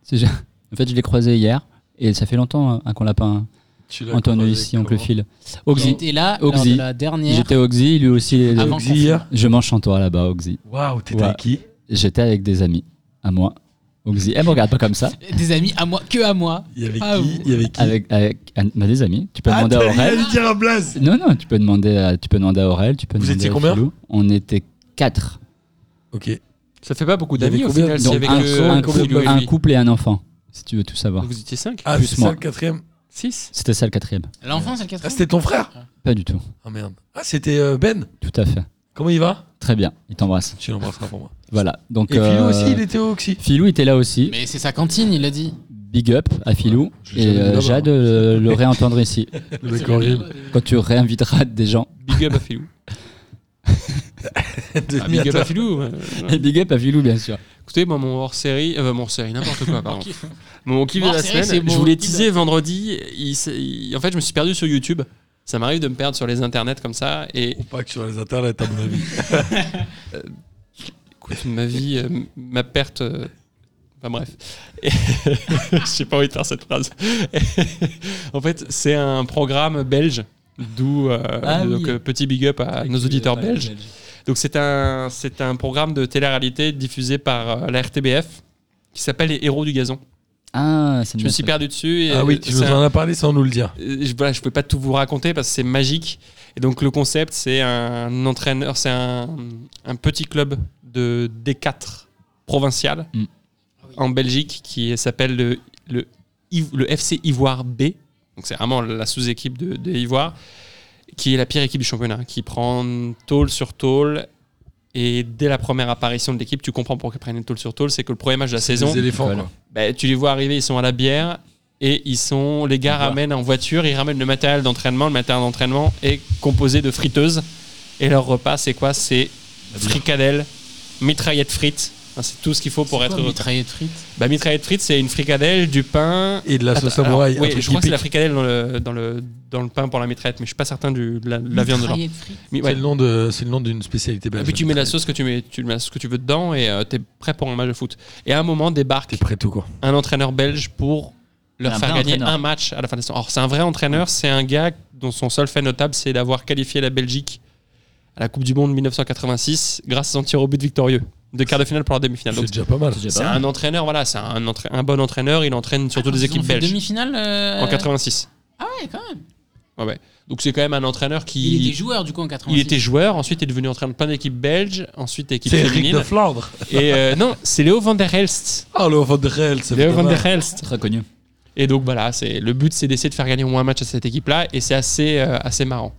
Speaker 5: En fait je l'ai croisé hier et ça fait longtemps qu'on l'a pas
Speaker 2: Tu l'as
Speaker 5: entendu
Speaker 2: croisé
Speaker 5: ici, oncle
Speaker 2: comment
Speaker 5: Phil. Oxy.
Speaker 1: J'étais là lors
Speaker 5: Oxy.
Speaker 1: de la dernière.
Speaker 5: J'étais à Oxy, lui aussi.
Speaker 1: Avant
Speaker 2: Oxy hier.
Speaker 5: Je mange chantois là-bas, Oxy.
Speaker 2: Waouh, t'étais
Speaker 5: Ouais.
Speaker 2: avec qui
Speaker 5: J'étais avec des amis à moi. Oxy. Elle me regarde pas comme ça.
Speaker 1: Des amis à moi, que à moi.
Speaker 2: Il y avait
Speaker 1: Ah,
Speaker 2: qui
Speaker 1: vous.
Speaker 2: Il y avait qui
Speaker 5: Avec des amis. Tu peux
Speaker 2: Ah,
Speaker 5: demander à
Speaker 2: t'as
Speaker 5: Aurel.
Speaker 2: allé dire un blaze.
Speaker 5: Non, tu peux demander à Aurel. Tu peux
Speaker 2: Vous
Speaker 5: demander
Speaker 2: étiez
Speaker 5: à
Speaker 2: combien
Speaker 5: Philou. On était 4.
Speaker 2: Ok.
Speaker 4: Ça fait pas beaucoup
Speaker 2: Il y avait
Speaker 4: d'amis au
Speaker 2: combien
Speaker 4: final.
Speaker 2: de-
Speaker 4: C'est
Speaker 5: Donc
Speaker 4: avec
Speaker 5: un
Speaker 4: Philou et
Speaker 5: un
Speaker 4: lui.
Speaker 5: couple et un enfant, si tu veux tout savoir.
Speaker 4: Vous étiez 5
Speaker 2: Ah,
Speaker 5: Plus
Speaker 2: c'est ça
Speaker 5: moi.
Speaker 2: le quatrième
Speaker 4: 6
Speaker 5: C'était ça le quatrième.
Speaker 1: L'enfant, c'est le
Speaker 2: Ah,
Speaker 1: quatrième.
Speaker 2: c'était ton frère
Speaker 5: Pas du tout.
Speaker 2: Ah merde. Ah, c'était Ben.
Speaker 5: Tout à fait.
Speaker 2: Comment il va
Speaker 5: Très bien. Il t'embrasse.
Speaker 2: Tu l'embrasseras pour moi.
Speaker 5: Voilà. Donc,
Speaker 2: Et Philou aussi, il était au Oxy.
Speaker 5: Philou était là aussi.
Speaker 1: Mais c'est sa cantine, il a dit.
Speaker 5: Big up à Philou.
Speaker 2: je l'ai
Speaker 5: Et
Speaker 2: jamais vu là-bas,
Speaker 5: j'ai hâte de le réentendre ici.
Speaker 2: Le mec horrible.
Speaker 5: Quand tu réinviteras des gens.
Speaker 4: Big up à Philou. Ah, big up à Philou.
Speaker 5: Et big up à Philou, bien sûr.
Speaker 4: Écoutez, moi, mon hors-série, n'importe quoi, pardon. Mon kiff de la
Speaker 1: Hors-série, c'est
Speaker 4: semaine,
Speaker 1: bon.
Speaker 4: je vous l'ai teasé vendredi. En fait, je me suis perdu sur YouTube. Ça m'arrive de me perdre sur les internets comme ça. Et
Speaker 2: Ou pas que sur les internets, à mon avis.
Speaker 4: Écoute, ma vie, ma perte. Enfin bref. J'ai pas envie de faire cette phrase. En fait, c'est un programme belge, d'où petit big up à nos auditeurs belges. Donc c'est un programme de télé-réalité diffusé par la RTBF qui s'appelle Les Héros du Gazon.
Speaker 5: Ah,
Speaker 4: Je me suis perdu dessus. Et
Speaker 2: oui, tu nous en as parlé sans nous le dire.
Speaker 4: Je peux pas tout vous raconter parce que c'est magique. Et donc le concept, c'est un entraîneur, c'est un petit club de D4 provincial en Belgique qui s'appelle le FC Ivoire B. Donc c'est vraiment la sous-équipe de Ivoire, qui est la pire équipe du championnat, qui prend tôle sur tôle. Et dès la première apparition de l'équipe, tu comprends pourquoi ils prennent une tôle sur tôle. C'est que le premier match de la saison,
Speaker 2: Des éléphants, quoi.
Speaker 4: tu les vois arriver, ils sont à la bière. Et les gars ramènent en voiture, ils ramènent le matériel d'entraînement. Le matériel d'entraînement est composé de friteuses. Et leur repas, c'est quoi ? C'est fricadelle, mitraillette frites. Enfin, c'est tout ce qu'il faut pour être.
Speaker 1: Mitraillette frites.
Speaker 4: Mitraillette frites, c'est une fricadelle, du pain.
Speaker 2: Et de la sauce samouraï.
Speaker 4: Oui, je crois que c'est la fricadelle dans le pain pour la mitraillette, mais je suis pas certain de la viande dedans.
Speaker 2: C'est le nom d'une spécialité belge.
Speaker 4: Et puis tu mets la sauce que tu mets la sauce que tu veux dedans et t'es prêt pour un match de foot. Et à un moment débarque un entraîneur belge pour leur faire gagner un match à la fin de la saison. Alors c'est un vrai entraîneur, c'est un gars dont son seul fait notable, c'est d'avoir qualifié la Belgique à la Coupe du Monde 1986 grâce à son tir au but victorieux de quart de finale pour la demi-finale.
Speaker 2: C'est déjà pas mal.
Speaker 4: C'est un entraîneur, voilà, c'est un bon entraîneur. Il entraîne surtout des équipes belges.
Speaker 1: Demi-finale
Speaker 4: en 86.
Speaker 1: Ah ouais, quand même.
Speaker 4: Ouais. Donc c'est quand même un entraîneur qui.
Speaker 1: Il était joueur du coup en 86.
Speaker 4: Il était joueur, ensuite il est devenu entraîneur de plein d'équipes belges, ensuite équipe
Speaker 2: féminine.
Speaker 4: féminine.
Speaker 2: C'est Eric de Flandre.
Speaker 4: Et non, c'est Léo van der Helst.
Speaker 2: Ah, Léo van der Helst.
Speaker 4: Léo van der Helst.
Speaker 5: Très connu.
Speaker 4: Et donc voilà, le but c'est d'essayer de faire gagner au moins un match à cette équipe-là, et c'est assez marrant.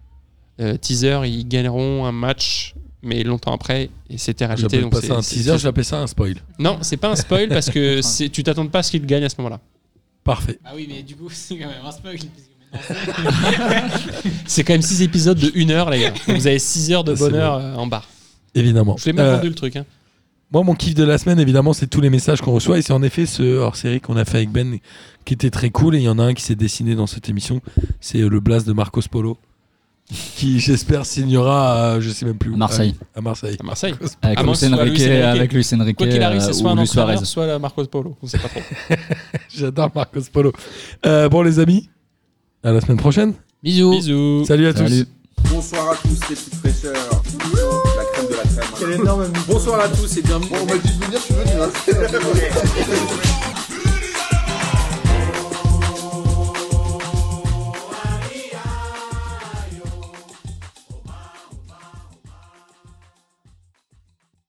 Speaker 4: Teaser, ils gagneront un match, mais longtemps après, et c'était réalité.
Speaker 2: J'appelle
Speaker 4: donc
Speaker 2: pas ça un teaser, j'appelle ça un spoil.
Speaker 4: Non, c'est pas un spoil parce que tu t'attends pas à ce qu'ils gagnent à ce moment-là.
Speaker 2: Parfait.
Speaker 1: Ah oui, mais du coup, c'est quand même un spoil.
Speaker 4: C'est quand même 6 épisodes de 1 heure, les gars. Donc vous avez 6 heures de bonheur en barre.
Speaker 2: Évidemment.
Speaker 4: Je l'ai même vendu le truc. Hein.
Speaker 2: Moi, mon kiff de la semaine, évidemment, c'est tous les messages qu'on reçoit. Et c'est en effet ce hors-série qu'on a fait avec Ben qui était très cool. Et il y en a un qui s'est dessiné dans cette émission. C'est le blast de Marcos Polo. Qui, j'espère, signera je sais même plus où.
Speaker 5: À Marseille.
Speaker 2: À Marseille.
Speaker 4: À Marseille.
Speaker 5: Avec Luis Enrique.
Speaker 4: Quoi qu'il arrive, c'est soit un
Speaker 5: ou
Speaker 4: entraîneur, soit Marcos Polo. On sait pas trop.
Speaker 2: J'adore Marcos Polo. Bon, les amis, à la semaine prochaine.
Speaker 1: Bisous.
Speaker 2: Salut à tous.
Speaker 3: Bonsoir à tous les petites fraîcheurs. La crème de la crème. Quelle énorme. Bonsoir à tous et bienvenue. Bon, on m'a dit de venir, je suis venu. Hein.